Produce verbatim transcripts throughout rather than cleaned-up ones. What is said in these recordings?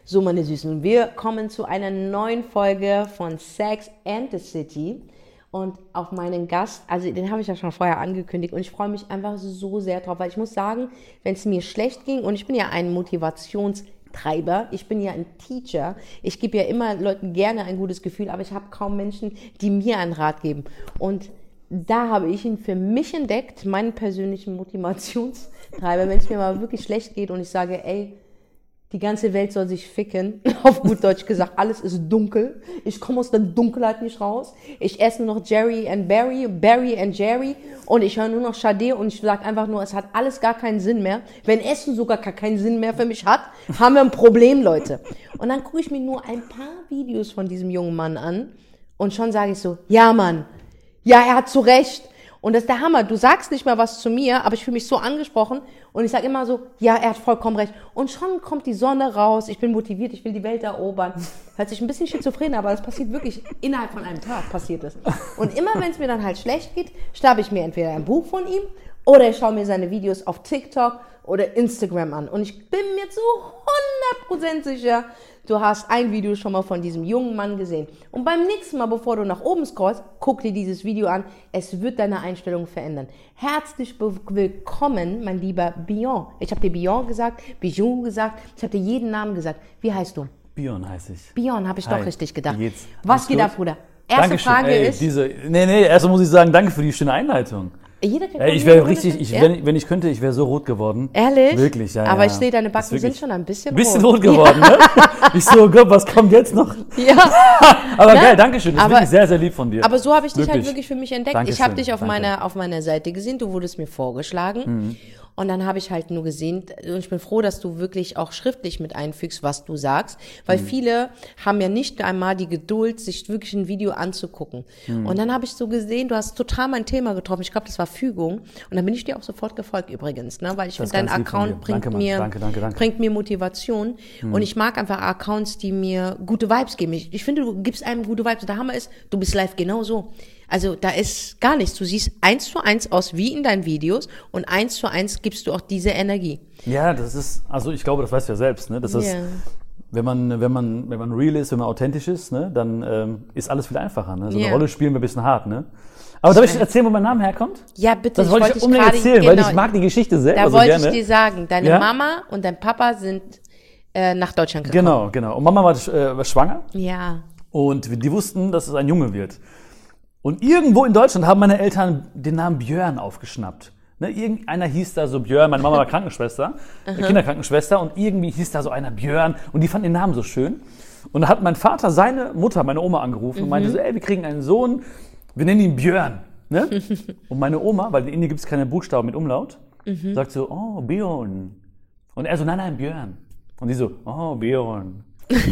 So, meine Süßen, wir kommen zu einer neuen Folge von Sex and the City und auf meinen Gast, also den habe ich ja schon vorher angekündigt und ich freue mich einfach so sehr drauf, weil ich muss sagen, wenn es mir schlecht ging und ich bin ja ein Motivationstreiber, ich bin ja ein Teacher, ich gebe ja immer Leuten gerne ein gutes Gefühl, aber ich habe kaum Menschen, die mir einen Rat geben und da habe ich ihn für mich entdeckt, meinen persönlichen Motivationstreiber, wenn es mir mal wirklich schlecht geht und ich sage, ey, die ganze Welt soll sich ficken, auf gut Deutsch gesagt, alles ist dunkel, ich komme aus der Dunkelheit nicht raus, ich esse nur noch Jerry and Barry, Barry and Jerry und ich höre nur noch Sade und ich sage einfach nur, es hat alles gar keinen Sinn mehr. Wenn Essen sogar gar keinen Sinn mehr für mich hat, haben wir ein Problem, Leute. Und dann gucke ich mir nur ein paar Videos von diesem jungen Mann an und schon sage ich so, ja Mann, ja, er hat zu Recht. Und das ist der Hammer. Du sagst nicht mehr was zu mir, aber ich fühle mich so angesprochen. Und ich sage immer so, ja, er hat vollkommen recht. Und schon kommt die Sonne raus. Ich bin motiviert, ich will die Welt erobern. Hört sich ein bisschen schizophren, aber das passiert wirklich innerhalb von einem Tag, passiert es. Und immer, wenn es mir dann halt schlecht geht, schnappe ich mir entweder ein Buch von ihm oder ich schaue mir seine Videos auf TikTok oder Instagram an. Und ich bin mir zu hundert Prozent sicher, du hast ein Video schon mal von diesem jungen Mann gesehen. Und beim nächsten Mal, bevor du nach oben scrollst, guck dir dieses Video an. Es wird deine Einstellung verändern. Herzlich willkommen, mein lieber Bion. Ich habe dir Bion gesagt, Bijon gesagt, ich habe dir jeden Namen gesagt. Wie heißt du? Bion heiße ich. Bion, habe ich Hi. doch richtig gedacht. Wie geht's? Was geht ab, Bruder? Erste Dankeschön. Frage Ey, ist... Diese, nee, nee, erstmal muss ich sagen, danke für die schöne Einleitung. Jeder kriegt Ey, ich wäre richtig, ich, wenn, ich, wenn ich könnte, ich wäre so rot geworden. Ehrlich? Wirklich, ja. Aber ja. ich sehe, deine Backen sind schon ein bisschen, bisschen rot. rot geworden, ja. Ne? Ich so, Gott, was kommt jetzt noch? Ja. Aber Na, geil, danke schön. Das aber, ist wirklich sehr, sehr lieb von dir. Aber so habe ich dich wirklich. halt wirklich für mich entdeckt. Dankeschön, ich habe dich auf danke. meiner, auf meiner Seite gesehen, du wurdest mir vorgeschlagen. Mhm. Und dann habe ich halt nur gesehen, und ich bin froh, dass du wirklich auch schriftlich mit einfügst, was du sagst, weil mhm. viele haben ja nicht einmal die Geduld, sich wirklich ein Video anzugucken. Mhm. Und dann habe ich so gesehen, du hast total mein Thema getroffen, ich glaube, das war Fügung. Und dann bin ich dir auch sofort gefolgt übrigens, ne? Weil ich finde, dein Account bringt, danke, mir, danke, danke, danke. bringt mir Motivation. Mhm. Und ich mag einfach Accounts, die mir gute Vibes geben. Ich, ich finde, du gibst einem gute Vibes. Und der Hammer ist, du bist live genauso. Also da ist gar nichts. Du siehst eins zu eins aus wie in deinen Videos und eins zu eins gibst du auch diese Energie. Ja, das ist, also ich glaube, das weißt du ja selbst, ne? Das ist, yeah. wenn man, wenn man, wenn man real ist, wenn man authentisch ist, ne, dann ähm, ist alles viel einfacher, ne? So yeah. eine Rolle spielen wir ein bisschen hart, ne? Aber darf ich erzählen, wo mein Name herkommt? Ja, bitte. Das wollte ich, ich unbedingt erzählen, genau, weil ich mag die Geschichte selber da so gerne. Da wollte ich dir sagen, deine ja? Mama und dein Papa sind äh, nach Deutschland gekommen. Genau, genau. Und Mama war, äh, war schwanger. Ja. Und die wussten, dass es ein Junge wird. Und irgendwo in Deutschland haben meine Eltern den Namen Björn aufgeschnappt. Ne, irgendeiner hieß da so Björn, meine Mama war Krankenschwester, Kinderkrankenschwester und irgendwie hieß da so einer Björn und die fanden den Namen so schön. Und da hat mein Vater seine Mutter, meine Oma, angerufen mhm. und meinte so, ey, wir kriegen einen Sohn, wir nennen ihn Björn. Ne? Und meine Oma, weil in Indien gibt es keine Buchstaben mit Umlaut, mhm. sagt so, oh, Björn. Und er so, nein, nein, Björn. Und die so, oh, Björn.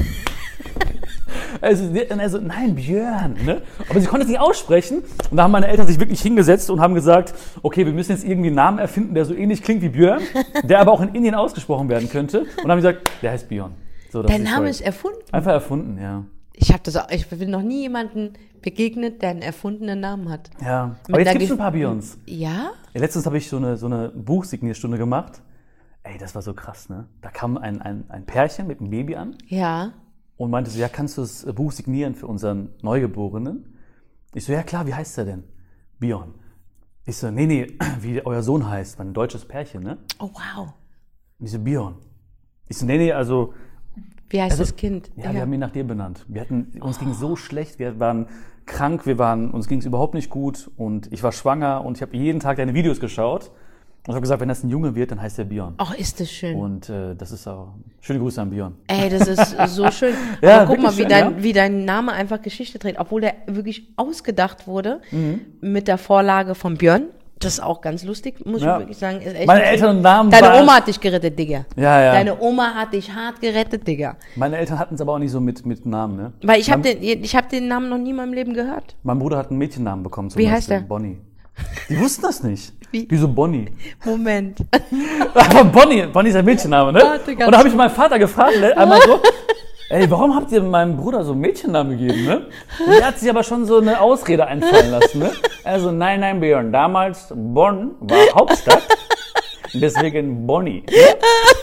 Also, also, nein, Björn, ne? Aber sie konnte es nicht aussprechen. Und da haben meine Eltern sich wirklich hingesetzt und haben gesagt, okay, wir müssen jetzt irgendwie einen Namen erfinden, der so ähnlich klingt wie Björn, der aber auch in Indien ausgesprochen werden könnte. Und dann haben sie gesagt, der heißt Björn. So, Dein Name ist erfunden? Einfach erfunden, ja. Ich habe das auch, ich bin noch nie jemanden begegnet, der einen erfundenen Namen hat. Ja, aber jetzt gibt es ein paar Björns. Ja? ja letztens habe ich so eine, so eine Buchsignierstunde gemacht. Ey, das war so krass, ne? Da kam ein, ein, ein Pärchen mit einem Baby an. Ja. Und meinte so, ja, kannst du das Buch signieren für unseren Neugeborenen? Ich so, ja klar, wie heißt der denn? Björn. Ich so, nee, nee, wie euer Sohn heißt, war ein deutsches Pärchen, ne? Oh, wow. Und ich so, Björn. Ich so, nee, nee, also... Wie heißt also, das Kind? Ja, ja, wir haben ihn nach dir benannt. Wir hatten, uns oh. ging so schlecht, wir waren krank, wir waren, uns ging es überhaupt nicht gut und ich war schwanger und ich habe jeden Tag deine Videos geschaut. Und ich habe gesagt, wenn das ein Junge wird, dann heißt der Björn. Ach, ist das schön. Und äh, das ist auch... Schöne Grüße an Björn. Ey, das ist so schön. ja, aber guck mal, wie, schön, dein, ja? wie dein Name einfach Geschichte trägt. Obwohl der wirklich ausgedacht wurde mhm. mit der Vorlage von Björn. Das ist auch ganz lustig, muss ja. ich wirklich sagen. Ist echt Meine Eltern und Namen Deine war... Oma hat dich gerettet, Digga. Ja, ja. Deine Oma hat dich hart gerettet, Digga. Meine Eltern hatten es aber auch nicht so mit, mit Namen, ne? Weil ich habe den, ich hab den Namen noch nie in meinem Leben gehört. Mein Bruder hat einen Mädchennamen bekommen. Zum Wie Beispiel. heißt der? Bonnie. Die wussten das nicht. Wie? Wieso Bonnie? Moment. Aber Bonnie, Bonnie ist ein Mädchenname, ne? Warte, und da habe ich meinen Vater gefragt, einmal so, ey, warum habt ihr meinem Bruder so einen Mädchennamen gegeben, ne? Und der hat sich aber schon so eine Ausrede einfallen lassen, ne? Also, nein, nein, Björn, damals Bonn war Hauptstadt, deswegen Bonnie. Ne?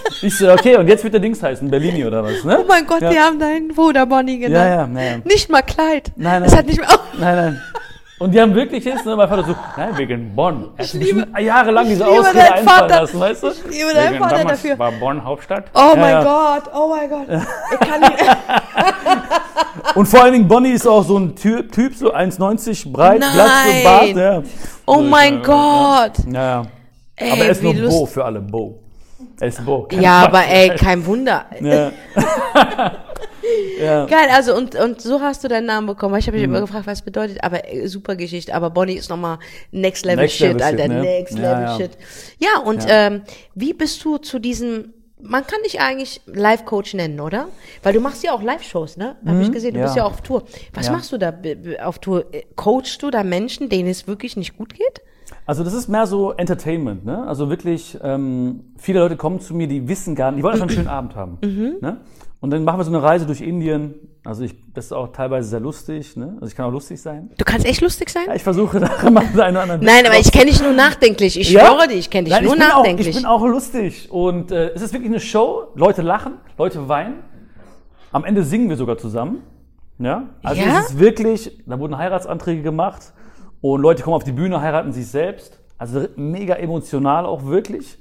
Ich so, okay, und jetzt wird der Dings heißen, Bellini oder was, ne? Oh mein Gott, ja. die haben deinen Bruder Bonnie genannt. Ja, ja, ja. Nicht mal Kleid. Nein, nein. Es hat nicht mehr... Oh. Nein, nein. Und die haben wirklich jetzt, ne, mein Vater so, nein, wegen Bonn. Er hat sich liebe- jahrelang diese ich liebe Ausrede deinen einfallen Vater. lassen, weißt du? Ich liebe deinen Wegen- Vater damals dafür. war Bonn Hauptstadt. Oh Ja, mein ja. Gott, oh mein Gott. Ich kann nicht... Und vor allen Dingen, Bonnie ist auch so ein Typ, typ so eins neunzig breit, Nein. glatt so Bart. Ja. Oh So, mein ja, Gott. Ja, ja. Ey, Aber er ist wie nur lust- Bo für alle, Bo. Er ist Bo. kein Ja, Quatsch. aber ey, kein Wunder. Ja. Ja. Geil, also und, und so hast du deinen Namen bekommen. Ich habe mich Mhm. immer gefragt, was es bedeutet, aber äh, super Geschichte. Aber Bonnie ist nochmal Next Level Next Shit, Level Alter, Shit, ne? Next Ja, Level ja. Shit. Ja, und Ja. Ähm, wie bist du zu diesem, man kann dich eigentlich Live-Coach nennen, oder? Weil du machst ja auch Live-Shows, ne? Habe ich gesehen, du ja. bist ja auch auf Tour. Was Ja. machst du da b- b- auf Tour? Äh, Coachst du da Menschen, denen es wirklich nicht gut geht? Also das ist mehr so Entertainment, ne? Also wirklich, ähm, viele Leute kommen zu mir, die wissen gar nicht, die wollen einfach einen schönen Abend haben. Mhm. Ne? Und dann machen wir so eine Reise durch Indien. Also ich, das ist auch teilweise sehr lustig, ne? Also ich kann auch lustig sein. Du kannst echt lustig sein? Ja, ich versuche da immer den einen oder anderen Nein, Witz aber ich raus- kenne dich nur nachdenklich. Ich Ja? schwöre dir, ich kenne dich Nein, nur ich bin nachdenklich. Auch, ich bin auch lustig. Und äh, es ist wirklich eine Show. Leute lachen, Leute weinen. Am Ende singen wir sogar zusammen. Ja? Also Ja? es ist wirklich, da wurden Heiratsanträge gemacht und Leute kommen auf die Bühne, heiraten sich selbst. Also mega emotional auch wirklich.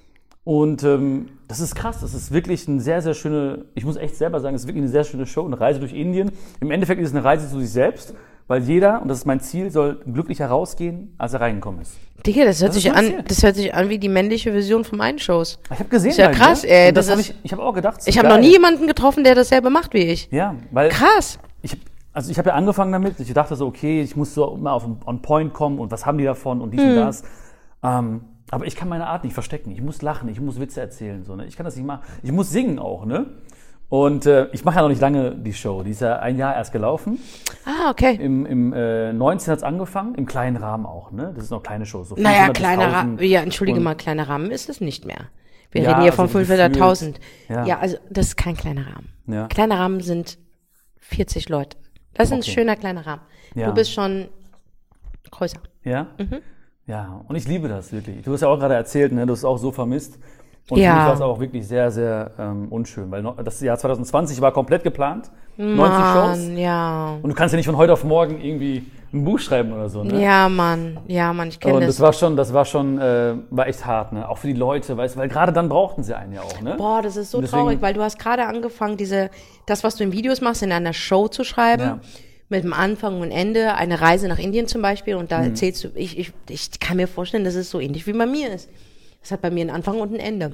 Und ähm, das ist krass, das ist wirklich eine sehr, sehr schöne, ich muss echt selber sagen, es ist wirklich eine sehr schöne Show, eine Reise durch Indien. Im Endeffekt ist es eine Reise zu sich selbst, weil jeder, und das ist mein Ziel, soll glücklicher rausgehen, als er reingekommen ist. Digga, das hört, Das ist sich mein an, Ziel. das hört sich an wie die männliche Version von meinen Shows. Ich habe gesehen, Ist ja bei krass, dir. ey, Und das das hab ist- ich, ich habe auch gedacht, so Ich habe noch geil. nie jemanden getroffen, der dasselbe macht wie ich. Ja, weil Krass. ich, hab- also ich habe ja angefangen damit, ich dachte so, okay, ich muss so immer auf on Point kommen und was haben die davon und dies Hm. und das. Ähm, aber ich kann meine Art nicht verstecken. Ich muss lachen, ich muss Witze erzählen. So, ne? Ich kann das nicht machen. Ich muss singen auch, ne? Und äh, ich mache ja noch nicht lange die Show. Die ist ja ein Jahr erst gelaufen. Ah, okay. Im, im äh, neunzehn hat es angefangen, im kleinen Rahmen auch, ne? Das ist noch kleine Show. So Naja, fünfhundert bis kleiner Rahmen. tausend. Ja, entschuldige Und- mal, kleiner Rahmen ist es nicht mehr. Wir Ja, reden hier von also fünfhunderttausend. gefühlt, Ja. ja. also das ist kein kleiner Rahmen. Ja. Kleiner Rahmen sind vierzig Leute. Das ist ein Okay. schöner kleiner Rahmen. Ja. Du bist schon größer. Ja? Mhm. Ja, und ich liebe das wirklich. Du hast ja auch gerade erzählt, ne, du hast es auch so vermisst. Und Ja. für mich war es auch wirklich sehr, sehr ähm, unschön, weil noch, das Jahr zwanzig zwanzig war komplett geplant, neunzig Shows. Mann, ja. Und du kannst ja nicht von heute auf morgen irgendwie ein Buch schreiben oder so, ne? Ja, Mann. Ja, Mann, ich kenne Und das. das war schon, das war schon, äh, war echt hart, ne? Auch für die Leute, weißt du, weil gerade dann brauchten sie einen ja auch, ne? Boah, das ist so Und deswegen- traurig, weil du hast gerade angefangen, diese, das, was du in Videos machst, in einer Show zu schreiben. Ja. Mit dem Anfang und Ende, eine Reise nach Indien zum Beispiel. Und da Mhm. erzählst du, ich, ich, ich kann mir vorstellen, dass es so ähnlich wie bei mir ist. Es hat bei mir einen Anfang und ein Ende.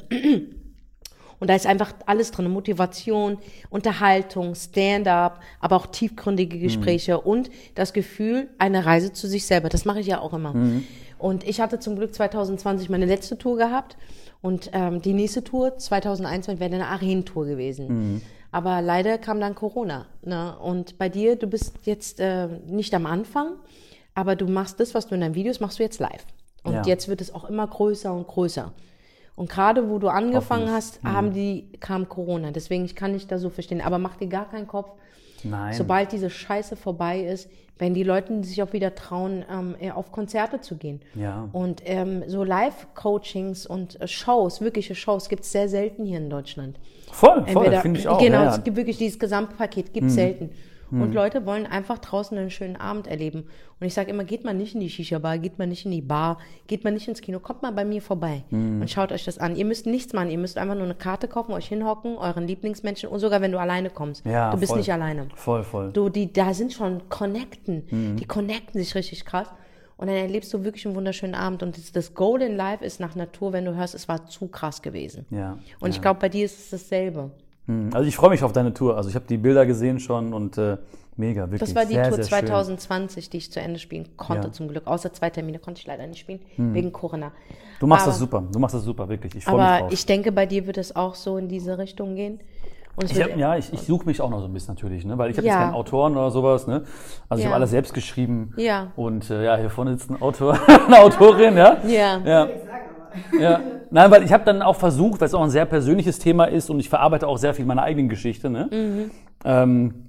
Und da ist einfach alles drin, Motivation, Unterhaltung, Stand-up, aber auch tiefgründige Gespräche und das Gefühl, eine Reise zu sich selber. Das mache ich ja auch immer. Und ich hatte zum Glück zwanzig zwanzig meine letzte Tour gehabt und ähm, die nächste Tour, zwanzig einundzwanzig, wäre eine Arenen-Tour gewesen. Aber leider kam dann Corona. Ne? Und bei dir, du bist jetzt äh, nicht am Anfang, aber du machst das, was du in deinen Videos machst, du jetzt live. Und Ja. jetzt wird es auch immer größer und größer. Und gerade wo du angefangen Hoffentlich. hast, haben die, kam Corona. Deswegen, ich kann nicht da so verstehen. Aber mach dir gar keinen Kopf. Nein. Sobald diese Scheiße vorbei ist, wenn die Leute sich auch wieder trauen, ähm, eher auf Konzerte zu gehen. Ja. Und ähm, so Live-Coachings und äh, Shows, wirkliche Shows, gibt es sehr selten hier in Deutschland. Voll, voll, Entweder- finde ich auch. Genau, ja, ja. es gibt wirklich dieses Gesamtpaket, gibt es selten. Und Leute wollen einfach draußen einen schönen Abend erleben. Und ich sage immer, geht mal nicht in die Shisha-Bar, geht mal nicht in die Bar, geht mal nicht ins Kino, kommt mal bei mir vorbei und schaut euch das an. Ihr müsst nichts machen, ihr müsst einfach nur eine Karte kaufen, euch hinhocken, euren Lieblingsmenschen und sogar wenn du alleine kommst. Ja, du bist voll. nicht alleine. Voll, voll. Du, die, da sind schon Connecten, die connecten sich richtig krass. Und dann erlebst du wirklich einen wunderschönen Abend. Und das, das Goal in Life ist nach Natur, wenn du hörst, es war zu krass gewesen. Ja. Und ich ja. glaube, bei dir ist es dasselbe. Hm, Also ich freue mich auf deine Tour. Also ich habe die Bilder gesehen schon und äh, mega, wirklich. Das war die sehr, Tour sehr schön. zwanzig zwanzig, die ich zu Ende spielen konnte, Ja. zum Glück. Außer zwei Termine konnte ich leider nicht spielen, wegen Corona. Du machst aber, das super, du machst das super, wirklich. Ich freue mich Aber drauf. ich denke, bei dir wird es auch so in diese Richtung gehen. Und es Ich wird, hab, ja, ich, ich suche mich auch noch so ein bisschen natürlich, ne? Weil ich habe Ja. jetzt keinen Autoren oder sowas, ne? Also ich Ja. habe alles selbst geschrieben. Ja. Und äh, ja, hier vorne sitzt ein Autor, eine Autorin, ja? Ja. Ja. ja. Nein, weil ich habe dann auch versucht, weil es auch ein sehr persönliches Thema ist und ich verarbeite auch sehr viel meiner eigenen Geschichte, ne? Mhm. Ähm,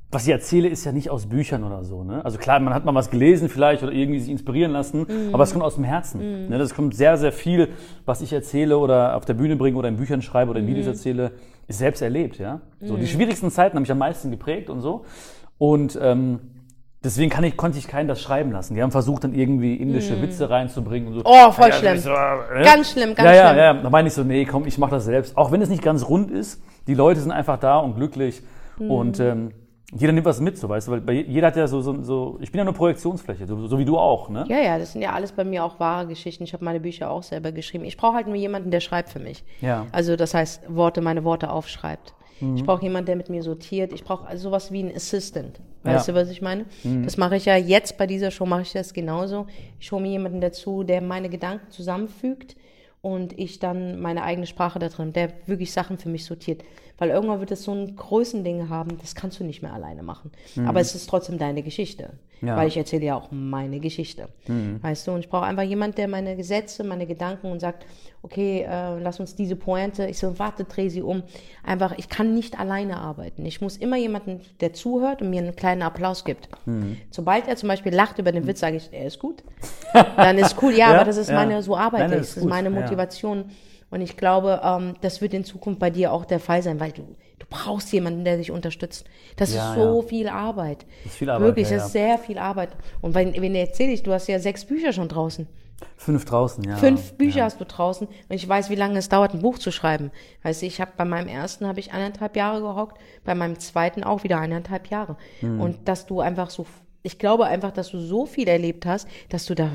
was ich erzähle, ist ja nicht aus Büchern oder so. Ne? Also klar, man hat mal was gelesen vielleicht oder irgendwie sich inspirieren lassen, mm. aber es kommt aus dem Herzen. Mm. Ne? Das kommt sehr, sehr viel, was ich erzähle oder auf der Bühne bringe oder in Büchern schreibe oder in Videos mm. erzähle, ist selbst erlebt. Ja? So, mm. Die schwierigsten Zeiten haben mich am meisten geprägt und so. Und ähm, deswegen kann ich, konnte ich keinen das schreiben lassen. Die haben versucht, dann irgendwie indische mm. Witze reinzubringen. Und so. Oh, voll ja, schlimm. So, äh, ganz schlimm, ganz ja, ja, schlimm. Ja, da meine ich so, nee, komm, ich mache das selbst. Auch wenn es nicht ganz rund ist, die Leute sind einfach da und glücklich. Mm. Und ähm, jeder nimmt was mit, so, weißt du, weil bei, jeder hat ja so, so, so, ich bin ja nur Projektionsfläche, so, so wie du auch, ne? Ja, ja, das sind ja alles bei mir auch wahre Geschichten. Ich habe meine Bücher auch selber geschrieben. Ich brauche halt nur jemanden, der schreibt für mich. Ja. Also das heißt, Worte, meine Worte aufschreibt. Mhm. Ich brauche jemanden, der mit mir sortiert. Ich brauche also sowas wie einen Assistant. Weißt Ja. du, was ich meine? Mhm. Das mache ich ja jetzt bei dieser Show, mache ich das genauso. Ich hole mir jemanden dazu, der meine Gedanken zusammenfügt und ich dann meine eigene Sprache da drin, der wirklich Sachen für mich sortiert. Weil irgendwann wird es so ein Größending haben, das kannst du nicht mehr alleine machen. Mhm. Aber es ist trotzdem deine Geschichte. Ja. Weil ich erzähle ja auch meine Geschichte. Mhm. Weißt du, und ich brauche einfach jemanden, der meine Gesetze, meine Gedanken und sagt, okay, äh, lass uns diese Pointe, ich so, warte, dreh sie um. Einfach, ich kann nicht alleine arbeiten. Ich muss immer jemanden, der zuhört und mir einen kleinen Applaus gibt. Mhm. Sobald er zum Beispiel lacht über den Witz, sage ich, er ist gut. Dann ist cool, ja, Ja, aber das ist ja. meine, so arbeite Nein, ich, das das ist ist meine gut, ja. Motivation. Und ich glaube, ähm, das wird in Zukunft bei dir auch der Fall sein, weil du, du brauchst jemanden, der dich unterstützt. Das Ja, ist so ja. viel Arbeit. Das ist viel Arbeit, Wirklich, ja, das ist ja. sehr viel Arbeit. Und wenn, wenn erzähle ich, du hast ja sechs Bücher schon draußen. Fünf draußen, ja. Fünf Bücher ja. hast du draußen und ich weiß, wie lange es dauert, ein Buch zu schreiben. Weißt du, ich habe bei meinem ersten habe ich eineinhalb Jahre gehockt, bei meinem zweiten auch wieder eineinhalb Jahre. Mhm. Und dass du einfach so, ich glaube einfach, dass du so viel erlebt hast, dass du da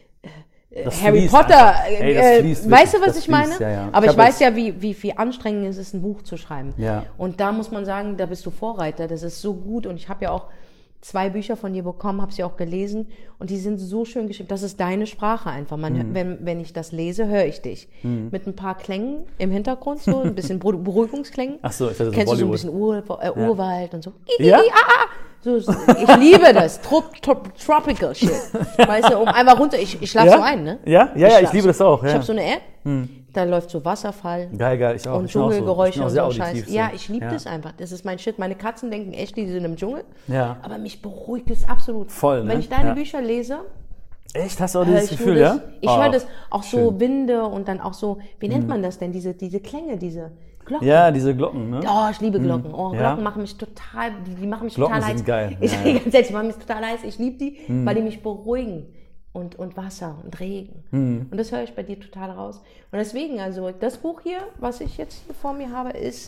äh, Das Harry fließt Potter, einfach. Ey, das äh, fließt weißt du, wirklich, was das ich meine? fließt, ja, ja. Aber Ich ich, hab weiß ja, wie, wie, wie anstrengend es ist, ein Buch zu schreiben. Ja. Und da muss man sagen, da bist du Vorreiter, das ist so gut und ich habe ja auch zwei Bücher von dir bekommen, habe sie auch gelesen und die sind so schön geschrieben. Das ist deine Sprache einfach. Man, Mhm. wenn, wenn ich das lese, höre ich dich. Mhm. Mit ein paar Klängen im Hintergrund, so ein bisschen Beru- Beruhigungsklängen. Ach so, ich dachte, so Kennst du so ein Bollywood. bisschen Ur, äh, Ja. Urwald und so. Ja? Ah, ah. So, ich liebe das. Trop, trop, tropical Shit. Weißt du, um einmal runter. Ich, ich schlafe Ja? so ein, ne? Ja, ja, ja, ich schlaf liebe so. das auch. Ja. Ich habe so eine App, da läuft so Wasserfall. Geil, geil, ich auch. Und ich bin auch so. Ich Dschungelgeräusche bin auch und sehr so Scheiß. auditiv, so. Ja, ich liebe Ja. das einfach. Das ist mein Shit. Meine Katzen denken echt, die sind im Dschungel. Ja. Aber mich beruhigt es absolut. Voll, ne? Wenn ich deine Ja. Bücher lese, Echt? Hast du auch höre dieses ich Gefühl, nur das. ja? Ich Oh, höre das auch so schön. Winde und dann auch so, wie nennt man das denn? Diese, diese Klänge, diese Glocken. Ja, diese Glocken, ne? Oh, ich liebe Glocken. Oh, Glocken Ja. machen mich total, die, die machen mich Glocken total heiß. sind geil. Ich Ja, sage ja. ganz ehrlich, die machen mich total heiß. Ich liebe die, weil die mich beruhigen. Und, und Wasser und Regen. Mhm. Und das höre ich bei dir total raus. Und deswegen, also das Buch hier, was ich jetzt hier vor mir habe, ist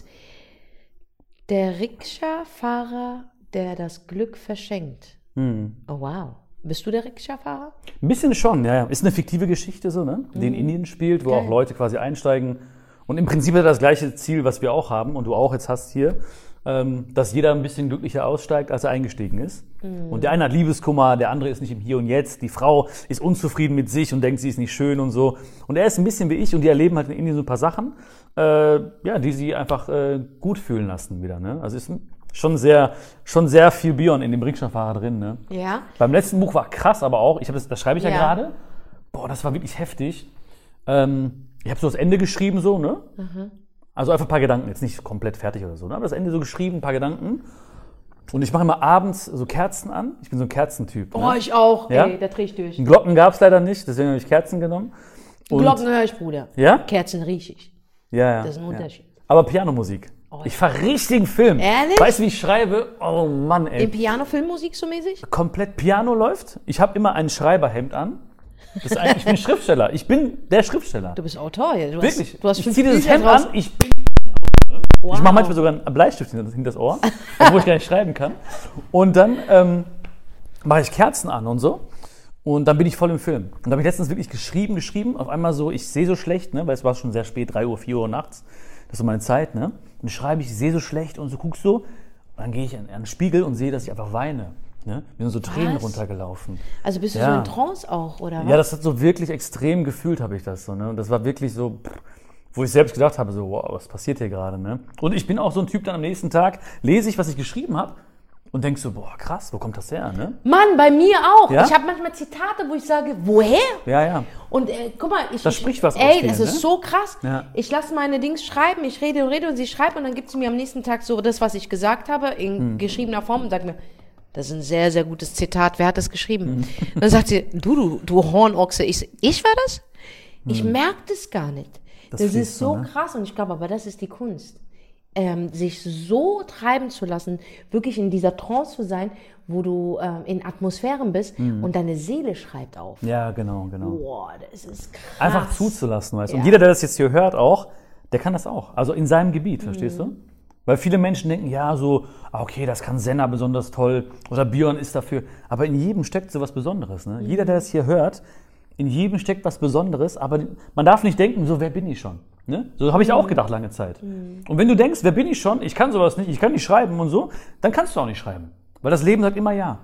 Der Rikscha-Fahrer, der das Glück verschenkt. Mhm. Oh wow. Bist du der Rikscha-Fahrer? Ein bisschen schon, ja, ja. Ist eine fiktive Geschichte so, ne? Die in Indien spielt, wo Geil. auch Leute quasi einsteigen. Und im Prinzip hat er das gleiche Ziel, was wir auch haben und du auch jetzt hast hier, ähm, dass jeder ein bisschen glücklicher aussteigt, als er eingestiegen ist. Mhm. Und der eine hat Liebeskummer, der andere ist nicht im Hier und Jetzt. Die Frau ist unzufrieden mit sich und denkt, sie ist nicht schön und so. Und er ist ein bisschen wie ich und die erleben halt in Indien so ein paar Sachen, äh, ja, die sie einfach äh, gut fühlen lassen wieder, ne? Also ist schon sehr, schon sehr viel Bion in dem Rikscha-Fahrer drin, ne? Ja. Beim letzten Buch war krass, aber auch, ich hab das, das schreibe ich ja, Ja. gerade. Boah, das war wirklich heftig. Ähm, ich habe so das Ende geschrieben, so, ne? Mhm. Also einfach ein paar Gedanken, jetzt nicht komplett fertig oder so, ne? Aber das Ende so geschrieben, ein paar Gedanken. Und ich mache immer abends so Kerzen an. Ich bin so ein Kerzentyp. Oh, Ne? ich auch. Ja? Ey, da dreh ich durch. Glocken gab es leider nicht, deswegen habe ich Kerzen genommen. Und Glocken höre ich, Bruder. Ja? Kerzen riech ich. Ja, ja. Das ist ein ja. Unterschied. Aber Pianomusik. Oh, ich fahre richtigen Film. Ehrlich? Weißt du, wie ich schreibe? Oh Mann, ey. Im Piano-Filmmusik so mäßig? Komplett Piano läuft. Ich habe immer ein Schreiberhemd an. Das ist ein, ich bin Schriftsteller. Ich bin der Schriftsteller. Du bist Autor, ja. Du Wirklich. Hast, du hast ich fünf ziehe dieses Bücher Hemd draußen. an. Ich, bin, Wow. ich mache manchmal sogar einen Bleistift hinter hinter das Ohr, obwohl ich gar nicht schreiben kann. Und dann ähm, mache ich Kerzen an und so. Und dann bin ich voll im Film. Und da habe ich letztens wirklich geschrieben, geschrieben. Auf einmal so, ich sehe so schlecht, ne? Weil es war schon sehr spät, drei Uhr, vier Uhr nachts. Das ist so meine Zeit, ne? Und dann schreibe ich, ich sehe so schlecht und so guckst so. Und dann gehe ich an, an den Spiegel und sehe, dass ich einfach weine. Ne? Mir sind so Tränen Was? runtergelaufen. Also bist du Ja. so in Trance auch, oder was? Ja, das hat so wirklich extrem gefühlt, habe ich das so. Ne? Und das war wirklich so, pff, wo ich selbst gedacht habe, so, wow, was passiert hier gerade? Ne? Und ich bin auch so ein Typ, dann am nächsten Tag lese ich, was ich geschrieben habe. Und denkst du, boah, krass, wo kommt das her, ne? Mann, bei mir auch. Ja? Ich habe manchmal Zitate, wo ich sage, woher? Ja, ja. Und äh, guck mal, ich... Das spricht was aus Ey, dir, das ist ne? so krass. Ja. Ich lasse meine Dings schreiben, ich rede und rede und sie schreibt und dann gibt sie mir am nächsten Tag so das, was ich gesagt habe, in Hm. geschriebener Form und sagt mir, das ist ein sehr, sehr gutes Zitat, wer hat das geschrieben? Hm. Dann sagt sie, du, du, du Hornochse. Ich, ich war das? Ich Hm. merke das gar nicht. Das Das, fließt ist so so, ne? krass und ich glaube, aber das ist die Kunst. Ähm, sich so treiben zu lassen, wirklich in dieser Trance zu sein, wo du ähm, in Atmosphären bist und deine Seele schreibt auf. Ja, genau, genau. Boah, das ist krass. Einfach zuzulassen, weißt du. Ja. Und jeder, der das jetzt hier hört auch, der kann das auch. Also in seinem Gebiet, verstehst du? Weil viele Menschen denken, ja, so, ah, okay, das kann Senna besonders toll oder Björn ist dafür. Aber in jedem steckt so was Besonderes. Ne? Jeder, der das hier hört, in jedem steckt was Besonderes, aber man darf nicht denken, so, wer bin ich schon? Ne? So habe ich auch gedacht lange Zeit. Und wenn du denkst, wer bin ich schon? Ich kann sowas nicht, ich kann nicht schreiben und so, dann kannst du auch nicht schreiben. Weil das Leben sagt immer ja.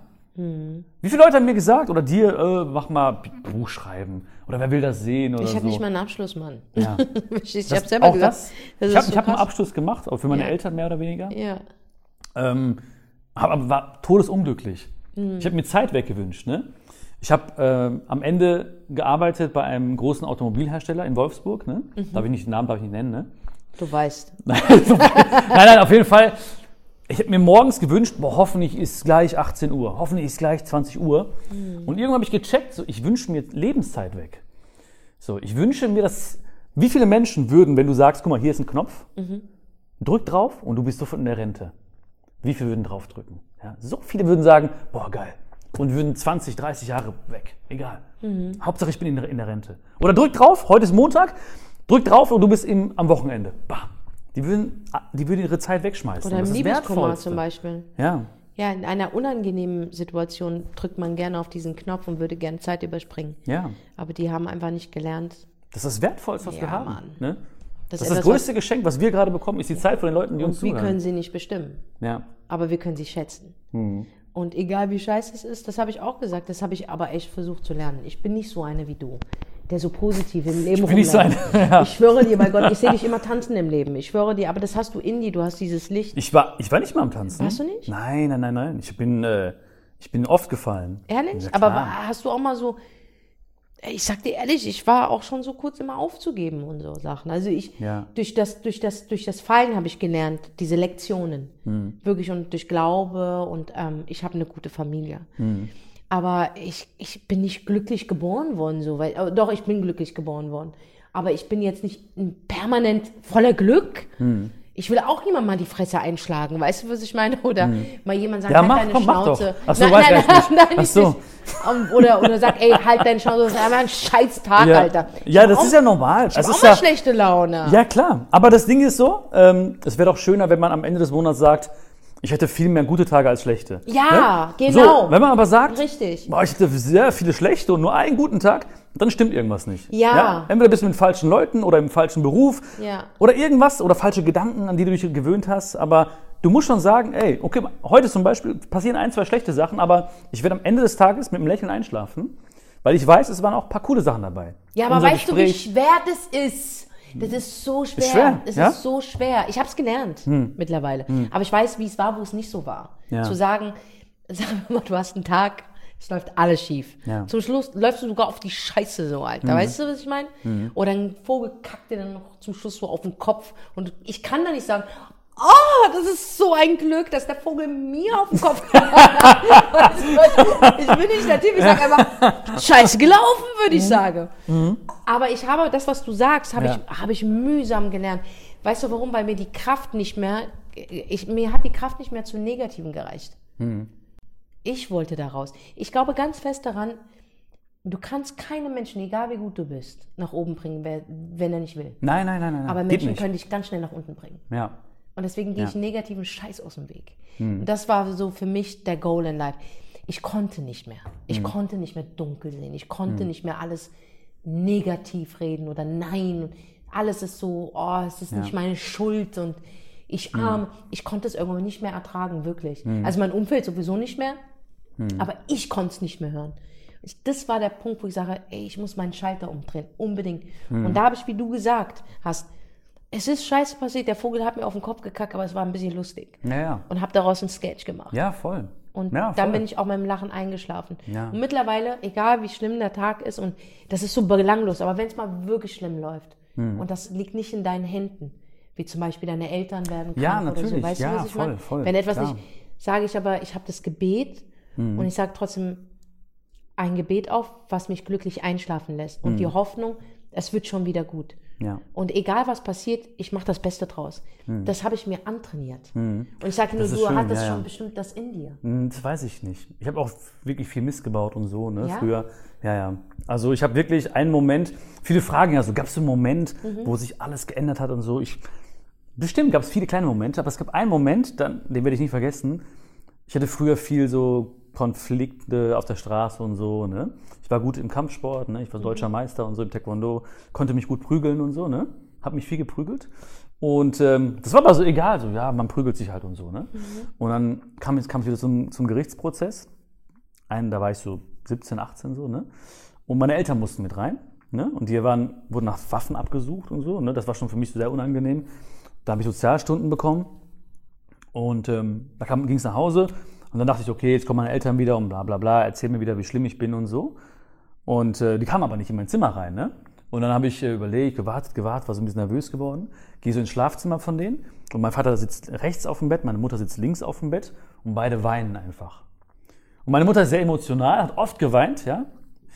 Wie viele Leute haben mir gesagt, oder dir, äh, mach mal Buch schreiben, oder wer will das sehen oder Ich habe so. nicht mal einen Abschluss, Mann. Ja. ich ich Das- habe selber auch gesagt. das? das ich ist habe so ich hab einen krass. Abschluss gemacht, auch für meine Ja. Eltern mehr oder weniger. Ja. Ähm, hab, aber war todesunglücklich. Ich habe mir Zeit weggewünscht. Ne? Ich habe ähm, am Ende gearbeitet bei einem großen Automobilhersteller in Wolfsburg. Ne? Darf ich nicht, den Namen darf ich nicht nennen. Ne? Du weißt. nein, nein, auf jeden Fall. Ich habe mir morgens gewünscht, boah, hoffentlich ist gleich achtzehn Uhr, hoffentlich ist gleich zwanzig Uhr. Und irgendwann habe ich gecheckt, so, ich wünsche mir Lebenszeit weg. So, ich wünsche mir, dass, wie viele Menschen würden, wenn du sagst, guck mal, hier ist ein Knopf, drück drauf und du bist sofort in der Rente. Wie viele würden draufdrücken? Ja, so viele würden sagen, boah, geil. Und würden zwanzig, dreißig Jahre weg. Egal. Hauptsache, ich bin in der, in der Rente. Oder drück drauf, heute ist Montag, drück drauf und du bist im, am Wochenende. Bah. Die würden, die würden ihre Zeit wegschmeißen. Oder Das im ist das Liebeskummer Wertvollste. zum Beispiel. Ja, Ja, in einer unangenehmen Situation drückt man gerne auf diesen Knopf und würde gerne Zeit überspringen. ja. Aber die haben einfach nicht gelernt. Das ist das Wertvollste, was Ja, wir haben. Mann. Ne? Das Das, ist ist das etwas, größte Geschenk, was wir gerade bekommen, ist die Zeit von den Leuten, die uns Und wir zuhören. können sie nicht bestimmen. Ja. Aber wir können sie schätzen. Mhm. Und egal wie scheiße es ist, das habe ich auch gesagt, das habe ich aber echt versucht zu lernen. Ich bin nicht so eine wie du, der so positiv im Leben Ich bin nicht so rumläuft. eine, ja. Ich schwöre dir bei Gott, ich sehe dich immer tanzen im Leben. Ich schwöre dir, aber das hast du in dir, du hast dieses Licht. Ich war, ich war nicht mal am Tanzen. Warst du nicht? Nein, nein, nein, nein. Ich bin, äh, ich bin oft gefallen. Ehrlich? Ja, aber klar. war- hast du auch mal so, ich sag dir ehrlich, ich war auch schon so kurz immer aufzugeben und so Sachen. Also ich, Ja. durch das, durch das, durch das Fallen habe ich gelernt, diese Lektionen. Hm. Wirklich und durch Glaube und ähm, ich habe eine gute Familie. Hm. Aber ich, ich bin nicht glücklich geboren worden, so, weil, äh, doch, ich bin glücklich geboren worden. Aber ich bin jetzt nicht permanent voller Glück. Hm. Ich will auch jemand mal die Fresse einschlagen, weißt du, was ich meine? Oder mal jemand sagen, Ja, halt mach, deine komm, mach doch. Schnauze. Ach so, nein, weiß nein, ich nicht. nein, Ach nicht so. nicht. Um, Oder, oder sag, ey, halt deine Schnauze, das ist einfach ein scheiß Tag, Ja, Alter. Ich ja hab das auch, ist ja normal. Ich Das hab auch ist mal ja, schlechte Laune. ja, klar. Aber das Ding ist so, ähm, es wäre doch schöner, wenn man am Ende des Monats sagt, ich hätte viel mehr gute Tage als schlechte. Ja, Ne? genau. So, wenn man aber sagt, Richtig. boah, ich hatte sehr viele schlechte und nur einen guten Tag, dann stimmt irgendwas nicht. Ja. Entweder bist du mit falschen Leuten oder im falschen Beruf Ja. oder irgendwas oder falsche Gedanken, an die du dich gewöhnt hast. Aber du musst schon sagen, ey, okay, heute zum Beispiel passieren ein, zwei schlechte Sachen, aber ich werde am Ende des Tages mit einem Lächeln einschlafen, weil ich weiß, es waren auch ein paar coole Sachen dabei. Ja, aber Unser weißt du, wie Gespräch- schwer das ist? Das ist so schwer. schwer, Das ja? ist so schwer. Ich habe es gelernt mittlerweile. Aber ich weiß, wie es war, wo es nicht so war. Ja. Zu sagen, sag mal, du hast einen Tag, es läuft alles schief. Ja. Zum Schluss läufst du sogar auf die Scheiße so, Alter. Weißt du, was ich meine? Oder ein Vogel kackt dir dann noch zum Schluss so auf den Kopf. Und ich kann da nicht sagen, oh, das ist so ein Glück, dass der Vogel mir auf den Kopf kackt. Ich bin nicht der Typ, ich sage einfach, scheiße gelaufen, würde ich sagen. Aber ich habe das, was du sagst, habe Ja. ich, habe ich mühsam gelernt. Weißt du warum? Weil mir die Kraft nicht mehr, ich, mir hat die Kraft nicht mehr zu Negativen gereicht. Ich wollte da raus. Ich glaube ganz fest daran, du kannst keinen Menschen, egal wie gut du bist, nach oben bringen, wer- wenn er nicht will. Nein, nein, nein, nein. Aber geht Menschen nicht. können dich ganz schnell nach unten bringen. Ja. Und deswegen gehe Ja. ich negativen Scheiß aus dem Weg. Und das war so für mich der Goal in life. Ich konnte nicht mehr. Ich konnte nicht mehr dunkel sehen. Ich konnte nicht mehr alles negativ reden oder nein. Alles ist so, oh, es ist nicht meine Schuld und ich arm. Ich konnte es irgendwann nicht mehr ertragen, wirklich. Also mein Umfeld sowieso nicht mehr, aber ich konnte es nicht mehr hören. Ich, das war der Punkt, wo ich sage, ey, ich muss meinen Schalter umdrehen, unbedingt. Und da habe ich, wie du gesagt hast, es ist scheiße passiert, der Vogel hat mir auf den Kopf gekackt, aber es war ein bisschen lustig. Ja, ja. Und habe daraus einen Sketch gemacht. Ja, voll. Und ja, dann voll. bin ich auch mit dem Lachen eingeschlafen. Ja. Und mittlerweile, egal wie schlimm der Tag ist, und das ist so belanglos, aber wenn es mal wirklich schlimm läuft, hm. und das liegt nicht in deinen Händen, wie zum Beispiel deine Eltern werden krank ja, oder natürlich. so, weißt ja, du, was ich voll, meine? voll, Wenn etwas klar. nicht, sage ich aber, ich habe das Gebet hm. und ich sage trotzdem ein Gebet auf, was mich glücklich einschlafen lässt. Und hm. die Hoffnung, es wird schon wieder gut. Ja. Und egal was passiert, ich mache das Beste draus. Hm. Das habe ich mir antrainiert. Hm. Und ich sage nur, du schön, hattest ja, schon ja. bestimmt das in dir. Das weiß ich nicht. Ich habe auch wirklich viel Mist gebaut und so, ne, ja? früher. Ja, ja. Also ich habe wirklich einen Moment, viele fragen ja so, gab es einen Moment, mhm. wo sich alles geändert hat und so. Ich, bestimmt gab es viele kleine Momente, aber es gab einen Moment, dann, den werde ich nie vergessen. Ich hatte früher viel so Konflikte auf der Straße und so, ne. Ich war gut im Kampfsport, ne, ich war deutscher mhm. Meister und so im Taekwondo, konnte mich gut prügeln und so, ne. Habe mich viel geprügelt. Und ähm, das war aber so egal, so ja, man prügelt sich halt und so, ne. Mhm. Und dann kam es kam wieder zum, zum Gerichtsprozess. Einen, da war ich so siebzehn, achtzehn so, ne. Und meine Eltern mussten mit rein, ne. Und die waren, wurden nach Waffen abgesucht und so, ne. Das war schon für mich so sehr unangenehm. Da habe ich Sozialstunden bekommen. Und ähm, da ging es nach Hause. Und dann dachte ich, okay, jetzt kommen meine Eltern wieder und bla bla bla, erzählen mir wieder, wie schlimm ich bin und so. Und äh, die kamen aber nicht in mein Zimmer rein, ne. Und dann habe ich äh, überlegt, gewartet, gewartet, war so ein bisschen nervös geworden. Gehe so ins Schlafzimmer von denen und mein Vater sitzt rechts auf dem Bett, meine Mutter sitzt links auf dem Bett und beide weinen einfach. Und meine Mutter ist sehr emotional, hat oft geweint, ja.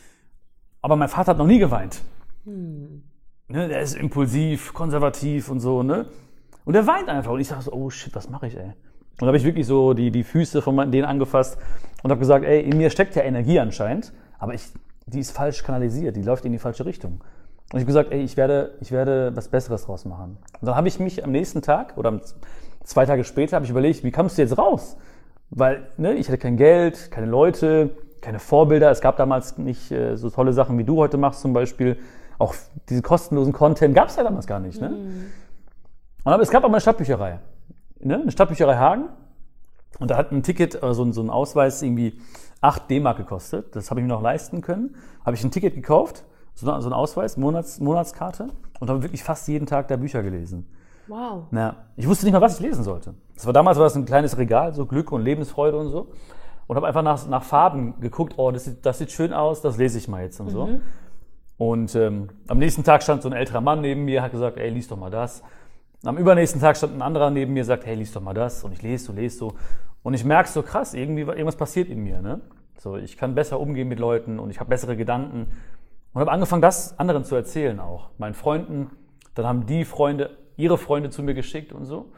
Aber mein Vater hat noch nie geweint. Hm. Ne, der ist impulsiv, konservativ und so, ne. Und der weint einfach und ich sage so, oh shit, was mache ich, ey? Und da habe ich wirklich so die, die Füße von denen angefasst und habe gesagt, ey, in mir steckt ja Energie anscheinend, aber ich, die ist falsch kanalisiert, die läuft in die falsche Richtung. Und ich habe gesagt, ey, ich werde, ich werde was Besseres draus machen. Und dann habe ich mich am nächsten Tag oder zwei Tage später habe ich überlegt, wie kommst du jetzt raus? Weil ne, ich hatte kein Geld, keine Leute, keine Vorbilder. Es gab damals nicht äh, so tolle Sachen, wie du heute machst zum Beispiel. Auch diesen kostenlosen Content gab es ja damals gar nicht. Ne? Mhm. Und aber es gab aber eine Stadtbücherei. Ne? Eine Stadtbücherei Hagen. Und da hat ein Ticket, also so ein Ausweis irgendwie acht D-Mark gekostet. Das habe ich mir noch leisten können. Habe ich ein Ticket gekauft, so ein Ausweis, Monats, Monatskarte und habe wirklich fast jeden Tag da Bücher gelesen. Wow. Ja, ich wusste nicht mal, was ich lesen sollte. Das war damals war das ein kleines Regal, so Glück und Lebensfreude und so. Und habe einfach nach, nach Farben geguckt, oh, das sieht, das sieht schön aus, das lese ich mal jetzt und mhm. so. Und ähm, am nächsten Tag stand so ein älterer Mann neben mir, hat gesagt, ey, lies doch mal das. Am übernächsten Tag stand ein anderer neben mir, sagt, hey, lies doch mal das. Und ich lese so, lese so. Und ich merke so, krass, irgendwie irgendwas passiert in mir. Ne? So, ich kann besser umgehen mit Leuten und ich habe bessere Gedanken. Und habe angefangen, das anderen zu erzählen auch. Meinen Freunden, dann haben die Freunde ihre Freunde zu mir geschickt und so.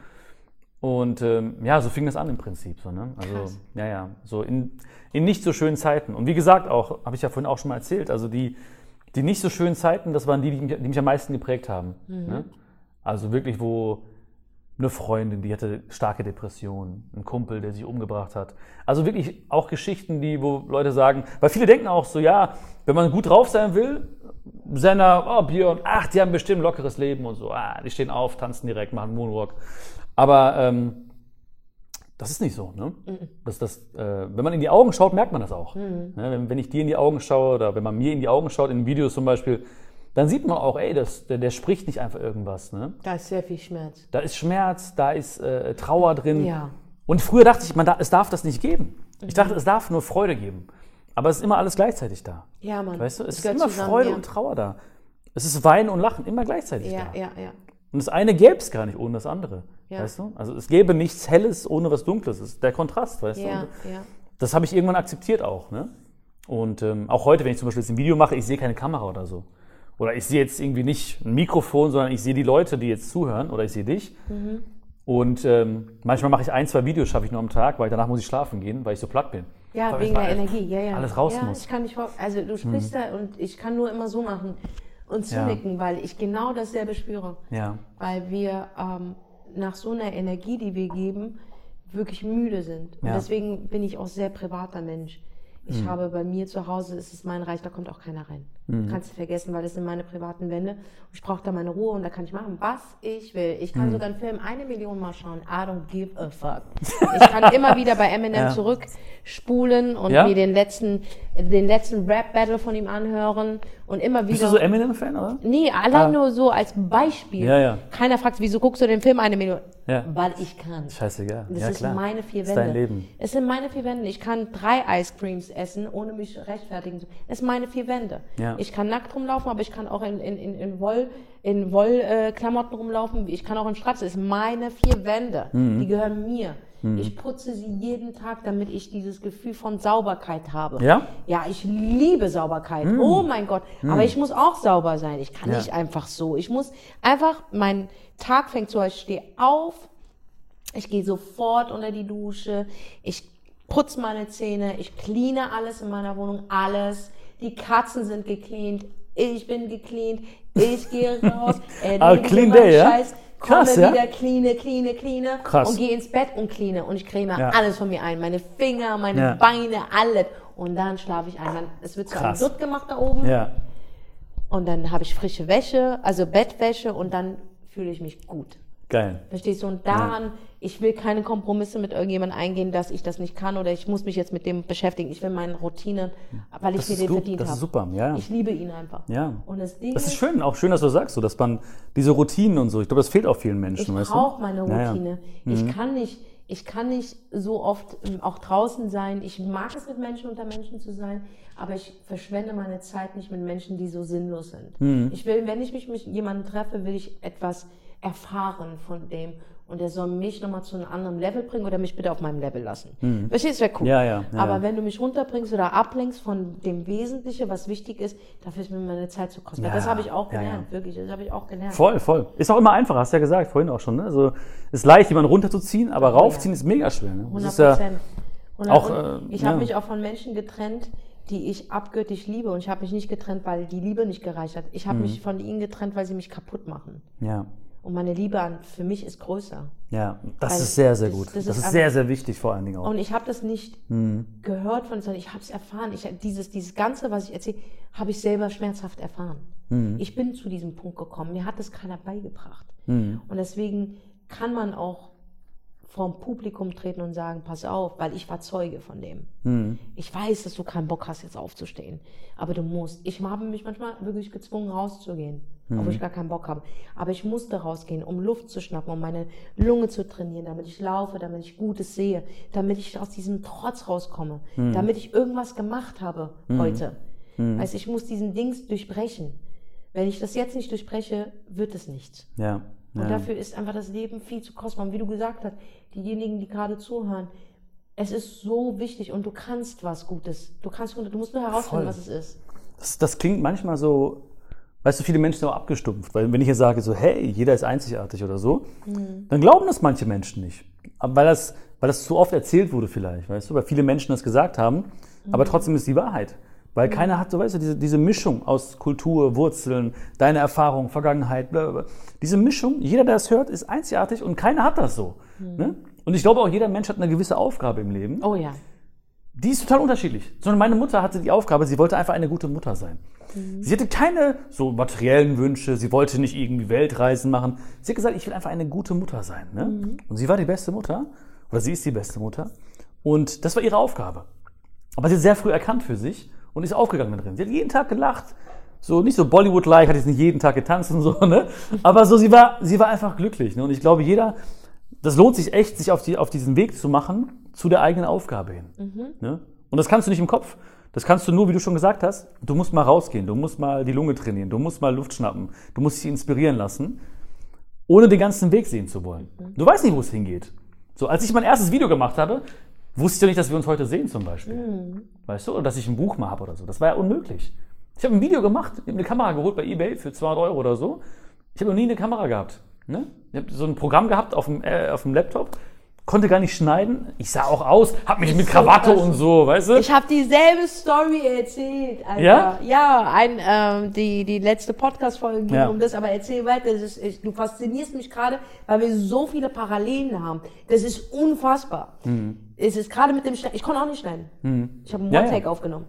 Und ähm, ja, so fing das an im Prinzip. So, ne? Also, krass. ja, ja, so in, in nicht so schönen Zeiten. Und wie gesagt auch, habe ich ja vorhin auch schon mal erzählt, also die, die nicht so schönen Zeiten, das waren die, die mich, die mich am meisten geprägt haben. Mhm. Ne? Also wirklich, wo eine Freundin, die hatte starke Depressionen, ein Kumpel, der sich umgebracht hat. Also wirklich auch Geschichten, die, wo Leute sagen, weil viele denken auch so, ja, wenn man gut drauf sein will, Senna, oh Björn, ach, die haben bestimmt ein lockeres Leben und so, ah, die stehen auf, tanzen direkt, machen Moonwalk. Aber ähm, das ist nicht so, ne? Mhm. Das, das, äh, wenn man in die Augen schaut, merkt man das auch. Mhm. Ne? Wenn, wenn ich dir in die Augen schaue oder wenn man mir in die Augen schaut, in Videos zum Beispiel, dann sieht man auch, ey, das, der, der spricht nicht einfach irgendwas. Ne? Da ist sehr viel Schmerz. Da ist Schmerz, da ist äh, Trauer drin. Ja. Und früher dachte ich, man da, es darf das nicht geben. Mhm. Ich dachte, es darf nur Freude geben. Aber es ist immer alles gleichzeitig da. Ja, Mann. Weißt du, es das ist immer zusammen, Freude ja. und Trauer da. Es ist Weinen und Lachen immer gleichzeitig ja, da. Ja, ja. Und das eine gäbe es gar nicht ohne das andere. Ja. Weißt du? Also es gäbe nichts Helles ohne was Dunkles. Das ist der Kontrast, weißt ja, du? Und ja. Das habe ich irgendwann akzeptiert auch. Ne? Und ähm, auch heute, wenn ich zum Beispiel jetzt ein Video mache, ich sehe keine Kamera oder so. Oder ich sehe jetzt irgendwie nicht ein Mikrofon, sondern ich sehe die Leute, die jetzt zuhören. Oder ich sehe dich. Mhm. Und ähm, manchmal mache ich ein, zwei Videos, schaffe ich nur am Tag, weil danach muss ich schlafen gehen, weil ich so platt bin. Ja, weil wegen der Energie. Ja, ja. Alles raus ja, muss. Ich kann nicht, also du sprichst mhm. da und ich kann nur immer so machen und zunicken, ja. weil ich genau dasselbe spüre. Ja. Weil wir ähm, nach so einer Energie, die wir geben, wirklich müde sind. Und ja. deswegen bin ich auch sehr privater Mensch. Ich mhm. habe bei mir zu Hause, es ist mein Reich, da kommt auch keiner rein. Mhm. Kannst du vergessen, weil das sind meine privaten Wände. Und ich brauche da meine Ruhe und da kann ich machen, was ich will. Ich kann mhm. sogar einen Film eine Million Mal schauen. I don't give a fuck. Ich kann immer wieder bei Eminem ja. zurückspulen und ja? mir den letzten, den letzten Rap-Battle von ihm anhören und immer wieder. Bist du so Eminem-Fan, oder? Nee, allein ah. nur so als Beispiel. Ja, ja. Keiner fragt, wieso guckst du den Film eine Million? Ja. Weil ich kann. Scheißegal. Das ja, ist klar. meine vier das Wände. Ist dein Leben. Es sind meine vier Wände. Ich kann drei Ice Creams essen, ohne mich rechtfertigen zu. Es sind meine vier Wände. Ja. Ich kann nackt rumlaufen, aber ich kann auch in, in, in, in Woll, in Wollklamotten äh, rumlaufen. Ich kann auch in Strapse. Es sind meine vier Wände. Mhm. Die gehören mir. Mhm. Ich putze sie jeden Tag, damit ich dieses Gefühl von Sauberkeit habe. Ja? Ja, ich liebe Sauberkeit. Mhm. Oh mein Gott. Mhm. Aber ich muss auch sauber sein. Ich kann ja. nicht einfach so. Ich muss einfach, mein Tag fängt so, ich stehe auf, ich gehe sofort unter die Dusche, ich putze meine Zähne, ich cleane alles in meiner Wohnung, alles. Die Katzen sind gecleant, ich bin gecleant, ich gehe raus, erledige clean meinen day, Scheiß, ja? komme Krass, wieder, ja? cleane, cleane, cleane Krass. und gehe ins Bett und cleane und ich creme ja. alles von mir ein, meine Finger, meine ja. Beine, alles. Und dann schlafe ich ein. Dann, es wird so ein Dutt gemacht da oben ja. und dann habe ich frische Wäsche, also Bettwäsche und dann fühle ich mich gut. Geil. Verstehst du? Und daran, ja. ich will keine Kompromisse mit irgendjemandem eingehen, dass ich das nicht kann oder ich muss mich jetzt mit dem beschäftigen. Ich will meine Routine, weil ich das mir den gut. verdient habe. Das ist super, ja. Ich liebe ihn einfach. Ja. Und das Ding das ist schön, auch schön, dass du sagst, so, dass man diese Routinen und so, ich glaube, das fehlt auch vielen Menschen. Ich brauche meine Routine. Ja, ja. Ich mhm. kann nicht, ich kann nicht so oft auch draußen sein. Ich mag es, mit Menschen unter Menschen zu sein, aber ich verschwende meine Zeit nicht mit Menschen, die so sinnlos sind. Mhm. Ich will, wenn ich mich mit jemandem treffe, will ich etwas erfahren von dem. Und der soll mich nochmal zu einem anderen Level bringen oder mich bitte auf meinem Level lassen. Mhm. Verstehst du, wäre cool. Ja, ja, ja, aber ja. wenn du mich runterbringst oder ablenkst von dem Wesentlichen, was wichtig ist, dafür ist mir meine Zeit zu kostbar. Ja, das habe ich auch gelernt, ja, ja. wirklich. Das habe ich auch gelernt. Voll, voll. Ist auch immer einfacher, hast du ja gesagt, vorhin auch schon. Ne? Also, ist leicht, jemanden runterzuziehen, aber oh, raufziehen ja. ist mega schwer. Ne? hundert Prozent. Ja auch, äh, ich ja. habe mich auch von Menschen getrennt, die ich abgöttisch liebe. Und ich habe mich nicht getrennt, weil die Liebe nicht gereicht hat. Ich habe mhm. mich von ihnen getrennt, weil sie mich kaputt machen. Ja. Und meine Liebe an, für mich ist größer. Ja, das also, ist sehr, sehr gut. Das, das, das ist, ist sehr, sehr wichtig vor allen Dingen auch. Und ich habe das nicht mhm. gehört von, sondern ich habe es erfahren. Ich, dieses, dieses Ganze, was ich erzähle, habe ich selber schmerzhaft erfahren. Mhm. Ich bin zu diesem Punkt gekommen. Mir hat das keiner beigebracht. Mhm. Und deswegen kann man auch vorm Publikum treten und sagen, pass auf, weil ich war Zeuge von dem. Mhm. Ich weiß, dass du keinen Bock hast, jetzt aufzustehen. Aber du musst. Ich habe mich manchmal wirklich gezwungen, rauszugehen. Mhm. Obwohl ich gar keinen Bock habe. Aber ich musste rausgehen, um Luft zu schnappen, um meine Lunge zu trainieren, damit ich laufe, damit ich Gutes sehe, damit ich aus diesem Trotz rauskomme, mhm. damit ich irgendwas gemacht habe mhm. heute. Mhm. Also ich muss diesen Dings durchbrechen. Wenn ich das jetzt nicht durchbreche, wird es nichts. Ja. Und ja. dafür ist einfach das Leben viel zu kostbar. Und wie du gesagt hast, diejenigen, die gerade zuhören, es ist so wichtig und du kannst was Gutes. Du kannst, du musst nur herausfinden, Voll. was es ist. Das, das klingt manchmal so, weißt du, viele Menschen sind auch abgestumpft. Weil wenn ich jetzt sage so, hey, jeder ist einzigartig oder so, mhm. dann glauben das manche Menschen nicht. Aber weil das, weil das zu oft erzählt wurde vielleicht, weißt du, weil viele Menschen das gesagt haben. Mhm. Aber trotzdem ist die Wahrheit. Weil mhm. keiner hat, so weißt du, diese, diese Mischung aus Kultur, Wurzeln, deine Erfahrung, Vergangenheit, blablabla. Diese Mischung, jeder, der das hört, ist einzigartig und keiner hat das so. Mhm. Ne? Und ich glaube auch, jeder Mensch hat eine gewisse Aufgabe im Leben. Oh ja. Die ist total unterschiedlich. Sondern meine Mutter hatte die Aufgabe, sie wollte einfach eine gute Mutter sein. Mhm. Sie hatte keine so materiellen Wünsche, sie wollte nicht irgendwie Weltreisen machen. Sie hat gesagt, ich will einfach eine gute Mutter sein. Ne? Mhm. Und sie war die beste Mutter, oder sie ist die beste Mutter. Und das war ihre Aufgabe. Aber sie hat sehr früh erkannt für sich und ist aufgegangen da drin. Sie hat jeden Tag gelacht. So, nicht so Bollywood-like, hat jetzt nicht jeden Tag getanzt und so, ne? Aber so, sie war, sie war einfach glücklich, ne? Und ich glaube, jeder, das lohnt sich echt, sich auf, die, auf diesen Weg zu machen, zu der eigenen Aufgabe hin. Mhm. Ne? Und das kannst du nicht im Kopf. Das kannst du nur, wie du schon gesagt hast, du musst mal rausgehen, du musst mal die Lunge trainieren, du musst mal Luft schnappen, du musst dich inspirieren lassen, ohne den ganzen Weg sehen zu wollen. Mhm. Du weißt nicht, wo es hingeht. So, als ich mein erstes Video gemacht habe, wusste ich ja nicht, dass wir uns heute sehen zum Beispiel. Mhm. Weißt du? Oder dass ich ein Buch mal habe oder so. Das war ja unmöglich. Ich habe ein Video gemacht, ich habe eine Kamera geholt bei eBay für zweihundert Euro oder so. Ich habe noch nie eine Kamera gehabt. Ne? Ich habe so ein Programm gehabt auf dem, äh, auf dem Laptop, konnte gar nicht schneiden. Ich sah auch aus, habe mich mit Krawatte und so, weißt du? Ich habe dieselbe Story erzählt, Alter. Ja? Ja, ein, ähm, die, die letzte Podcast-Folge ging ja. um das, aber erzähl weiter. Das ist, ich, du faszinierst mich gerade, weil wir so viele Parallelen haben. Das ist unfassbar. Mhm. Es ist gerade mit dem Schneiden, ich konnte auch nicht schneiden. Mhm. Ich habe einen One-Take ja, ja. aufgenommen.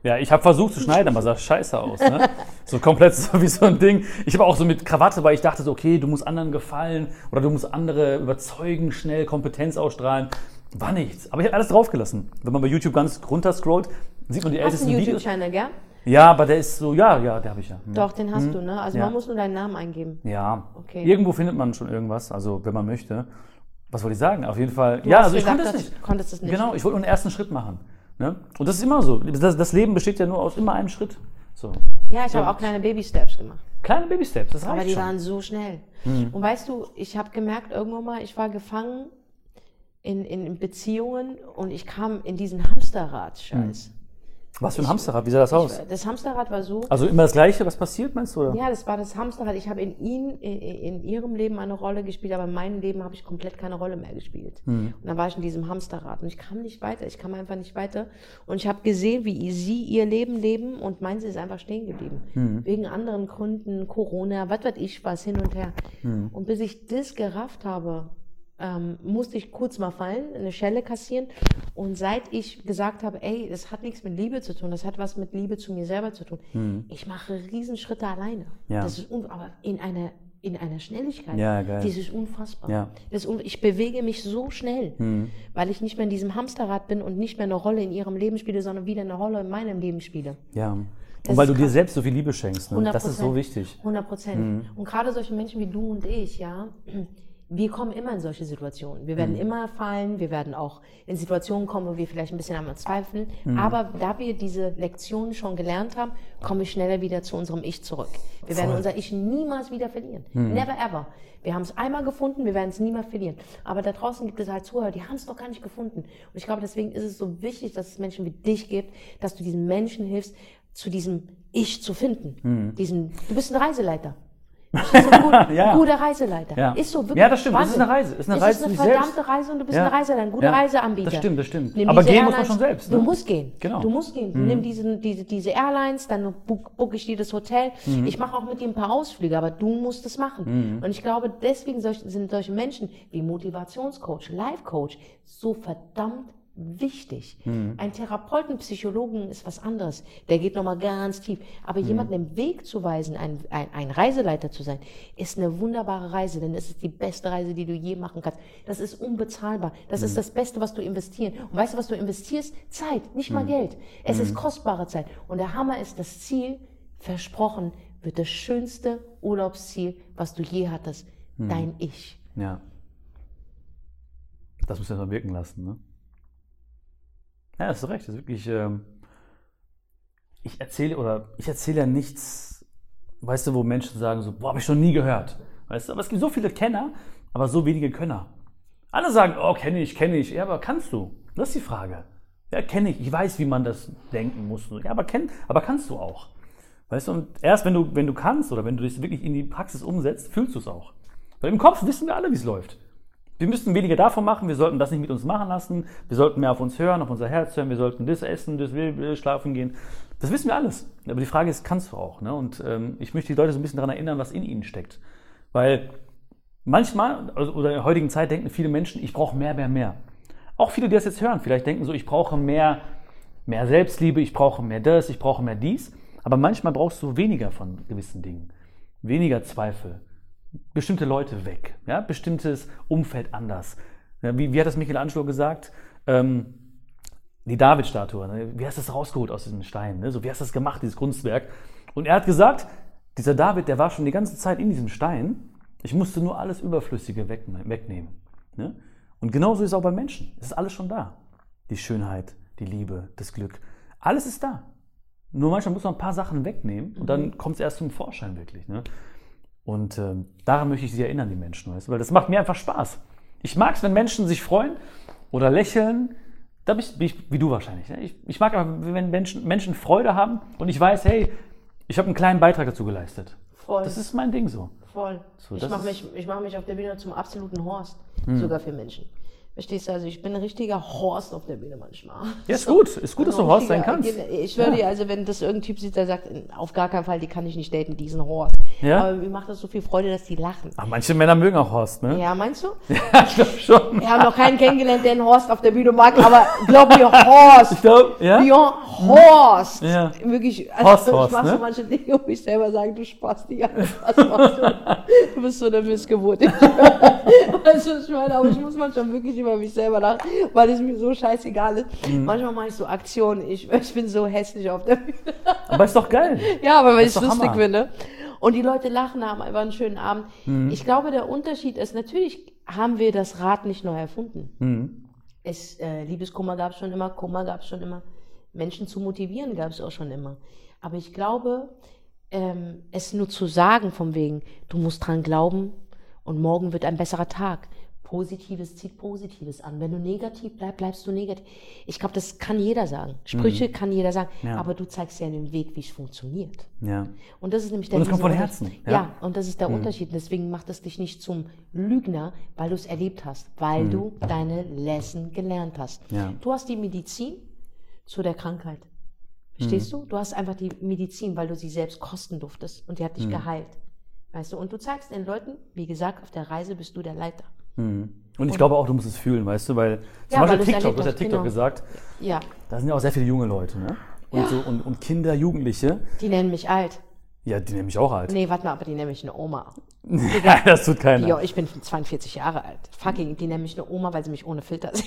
Ja, ich habe versucht zu schneiden, aber sah scheiße aus. Ne? So komplett so wie so ein Ding. Ich habe auch so mit Krawatte, weil ich dachte so, okay, du musst anderen gefallen oder du musst andere überzeugen, schnell Kompetenz ausstrahlen. War nichts. Aber ich habe alles draufgelassen. Wenn man bei YouTube ganz runter scrollt, sieht man die Hast ältesten du einen Videos. YouTube-Channel, gell? Ja, aber der ist so, ja, ja, der habe ich ja. Hm. Doch, den hast Hm. du, ne? Also Ja. man muss nur deinen Namen eingeben. Ja, Okay. irgendwo findet man schon irgendwas, also wenn man möchte. Was wollte ich sagen? Auf jeden Fall. Du ja, hast also ich gesagt, konnte es dass- nicht. konntest es nicht. Genau, ich wollte nur einen ersten Schritt machen. Ne? Und das ist immer so. Das, das Leben besteht ja nur aus immer einem Schritt. So. Ja, ich habe auch kleine Baby-Steps gemacht. Kleine Baby-Steps, das Aber reicht die schon. waren so schnell. Und weißt du, ich habe gemerkt irgendwann mal, ich war gefangen in, in Beziehungen und ich kam in diesen Hamsterrad-Scheiß. Was für ein Hamsterrad, wie sah das aus? Ich, das Hamsterrad war so, Also immer das Gleiche, was passiert, meinst du? Oder? ja, das war das Hamsterrad. Ich habe in ihnen, in, in ihrem Leben eine Rolle gespielt, aber in meinem Leben habe ich komplett keine Rolle mehr gespielt. Und dann war ich in diesem Hamsterrad und ich kam nicht weiter. Ich kam einfach nicht weiter. Und ich habe gesehen, wie sie ihr Leben leben und meins ist einfach stehen geblieben. Wegen anderen Gründen, Corona, was weiß ich was, hin und her. Und bis ich das gerafft habe, ähm, musste ich kurz mal fallen, eine Schelle kassieren. Und seit ich gesagt habe, ey, das hat nichts mit Liebe zu tun, das hat was mit Liebe zu mir selber zu tun. Ich mache Riesenschritte alleine. Ja. Das ist un aber in einer, in einer Schnelligkeit. Ja, geil. Das ist unfassbar. Ja. Das ist un ich bewege mich so schnell, weil ich nicht mehr in diesem Hamsterrad bin und nicht mehr eine Rolle in ihrem Leben spiele, sondern wieder eine Rolle in meinem Leben spiele. Ja. Und Das weil ist du dir krass. selbst so viel Liebe schenkst. Ne? hundert Das ist so Prozent. wichtig. hundert Prozent. Und gerade solche Menschen wie du und ich, ja, wir kommen immer in solche Situationen. Wir werden immer fallen, wir werden auch in Situationen kommen, wo wir vielleicht ein bisschen einmal zweifeln. Aber da wir diese Lektionen schon gelernt haben, kommen wir schneller wieder zu unserem Ich zurück. Wir werden Voll. unser Ich niemals wieder verlieren. Never ever. Wir haben es einmal gefunden, wir werden es niemals verlieren. Aber da draußen gibt es halt Zuhörer, die haben es doch gar nicht gefunden. Und ich glaube, deswegen ist es so wichtig, dass es Menschen wie dich gibt, dass du diesen Menschen hilfst, zu diesem Ich zu finden. Diesen, du bist ein Reiseleiter. Du bist ein gut, Ja. guter Reiseleiter. Ja. Ist so, wirklich. Ja, das stimmt. Das ist Wahnsinn. eine Reise. Ist eine Es Reise ist zu eine sich selbst. verdammte Reise und du bist Ja. ein Reiseleiter, ein guter Ja. Reiseanbieter. Das stimmt, das stimmt. Nimm Aber diese gehen muss man Airlines- schon selbst, Du ne? musst gehen. Genau. Du musst gehen. Nimm diesen, diese, diese Airlines, dann book, book ich dir das Hotel. Ich mache auch mit dir ein paar Ausflüge, aber du musst es machen. Und ich glaube, deswegen solch, sind solche Menschen wie Motivationscoach, Life-Coach so verdammt wichtig. Ein Therapeuten, Psychologen ist was anderes. Der geht nochmal ganz tief. Aber jemanden im Weg zu weisen, ein, ein, ein Reiseleiter zu sein, ist eine wunderbare Reise, denn es ist die beste Reise, die du je machen kannst. Das ist unbezahlbar. Das ist das Beste, was du investieren. Und weißt du, was du investierst? Zeit, nicht mal Geld. Es ist kostbare Zeit. Und der Hammer ist das Ziel, versprochen, wird das schönste Urlaubsziel, was du je hattest. Dein Ich. Ja. Das muss du mal wirken lassen, ne? Ja, hast du recht. Das ist wirklich. Ähm, ich erzähle oder ich erzähle ja nichts, weißt du, wo Menschen sagen so, boah, habe ich schon nie gehört. Weißt du, aber es gibt so viele Kenner, aber so wenige Könner. Alle sagen, oh, kenne ich, kenne ich. Ja, aber kannst du? Das ist die Frage. Ja, kenne ich. Ich weiß, wie man das denken muss. Ja, aber kenn, aber kannst du auch. Weißt du, und erst wenn du, wenn du kannst oder wenn du das wirklich in die Praxis umsetzt, fühlst du es auch. Weil im Kopf wissen wir alle, wie es läuft. Wir müssten weniger davon machen, wir sollten das nicht mit uns machen lassen, wir sollten mehr auf uns hören, auf unser Herz hören, wir sollten das essen, das will, will schlafen gehen. Das wissen wir alles. Aber die Frage ist, kannst du auch? Ne? Und ähm, ich möchte die Leute so ein bisschen daran erinnern, was in ihnen steckt. Weil manchmal, also, oder in der heutigen Zeit denken viele Menschen, ich brauche mehr, mehr, mehr. Auch viele, die das jetzt hören, vielleicht denken so, ich brauche mehr, mehr Selbstliebe, ich brauche mehr das, ich brauche mehr dies. Aber manchmal brauchst du weniger von gewissen Dingen. Weniger Zweifel. Bestimmte Leute weg, ja? Bestimmtes Umfeld anders. Ja, wie, wie hat das Michelangelo gesagt? Ähm, die David-Statue, ne? Wie hast du das rausgeholt aus diesem Stein? Ne? So, wie hast du das gemacht, dieses Kunstwerk? Und er hat gesagt, dieser David, der war schon die ganze Zeit in diesem Stein. Ich musste nur alles Überflüssige weg, wegnehmen. Ne? Und genauso ist es auch bei Menschen. Es ist alles schon da. Die Schönheit, die Liebe, das Glück. Alles ist da. Nur manchmal muss man ein paar Sachen wegnehmen und dann kommt es erst zum Vorschein wirklich. Ne? Und ähm, daran möchte ich sie erinnern, die Menschen, weißt du? Weil das macht mir einfach Spaß. Ich mag es, wenn Menschen sich freuen oder lächeln. Da bin ich, bin ich wie du wahrscheinlich. Ne? Ich, ich mag aber, wenn Menschen, Menschen Freude haben und ich weiß, hey, ich habe einen kleinen Beitrag dazu geleistet. Voll. Das ist mein Ding so. Voll. So, ich das mache ist- mich, ich mach mich auf der Bühne zum absoluten Horst, sogar für Menschen. Verstehst du? Also ich bin ein richtiger Horst auf der Bühne manchmal. Ja, ist gut. Ist gut, dass du Horst sein Richtiger- kannst. Ich schwöre Ja. dir, also wenn das irgendein Typ sieht, der sagt, auf gar keinen Fall, die kann ich nicht daten, diesen Horst. Ja? Aber mir macht das so viel Freude, dass die lachen. Ach, manche Männer mögen auch Horst, ne? Ja, meinst du? Ja, ich glaube schon. Wir haben noch keinen kennengelernt, der einen Horst auf der Bühne mag, aber glaub mir, Horst. Ich glaube, ja? Björn Horst. Ja. Wirklich, also Horst, ich Horst, mach ne? so manche Dinge, wo ich selber sage, du Spasti, was machst du? Du bist so eine Missgeburt. Ich, also ich meine, aber ich muss manchmal wirklich über mich selber lachen, weil es mir so scheißegal ist. Mhm. Manchmal mache ich so Aktionen, ich, ich bin so hässlich auf der Bühne. Aber ist doch geil. Ja, aber weil ich ist es doch lustig Hammer. finde. Und die Leute lachen, haben einfach einen schönen Abend. Mhm. Ich glaube, der Unterschied ist, natürlich haben wir das Rad nicht neu erfunden. Mhm. Es, äh, Liebeskummer gab es schon immer, Kummer gab es schon immer. Menschen zu motivieren gab es auch schon immer. Aber ich glaube, ähm, es nur zu sagen von wegen, du musst dran glauben und morgen wird ein besserer Tag. Positives zieht Positives an. Wenn du negativ bleibst, bleibst du negativ. Ich glaube, das kann jeder sagen. Sprüche mhm. kann jeder sagen. Ja. Aber du zeigst ja den Weg, wie es funktioniert. Ja. Und das ist nämlich der Und das kommt von Herzen. Ja. ja, und das ist der mhm. Unterschied. Deswegen macht es dich nicht zum Lügner, weil du es erlebt hast. Weil mhm. du deine Lesson gelernt hast. Ja. Du hast die Medizin zu der Krankheit. Verstehst mhm. du? Du hast einfach die Medizin, weil du sie selbst kosten durftest. Und die hat dich mhm. geheilt. Weißt du? Und du zeigst den Leuten, wie gesagt, auf der Reise bist du der Leiter. Mhm. Und ich und, glaube auch, du musst es fühlen, weißt du, weil zum ja, Beispiel weil TikTok, du hast ja TikTok genau. gesagt, ja. da sind ja auch sehr viele junge Leute, ne? Und, ja. so, und, und Kinder, Jugendliche. Die nennen mich alt. Ja, die nennen mich auch alt. Nee, warte mal, aber die nennen mich eine Oma. Ja, das tut keiner. Ja, ich bin zweiundvierzig Jahre alt. Fucking, die nennen mich eine Oma, weil sie mich ohne Filter sehen.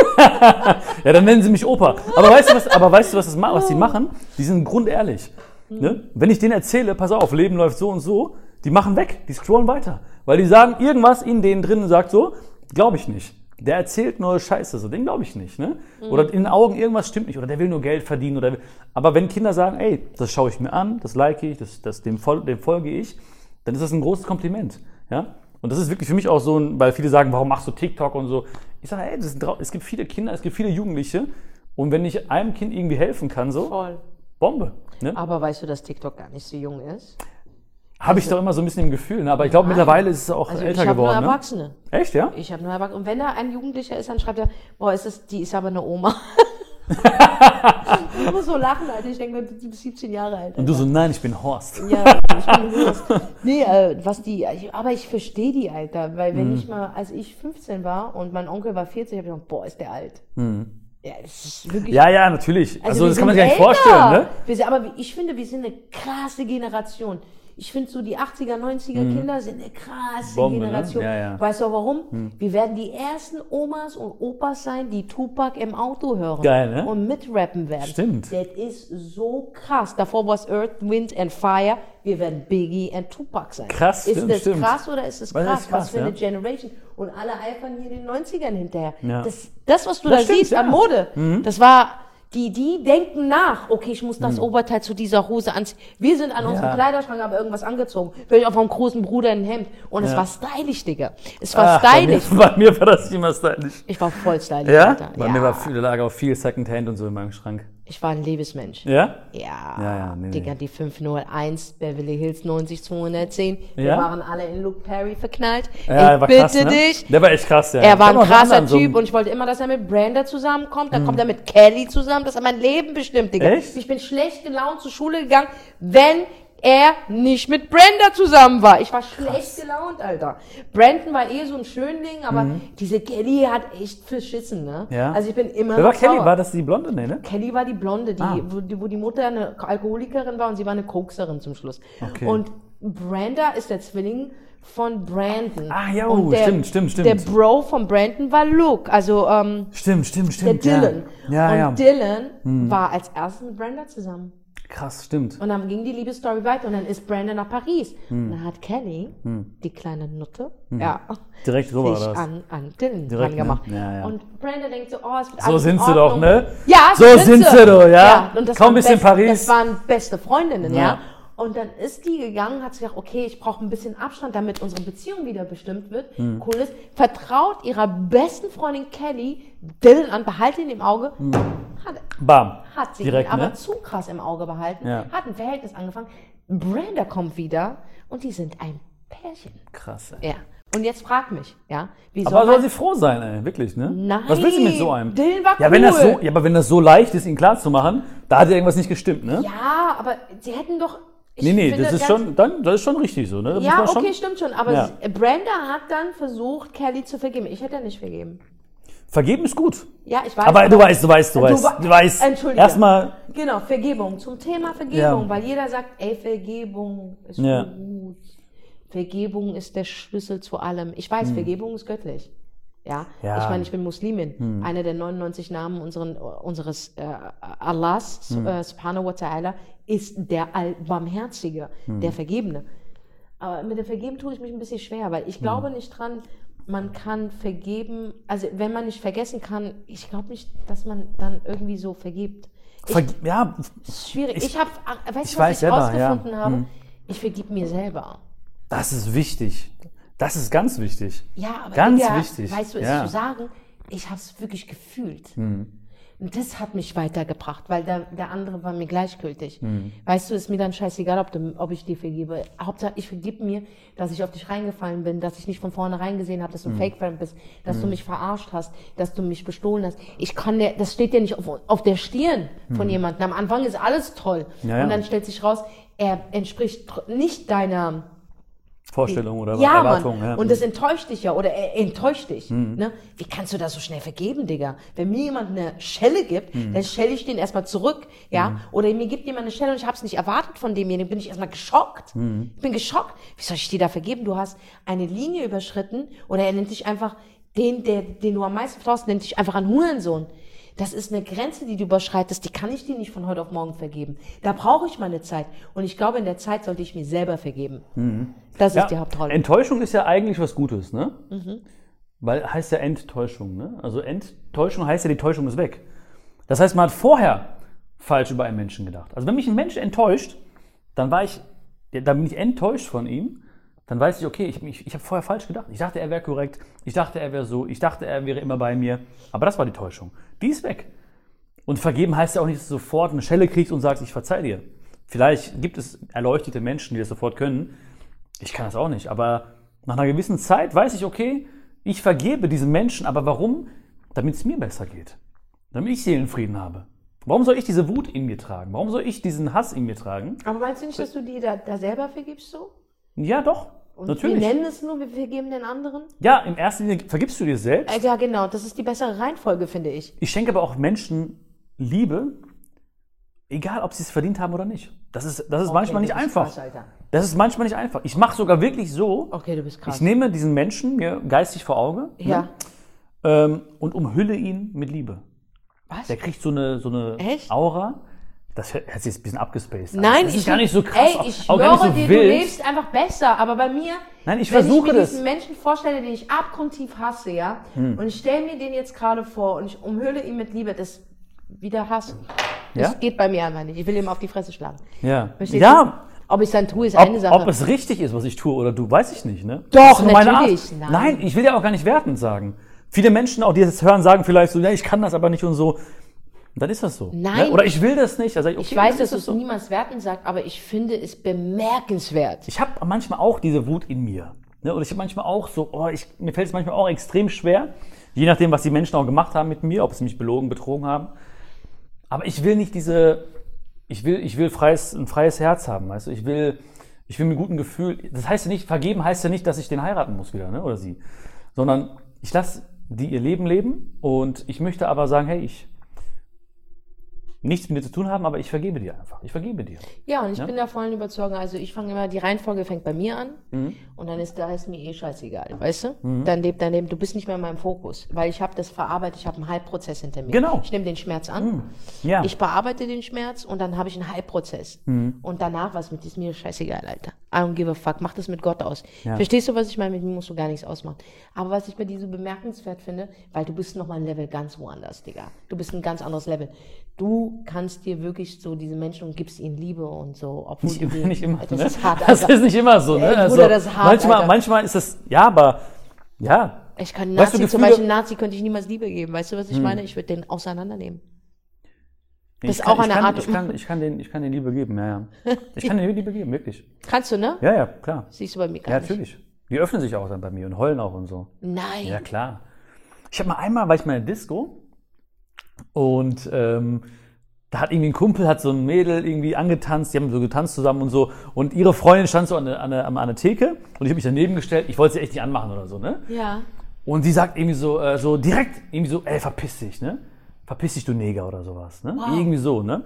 Ja, dann nennen sie mich Opa. Aber weißt du, was, aber weißt du, was, das, was die machen? Die sind grundehrlich. Mhm. Ne? Wenn ich denen erzähle, pass auf, Leben läuft so und so, die machen weg, die scrollen weiter. Weil die sagen, irgendwas in denen drinnen sagt so, glaube ich nicht. Der erzählt nur Scheiße, so den glaube ich nicht. Ne? Mhm. Oder in den Augen irgendwas stimmt nicht. Oder der will nur Geld verdienen. Oder aber wenn Kinder sagen, ey, das schaue ich mir an, das like ich, das, das, dem, dem folge ich, dann ist das ein großes Kompliment. Ja? Und das ist wirklich für mich auch so, ein, weil viele sagen, warum machst du TikTok und so. Ich sage, ey, das ist, es gibt viele Kinder, es gibt viele Jugendliche. Und wenn ich einem Kind irgendwie helfen kann, so, voll. Bombe. Ne? Aber weißt du, dass TikTok gar nicht so jung ist? Habe ich doch immer so ein bisschen im Gefühl, ne? Aber ich glaube, mittlerweile ist es auch also älter ich hab geworden. Nur Erwachsene. Ne? Echt, ja? Ich habe nur Erwachsene. Und wenn da ein Jugendlicher ist, dann schreibt er, boah, ist das, die ist aber eine Oma. Ich muss so lachen, Alter. Ich denke, du bist siebzehn Jahre alt. Alter. Und du so, nein, ich bin Horst. Ja, ich bin Horst. Nee, äh, was die, aber ich verstehe die, Alter. Weil wenn hm. ich mal, als ich fünfzehn war und mein Onkel war vierzig, habe ich gedacht, boah, ist der alt. Hm. Ja, es ist wirklich. Ja, ja, natürlich. Also, also das kann man sich gar nicht älter. vorstellen, ne? Wir sind, aber ich finde, wir sind eine krasse Generation. Ich finde so die achtziger, neunziger mhm. Kinder sind eine krasse Bombe, Generation. Ne? Ja, ja. Weißt du auch warum? Mhm. Wir werden die ersten Omas und Opas sein, die Tupac im Auto hören. Geil, ne? Und mitrappen werden. Stimmt. Das ist so krass. Davor war es Earth, Wind and Fire. Wir werden Biggie und Tupac sein. Krass, Ist stimmt, das stimmt. krass oder ist es Was krass? ist krass, Was für ja? eine Generation. Und alle eifern hier den neunzigern hinterher. Ja. Das, das, was du Das da stimmt, siehst ja. an Mode, Mhm. das war... Die, die denken nach, okay, ich muss das mhm. Oberteil zu dieser Hose anziehen. Wir sind an unserem Ja. Kleiderschrank, haben irgendwas angezogen. Vielleicht auch vom großen Bruder ein Hemd. Und es Ja. war stylisch, Digga. Es war Ah, stylisch. Bei mir, bei mir war das nicht immer stylisch. Ich war voll stylisch, Ja? Alter. Bei ja. mir war viel, da lag auch viel Secondhand und so in meinem Schrank. Ich war ein Lebensmensch. Ja? Ja, Ja, ja, nee, Digga, nee. die fünf null eins, Beverly Hills neunzig zweihundertzehn. Wir Ja? waren alle in Luke Perry verknallt. Ja, ich war bitte krass, ne? dich. Der war echt krass, ja. Er war Ich ein hab noch krasser anderen, so Typ ein- und ich wollte immer, dass er mit Brenda zusammenkommt. Dann kommt er mit Kelly zusammen. Das hat mein Leben bestimmt, Digga. Echt? Ich bin schlecht gelaunt zur Schule gegangen, wenn er nicht mit Brenda zusammen war. Ich war schlecht gelaunt, Alter. Brandon war eh so ein Schönling, aber diese Kelly hat echt verschissen, ne? Ja. Also ich bin immer Wer war noch Kelly? sauer. War das die Blonde? Nee, ne? Kelly war die Blonde, die, Ah. wo, die, wo die Mutter eine Alkoholikerin war und sie war eine Kokserin zum Schluss. Okay. Und Brenda ist der Zwilling von Brandon. Ah, jo, und der, stimmt, stimmt, stimmt. Der Bro von Brandon war Luke, also ähm, Stimmt, stimmt, der stimmt. Dylan. Ja, ja. und ja. Dylan war als erstes mit Brenda zusammen. Krass, stimmt. Und dann ging die Liebesstory weiter und dann ist Brandon nach Paris. Und dann hat Kelly, die kleine Nutte, ja, Direkt rüber, sich oder was? an, an Dylan Direkt, rangemacht. ne? Ja, ja. Und Brandon denkt so, oh, es wird So alles in sind sie doch, Ordnung. ne? Ja, So sind sie doch, ja. und das Kaum waren bisschen best- Paris. Das waren beste Freundinnen, ja. Ja. Und dann ist die gegangen, hat sich gedacht, okay, ich brauche ein bisschen Abstand, damit unsere Beziehung wieder bestimmt wird. Hm. Cool ist. Vertraut ihrer besten Freundin Kelly Dylan an, behalte ihn im Auge. Hat, Bam. hat sie Direkt, ihn aber ne? zu krass im Auge behalten. Ja. Hat ein Verhältnis angefangen. Brenda kommt wieder und die sind ein Pärchen. Krass, ey. Ja. Und jetzt frag mich, ja, wie Aber soll soll man... sie froh sein, ey, wirklich, ne? Nein, Was willst du mit so einem? Dylan war ja, wenn cool. das so, ja, aber wenn das so leicht ist, ihn klar zu machen, da hat ja irgendwas nicht gestimmt, ne? Ja, aber sie hätten doch Ich nee, nee, finde das ist, ganz- schon, dann, das ist schon richtig so. Ne? Da Ja, muss man okay, schon, stimmt schon. Aber Ja. sie- Brenda hat dann versucht, Kelly zu vergeben. Ich hätte ja nicht vergeben. Vergeben ist gut. Ja, ich weiß. Aber du weißt, du weißt, du Du weißt, wa- du weißt. Entschuldige. Erstmal, Genau, Vergebung. Zum Thema Vergebung. Ja. Weil jeder sagt, ey, Vergebung ist Ja. so gut. Vergebung ist der Schlüssel zu allem. Ich weiß, Vergebung ist göttlich. Ja, Ja. ich meine, ich bin Muslimin. Einer der neunundneunzig Namen unseren, unseres äh, Allahs, äh, subhanahu wa ta'ala, ist der Allbarmherzige, der Vergebene. Aber mit dem Vergeben tue ich mich ein bisschen schwer, weil ich glaube nicht dran, man kann vergeben, also wenn man nicht vergessen kann, ich glaube nicht, dass man dann irgendwie so vergibt. Ich, verge- ja, das ist schwierig. Ich, habe, weißt du, ich was weiß ich selber, rausgefunden ja. habe? Hm. Ich vergib mir selber. das ist wichtig. Das ist ganz wichtig. Ja, aber Ganz Digga, wichtig. weißt du, es Ja. zu sagen, ich habe es wirklich gefühlt. Und das hat mich weitergebracht, weil der, der andere war mir gleichgültig. Weißt du, ist mir dann scheißegal, ob, du, ob ich dir vergebe. Hauptsache, ich vergib mir, dass ich auf dich reingefallen bin, dass ich nicht von vornherein gesehen habe, dass du ein Fake-Friend bist, dass du mich verarscht hast, dass du mich bestohlen hast. Ich kann dir, das steht ja nicht auf, auf der Stirn von jemandem. Am Anfang ist alles toll. Ja, ja. Und dann stellt sich raus, er entspricht tr- nicht deiner Vorstellung oder ja, Erwartung. Mann. Ja. Und das enttäuscht dich ja, oder er enttäuscht dich. Ne? Wie kannst du das so schnell vergeben, Digga? Wenn mir jemand eine Schelle gibt, dann schelle ich den erstmal zurück, ja? Oder mir gibt jemand eine Schelle und ich habe es nicht erwartet von demjenigen, bin ich erstmal geschockt. Ich bin geschockt. Wie soll ich dir da vergeben? Du hast eine Linie überschritten oder er nennt dich einfach, den, der, den du am meisten vertraust, nennt dich einfach ein Hurensohn. Das ist eine Grenze, die du überschreitest, die kann ich dir nicht von heute auf morgen vergeben. Da brauche ich meine Zeit. Und ich glaube, in der Zeit sollte ich mir selber vergeben. Das ist die Hauptrolle. Enttäuschung ist ja eigentlich was Gutes, ne? Weil heißt ja Enttäuschung, ne? Also Enttäuschung heißt ja, die Täuschung ist weg. Das heißt, man hat vorher falsch über einen Menschen gedacht. Also wenn mich ein Mensch enttäuscht, dann war ich, ja, dann bin ich enttäuscht von ihm. Dann weiß ich, okay, ich, ich, ich habe vorher falsch gedacht. Ich dachte, er wäre korrekt. Ich dachte, er wäre so. Ich dachte, er wäre immer bei mir. Aber das war die Täuschung. Die ist weg. Und vergeben heißt ja auch nicht, dass du sofort eine Schelle kriegst und sagst, ich verzeih dir. Vielleicht gibt es erleuchtete Menschen, die das sofort können. Ich kann das auch nicht. Aber nach einer gewissen Zeit weiß ich, okay, ich vergebe diesen Menschen. Aber warum? Damit es mir besser geht. Damit ich Seelenfrieden habe. Warum soll ich diese Wut in mir tragen? Warum soll ich diesen Hass in mir tragen? Aber meinst du nicht, dass du dir da, da selber vergibst so? Ja, doch. Und natürlich. wir nennen es nur, wir vergeben den anderen? Ja, im ersten Linie vergibst du dir selbst. Äh, Ja, genau. Das ist die bessere Reihenfolge, finde ich. Ich schenke aber auch Menschen Liebe, egal ob sie es verdient haben oder nicht. Das ist, das ist Okay, manchmal du nicht bist einfach. krass, Alter. Das ist manchmal nicht einfach. Ich mache sogar wirklich so, Okay, du bist krass. ich nehme diesen Menschen mir geistig vor Auge Ja. ne, ähm, und umhülle ihn mit Liebe. Was? Der kriegt so eine, so eine Echt? Aura. Das hört sich jetzt ein bisschen abgespaced an. Nein, das ich ist gar nicht so krass, Ey, ich auch gar schwöre nicht so dir, wild. du lebst einfach besser. Aber bei mir, Nein, ich wenn versuche ich mir das. diesen Menschen vorstelle, den ich abgrundtief hasse, ja, Hm. und ich stelle mir den jetzt gerade vor und ich umhülle ihn mit Liebe, das wieder Hass. Das Ja? geht bei mir einfach nicht. Ich will ihm auf die Fresse schlagen. Ja, Verstehst ja. du? Ob ich es dann tue, ist eine Ob, Sache. ob es richtig ist, was ich tue oder du, weiß ich nicht. Ne? Doch, Das ist nur meine natürlich. Art. Nein. Nein, ich will ja auch gar nicht wertend sagen. Viele Menschen, auch die das hören, sagen vielleicht so, ja, ich kann das aber nicht und so. Und dann ist das so. Nein. Ne? Oder ich will das nicht. Da sag ich, okay, ich weiß, dann dass ist du das es so. niemals wertend sagst, aber ich finde es bemerkenswert. Ich habe manchmal auch diese Wut in mir. Ne? Oder ich habe manchmal auch so, oh, ich, mir fällt es manchmal auch extrem schwer, je nachdem, was die Menschen auch gemacht haben mit mir, ob sie mich belogen, betrogen haben. Aber ich will nicht diese, ich will, ich will freies, ein freies Herz haben, weißt du? Ich will, ich will mit gutem Gefühl, das heißt ja nicht, vergeben heißt ja nicht, dass ich den heiraten muss wieder, ne? Oder sie. Sondern ich lasse die ihr Leben leben und ich möchte aber sagen, hey, ich nichts mit dir zu tun haben, aber ich vergebe dir einfach. Ich vergebe dir. Ja, und ich Ja? bin der vollen Überzeugung, also ich fange immer, die Reihenfolge fängt bei mir an Mhm. und dann ist da ist mir eh scheißegal, weißt du? Dann lebt dein Leben, du bist nicht mehr in meinem Fokus, weil ich habe das verarbeitet, ich habe einen Heilprozess hinter mir. Genau. Ich nehme den Schmerz an, Ja. ich bearbeite den Schmerz und dann habe ich einen Heilprozess. Und danach, was mit ist mir scheißegal, Alter. I don't give a fuck, mach das mit Gott aus. Ja. Verstehst du, was ich meine? Mit mir musst du gar nichts ausmachen. Aber was ich bei dir so bemerkenswert finde, weil du bist nochmal ein Level ganz woanders, Digga. Du bist ein ganz anderes Level. Du kannst dir wirklich so diese Menschen und gibst ihnen Liebe und so, obwohl Nicht du immer, dir- nicht immer. Das ne? ist hart, Das Alter. ist nicht immer so. Ne? Ey, Also, Bruder, das ist hart, manchmal, Alter. manchmal ist das, ja, aber, ja. Ich kann Weißt du, Nazi, zum Gefühle- Beispiel Nazi könnte ich niemals Liebe geben. Weißt du, was ich meine? Ich würde den auseinandernehmen. Nee, Das ich ist kann, auch eine ich kann, Art- Ich kann, ich kann den, ich kann den Liebe geben, ja, ja. Ich kann den Liebe geben, wirklich. Kannst du, ne? Ja, ja, klar. Siehst du bei mir gar Ja, nicht. natürlich. Die öffnen sich auch dann bei mir und heulen auch und so. Nein. Ja, klar. Ich habe mal einmal, war ich mal in der Disco und ähm, da hat irgendwie ein Kumpel, hat so ein Mädel irgendwie angetanzt, die haben so getanzt zusammen und so. Und ihre Freundin stand so an der, an der, an der Theke und ich habe mich daneben gestellt. Ich wollte sie echt nicht anmachen oder so, ne? Ja. Und sie sagt irgendwie so, äh, so direkt, irgendwie so, ey, verpiss dich, ne? Verpiss dich, du Neger oder sowas, ne? Wow. Irgendwie so, ne?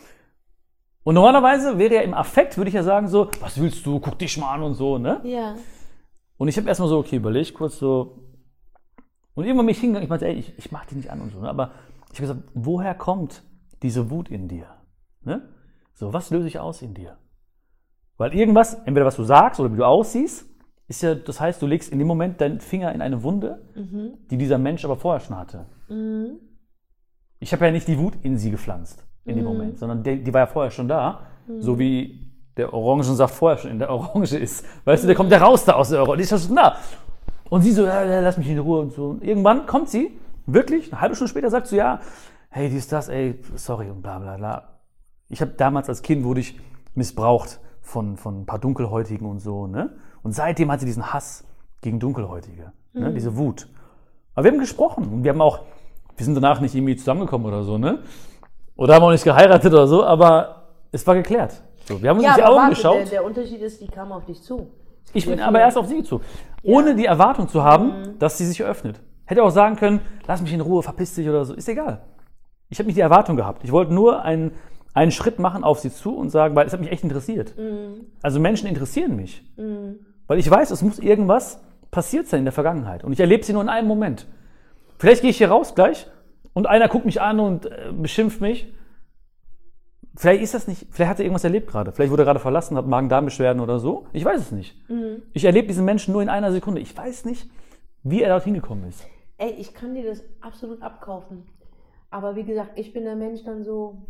Und normalerweise wäre ja im Affekt, würde ich ja sagen so, was willst du, guck dich mal an und so, ne? Ja. Und ich habe erstmal so, okay, überlegt kurz so. Und irgendwann bin ich hingegangen, ich meinte, ey, ich, ich mach dich nicht an und so, ne? Aber ich habe gesagt, woher kommt diese Wut in dir? Ne? So, was löse ich aus in dir? Weil irgendwas, entweder was du sagst oder wie du aussiehst, ist ja, das heißt, du legst in dem Moment deinen Finger in eine Wunde, mhm. die dieser Mensch aber vorher schon hatte. Mhm. Ich habe ja nicht die Wut in sie gepflanzt, in dem mhm. Moment, sondern die, die war ja vorher schon da, mhm. so wie der Orangensaft vorher schon in der Orange ist. Weißt mhm. du, der kommt ja raus da aus der Orange, die ist ja schon da. Und sie so, ja, ja, lass mich in Ruhe und so. Und irgendwann kommt sie, wirklich, eine halbe Stunde später sagt sie, ja, hey, dies, das, ey, sorry und bla bla bla. Ich habe damals als Kind, wurde ich missbraucht von, von ein paar Dunkelhäutigen und so, ne? Und seitdem hat sie diesen Hass gegen Dunkelhäutige, mhm. ne? Diese Wut. Aber wir haben gesprochen und wir haben auch, wir sind danach nicht irgendwie zusammengekommen oder so, ne? Oder haben auch nicht geheiratet oder so, aber es war geklärt. So, wir haben uns ja, in die aber Augen warte, geschaut. Der, der Unterschied ist, die kam auf dich zu. Ich bin aber erst auf sie zu. Ja. Ohne die Erwartung zu haben, mhm. dass sie sich eröffnet. Hätte auch sagen können, lass mich in Ruhe, verpiss dich oder so. Ist egal. Ich habe nicht die Erwartung gehabt. Ich wollte nur einen, einen Schritt machen auf sie zu und sagen, weil es hat mich echt interessiert. Mhm. Also Menschen interessieren mich. Mhm. Weil ich weiß, es muss irgendwas passiert sein in der Vergangenheit. Und ich erlebe sie nur in einem Moment. Vielleicht gehe ich hier raus gleich und einer guckt mich an und äh, beschimpft mich. Vielleicht ist das nicht, vielleicht hat er irgendwas erlebt gerade. Vielleicht wurde er gerade verlassen, hat Magen-Darm-Beschwerden oder so. Ich weiß es nicht. Mhm. Ich erlebe diesen Menschen nur in einer Sekunde. Ich weiß nicht, wie er dorthin gekommen ist. Ey, ich kann dir das absolut abkaufen. Aber wie gesagt, ich bin der Mensch dann so,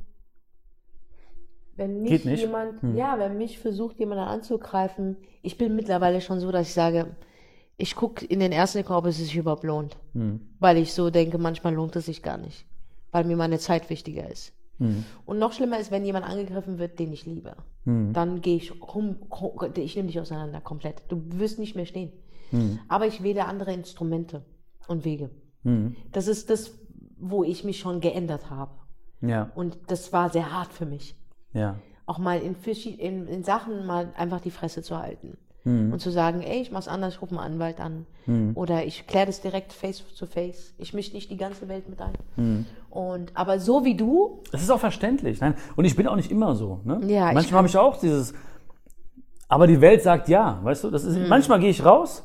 wenn mich Geht nicht. jemand, hm. ja, wenn mich versucht, jemand anzugreifen, ich bin mittlerweile schon so, dass ich sage, ich gucke in den ersten Sekunden, ob es sich überhaupt lohnt. Hm. Weil ich so denke, manchmal lohnt es sich gar nicht. Weil mir meine Zeit wichtiger ist. Hm. Und noch schlimmer ist, wenn jemand angegriffen wird, den ich liebe. Hm. Dann gehe ich rum, ich nehme dich auseinander komplett. Du wirst nicht mehr stehen. Hm. Aber ich wähle andere Instrumente und Wege. Hm. Das ist das, wo ich mich schon geändert habe. Ja. Und das war sehr hart für mich. Ja. Auch mal in, in, in Sachen mal einfach die Fresse zu halten. Hm. Und zu sagen, ey, ich mach's anders, ich rufe einen Anwalt an. Hm. Oder ich kläre das direkt face to face. Ich mische nicht die ganze Welt mit ein. Hm. Und, aber so wie du... Das ist auch verständlich. Nein? Und ich bin auch nicht immer so. Ne? Ja, manchmal habe ich auch dieses... Aber die Welt sagt ja, weißt du? Das ist, hm. Manchmal gehe ich raus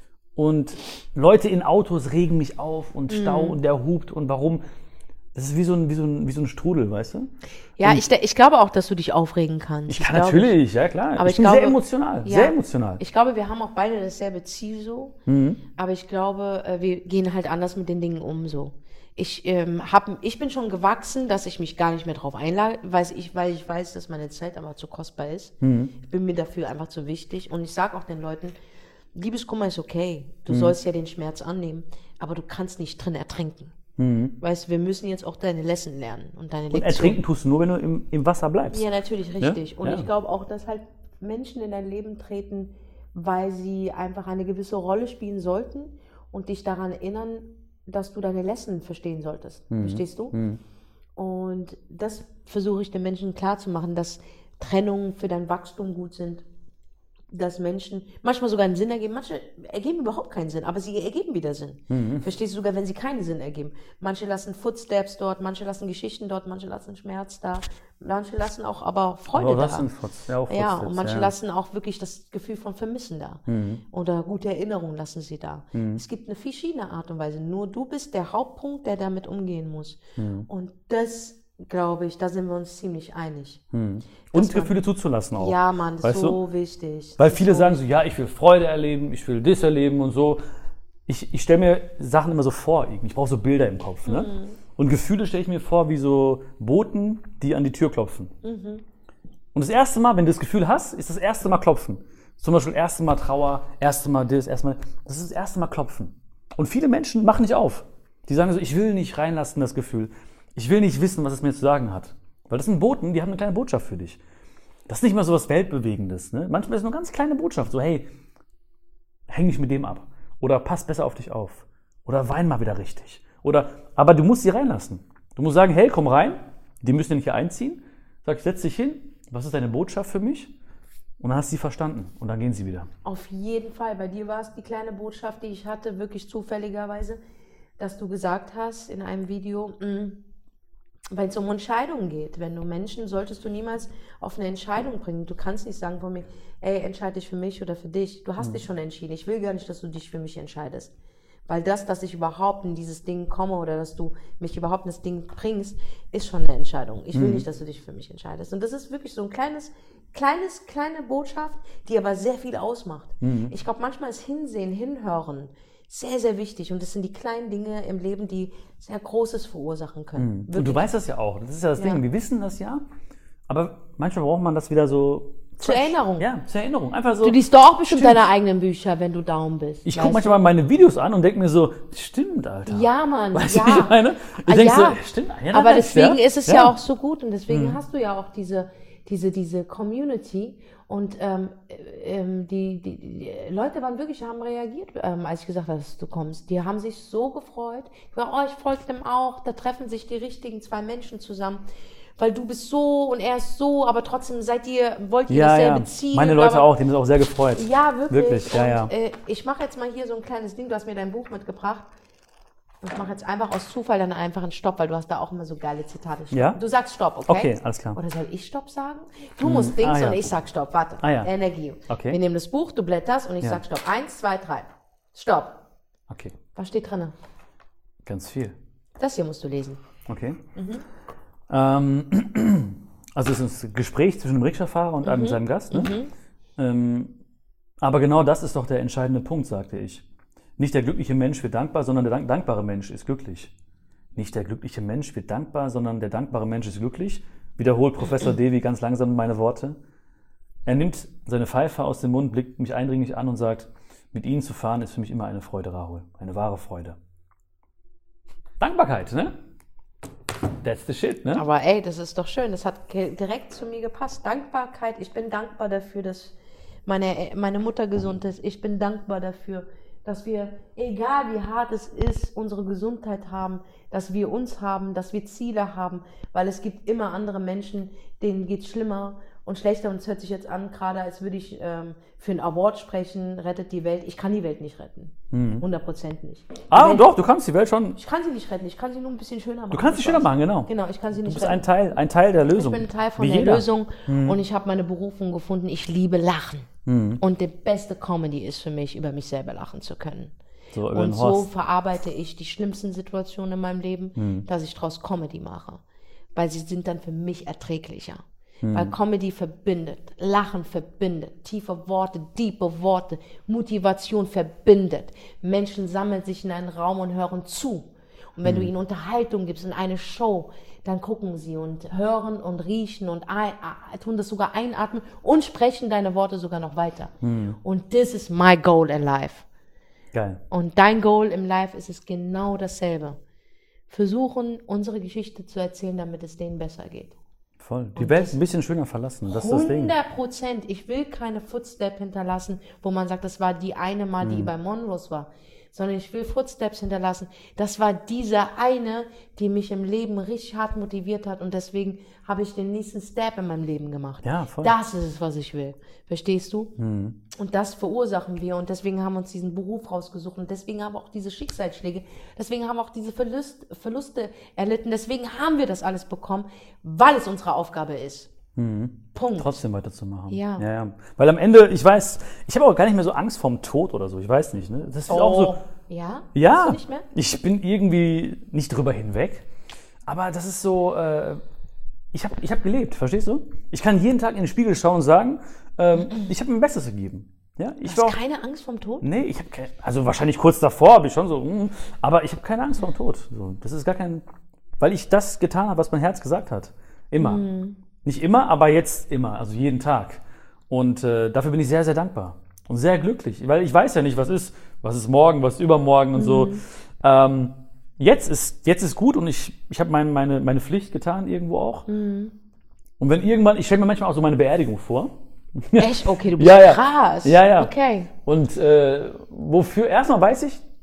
und Leute in Autos regen mich auf und Stau hm. und der hupt und warum... Das ist wie so ein, wie so ein, wie so ein Strudel, weißt du? Ja, ich, ich glaube auch, dass du dich aufregen kannst. Ich kann ich natürlich, glaube, ja klar. Aber ich, ich bin glaube, sehr emotional, ja, sehr emotional. Ich glaube, wir haben auch beide dasselbe Ziel so, mhm. aber ich glaube, wir gehen halt anders mit den Dingen um so. Ich, ähm, hab, ich bin schon gewachsen, dass ich mich gar nicht mehr drauf einlage, weil ich, weil ich weiß, dass meine Zeit aber zu kostbar ist. Mhm. Ich bin mir dafür einfach zu wichtig und ich sage auch den Leuten, Liebeskummer ist okay, du mhm. sollst ja den Schmerz annehmen, aber du kannst nicht drin ertrinken. Mhm. Weißt du, wir müssen jetzt auch deine Lesson lernen und deine Lektion. Und ertrinken tust du nur, wenn du im, im Wasser bleibst. Ja, natürlich, richtig. Ja? Und ja. ich glaube auch, dass halt Menschen in dein Leben treten, weil sie einfach eine gewisse Rolle spielen sollten und dich daran erinnern, dass du deine Lesson verstehen solltest. Mhm. Verstehst du? Mhm. Und das versuche ich den Menschen klarzumachen, dass Trennungen für dein Wachstum gut sind. Dass Menschen manchmal sogar einen Sinn ergeben, manche ergeben überhaupt keinen Sinn, aber sie ergeben wieder Sinn. Mhm. Verstehst du, sogar wenn sie keinen Sinn ergeben. Manche lassen Footsteps dort, manche lassen Geschichten dort, manche lassen Schmerz da, manche lassen auch aber Freude aber was da. Sind Footsteps? Ja, auch ja, und manche ja. lassen auch wirklich das Gefühl von Vermissen da. Mhm. Oder gute Erinnerungen lassen sie da. Mhm. Es gibt eine verschiedene Art und Weise. Nur du bist der Hauptpunkt, der damit umgehen muss. Mhm. Und das glaube ich, da sind wir uns ziemlich einig. Hm. Und man, Gefühle zuzulassen auch. Ja, Mann, das ist so du? wichtig. Weil viele so sagen so, ja, ich will Freude erleben, ich will das erleben und so. Ich, ich stelle mir Sachen immer so vor, ich brauche so Bilder im Kopf. Ne? Mhm. Und Gefühle stelle ich mir vor wie so Boten, die an die Tür klopfen. Mhm. Und das erste Mal, wenn du das Gefühl hast, ist das erste Mal klopfen. Zum Beispiel erste Mal Trauer, erste Mal das, erste Mal, das ist das erste Mal klopfen. Und viele Menschen machen nicht auf. Die sagen so, ich will nicht reinlassen, das Gefühl. Ich will nicht wissen, was es mir zu sagen hat. Weil das sind Boten, die haben eine kleine Botschaft für dich. Das ist nicht mal so was Weltbewegendes. Ne? Manchmal ist es nur eine ganz kleine Botschaft. So, hey, häng dich mit dem ab. Oder pass besser auf dich auf. Oder wein mal wieder richtig. Oder, aber du musst sie reinlassen. Du musst sagen, hey, komm rein. Die müssen ja nicht hier einziehen. Sag ich, setz dich hin, was ist deine Botschaft für mich? Und dann hast du sie verstanden und dann gehen sie wieder. Auf jeden Fall. Bei dir war es die kleine Botschaft, die ich hatte, wirklich zufälligerweise, dass du gesagt hast in einem Video, wenn es um Entscheidungen geht, wenn du Menschen, solltest du niemals auf eine Entscheidung bringen. Du kannst nicht sagen von mir, ey, entscheide dich für mich oder für dich. Du hast mhm. dich schon entschieden. Ich will gar nicht, dass du dich für mich entscheidest. Weil das, dass ich überhaupt in dieses Ding komme oder dass du mich überhaupt in das Ding bringst, ist schon eine Entscheidung. Ich will mhm. nicht, dass du dich für mich entscheidest. Und das ist wirklich so ein kleines, kleines, kleine Botschaft, die aber sehr viel ausmacht. Mhm. Ich glaube, manchmal ist Hinsehen, Hinhören sehr, sehr wichtig. Und das sind die kleinen Dinge im Leben, die sehr Großes verursachen können. Mhm. Und du weißt das ja auch. Das ist ja das ja. Ding. Wir wissen das ja. Aber manchmal braucht man das wieder so... Zur Erinnerung. Ja, zur Erinnerung. Einfach so. Du liest doch auch bestimmt stimmt. deine eigenen Bücher, wenn du down bist. Ich gucke manchmal meine Videos an und denke mir so, stimmt, Alter. Ja, Mann, weißt ja. du, ich meine? Ich denke ja. so, stimmt. Ja, aber deswegen ja. ist es ja. ja auch so gut und deswegen mhm. hast du ja auch diese, diese, diese Community und ähm, ähm, die, die, die Leute waren wirklich, haben reagiert, ähm, als ich gesagt habe, dass du kommst. Die haben sich so gefreut. Ich war, oh, ich folge dem auch. Da treffen sich die richtigen zwei Menschen zusammen. Weil du bist so und er ist so, aber trotzdem seid ihr, wollt ihr ja, dasselbe ja. Ziel. Meine Leute aber, auch, die haben sich auch sehr gefreut. Ja, wirklich. wirklich ja, ja. Und, äh, ich mache jetzt mal hier so ein kleines Ding, du hast mir dein Buch mitgebracht. Und ich mache jetzt einfach aus Zufall dann einfach einen Stopp, weil du hast da auch immer so geile Zitate. Stopp. Ja? Du sagst Stopp, okay? Okay, alles klar. Oder soll ich Stopp sagen? Du hm. musst Dings ah, ja. und ich sag Stopp. Warte, ah, ja. Energie. Okay. Wir nehmen das Buch, du blätterst und ich ja. sag Stopp. Eins, zwei, drei. Stopp. Okay. Was steht drin? Ganz viel. Das hier musst du lesen. Okay. Mhm. Ähm, also es ist ein Gespräch zwischen einem Rikscha-Fahrer und einem mhm. seinem Gast. Ne? Mhm. Ähm, aber genau das ist doch der entscheidende Punkt, sagte ich. Nicht der glückliche Mensch wird dankbar, sondern der dank- dankbare Mensch ist glücklich. Nicht der glückliche Mensch wird dankbar, sondern der dankbare Mensch ist glücklich. Wiederholt Professor Devi ganz langsam meine Worte. Er nimmt seine Pfeife aus dem Mund, blickt mich eindringlich an und sagt, mit Ihnen zu fahren ist für mich immer eine Freude, Rahul. Eine wahre Freude. Dankbarkeit, ne? That's the shit, ne? Aber ey, das ist doch schön. Das hat ge- direkt zu mir gepasst. Dankbarkeit. Ich bin dankbar dafür, dass meine, meine Mutter gesund ist. Ich bin dankbar dafür, dass wir, egal wie hart es ist, unsere Gesundheit haben, dass wir uns haben, dass wir Ziele haben, weil es gibt immer andere Menschen, denen geht es schlimmer und schlechter und es hört sich jetzt an, gerade als würde ich ähm, für einen Award sprechen, rettet die Welt. Ich kann die Welt nicht retten. Mhm. hundert Prozent nicht. Die ah, Welt, doch, du kannst die Welt schon... Ich kann sie nicht retten, ich kann sie nur ein bisschen schöner machen. Du kannst sie schöner machen, genau. Genau, ich kann sie nicht retten. Du bist retten. ein Teil, ein Teil der Lösung. Ich bin ein Teil von wie der jeder. Lösung mhm. und ich habe meine Berufung gefunden. Ich liebe Lachen. Mhm. Und die beste Comedy ist für mich, über mich selber lachen zu können. So, und so verarbeite ich die schlimmsten Situationen in meinem Leben, hm. dass ich daraus Comedy mache. Weil sie sind dann für mich erträglicher. Hm. Weil Comedy verbindet, Lachen verbindet, tiefe Worte, tiefe Worte, Motivation verbindet. Menschen sammeln sich in einen Raum und hören zu. Und wenn hm. du ihnen Unterhaltung gibst in eine Show, dann gucken sie und hören und riechen und ein, tun das sogar einatmen und sprechen deine Worte sogar noch weiter. Hm. Und this is my goal in life. Geil. Und dein Goal im Life ist es genau dasselbe. Versuchen, unsere Geschichte zu erzählen, damit es denen besser geht. Voll. Die und Welt ein bisschen schöner verlassen. Das ist das Ding. hundert Prozent. Ich will keine Footstep hinterlassen, wo man sagt, das war die eine Mal, die hm. bei Monrose war. Sondern ich will Footsteps hinterlassen. Das war diese eine, die mich im Leben richtig hart motiviert hat und deswegen habe ich den nächsten Step in meinem Leben gemacht. Ja, voll. Das ist es, was ich will. Verstehst du? Mhm. Und das verursachen wir und deswegen haben wir uns diesen Beruf rausgesucht und deswegen haben wir auch diese Schicksalsschläge, deswegen haben wir auch diese Verlust, Verluste erlitten, deswegen haben wir das alles bekommen, weil es unsere Aufgabe ist. Mhm. Punkt. Trotzdem weiterzumachen. Ja. Ja, ja. Weil am Ende, ich weiß, ich habe auch gar nicht mehr so Angst vorm Tod oder so. Ich weiß nicht. Ne? Das ist oh. auch so. Ja? Ja. Hast du nicht mehr? Ich bin irgendwie nicht drüber hinweg. Aber das ist so. Äh, ich habe ich hab gelebt, verstehst du? Ich kann jeden Tag in den Spiegel schauen und sagen, ähm, mhm. ich habe mein Bestes gegeben. Ja, ich du hast auch, keine Angst vorm Tod? Nee, ich habe keine. Also wahrscheinlich kurz davor habe ich schon so. Mh, aber ich habe keine Angst vorm Tod. So, das ist gar kein. Weil ich das getan habe, was mein Herz gesagt hat. Immer. Mhm. Nicht immer, aber jetzt immer, also jeden Tag. Und äh, dafür bin ich sehr, sehr dankbar und sehr glücklich, weil ich weiß ja nicht, was ist, was ist morgen, was ist übermorgen und mhm. so. Ähm, jetzt ist jetzt ist gut und ich ich habe mein, meine meine Pflicht getan irgendwo auch. Mhm. Und wenn irgendwann, ich stelle mir manchmal auch so meine Beerdigung vor. Echt? Okay, du bist ja, ja. krass. Ja, ja. Okay. Und äh, wofür erstmal weiß ich,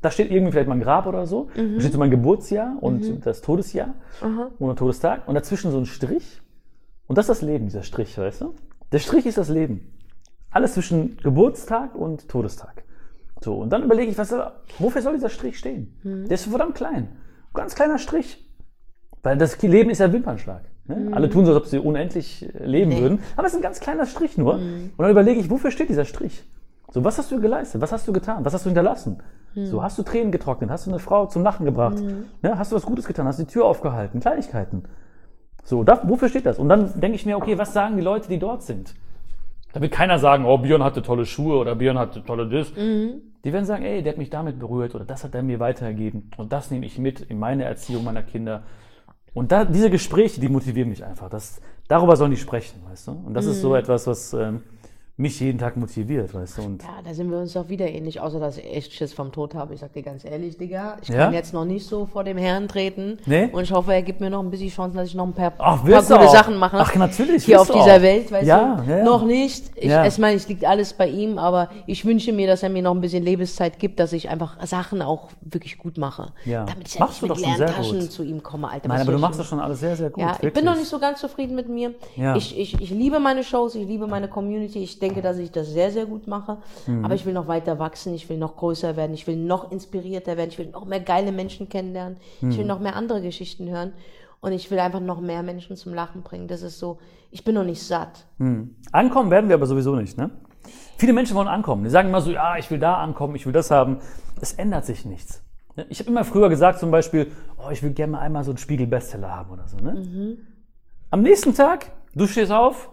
Da steht irgendwie vielleicht mein Grab oder so. Mhm. Da steht so mein Geburtsjahr und mhm. das Todesjahr Aha. und Todestag. Und dazwischen so ein Strich. Und das ist das Leben, dieser Strich, weißt du? Der Strich ist das Leben. Alles zwischen Geburtstag und Todestag. So, und dann überlege ich, was, wofür soll dieser Strich stehen? Mhm. Der ist verdammt klein. Ganz kleiner Strich. Weil das Leben ist ja Wimpernschlag. Ne? Mhm. Alle tun so, als ob sie unendlich leben nee. würden. Aber es ist ein ganz kleiner Strich nur. Mhm. Und dann überlege ich, wofür steht dieser Strich? So, was hast du geleistet? Was hast du getan? Was hast du hinterlassen? Mhm. So, hast du Tränen getrocknet? Hast du eine Frau zum Lachen gebracht? Mhm. Ne? Hast du was Gutes getan? Hast du die Tür aufgehalten? Kleinigkeiten. So, da, wofür steht das? Und dann denke ich mir, okay, was sagen die Leute, die dort sind? Da wird keiner sagen, oh, Björn hatte tolle Schuhe oder Björn hatte tolle das. Mhm. Die werden sagen, ey, der hat mich damit berührt oder das hat er mir weitergegeben. Und das nehme ich mit in meine Erziehung meiner Kinder. Und da, diese Gespräche, die motivieren mich einfach. Das, darüber sollen die sprechen, weißt du? Und das mhm. ist so etwas, was ähm, mich jeden Tag motiviert, weißt du? Und ja, da sind wir uns doch wieder ähnlich, außer dass ich echt Schiss vom Tod habe. Ich sag dir ganz ehrlich, Digga, ich kann ja? jetzt noch nicht so vor dem Herrn treten. Nee? Und ich hoffe, er gibt mir noch ein bisschen Chancen, dass ich noch ein paar, Ach, paar gute auch. Sachen mache. Ach, natürlich. Hier auf dieser auch. Welt, weißt ja, du? Ja, ja. Noch nicht. Ich, ja. ich meine, es liegt alles bei ihm, aber ich wünsche mir, dass er mir noch ein bisschen Lebenszeit gibt, dass ich einfach Sachen auch wirklich gut mache. Ja. Damit ich machst ja nicht mit leeren Taschen zu ihm komme, Alter. Nein, aber du machst das schon alles sehr, sehr gut. Ja, ich wirklich. bin noch nicht so ganz zufrieden mit mir. Ja. Ich, ich, ich liebe meine Shows, ich liebe meine Community. Ich denke, dass ich das sehr, sehr gut mache. Mhm. Aber ich will noch weiter wachsen, ich will noch größer werden, ich will noch inspirierter werden, ich will noch mehr geile Menschen kennenlernen, mhm. ich will noch mehr andere Geschichten hören und ich will einfach noch mehr Menschen zum Lachen bringen. Das ist so, ich bin noch nicht satt. Mhm. Ankommen werden wir aber sowieso nicht, ne? Viele Menschen wollen ankommen. Die sagen immer so, ja, ich will da ankommen, ich will das haben. Es ändert sich nichts. Ich habe immer früher gesagt zum Beispiel, oh, ich will gerne mal einmal so einen Spiegel-Bestseller haben oder so, ne? Mhm. Am nächsten Tag, du stehst auf,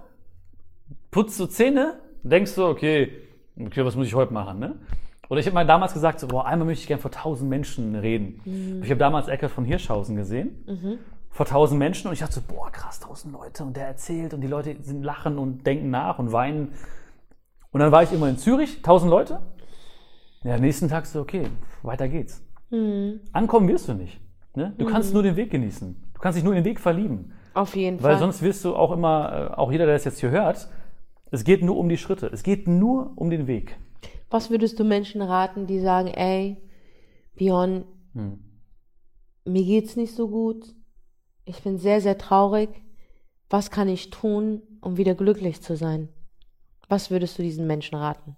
putzt so Zähne, denkst so, okay, okay, was muss ich heute machen, ne? Oder ich habe mal damals gesagt, so, boah, einmal möchte ich gerne vor tausend Menschen reden. Mhm. Ich habe damals Eckart von Hirschhausen gesehen, mhm. vor tausend Menschen und ich dachte so, boah, krass, tausend Leute und der erzählt und die Leute sind lachen und denken nach und weinen. Und dann war ich immer in Zürich, tausend Leute. Ja, am nächsten Tag so, okay, weiter geht's. Mhm. Ankommen wirst du nicht, ne? Du mhm. kannst nur den Weg genießen. Du kannst dich nur in den Weg verlieben. Auf jeden Weil Fall. sonst wirst du auch immer, auch jeder, der das jetzt hier hört, es geht nur um die Schritte. Es geht nur um den Weg. Was würdest du Menschen raten, die sagen, ey, Björn, hm. mir geht's nicht so gut. Ich bin sehr, sehr traurig. Was kann ich tun, um wieder glücklich zu sein? Was würdest du diesen Menschen raten?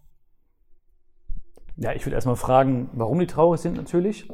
Ja, ich würde erstmal fragen, warum die traurig sind natürlich.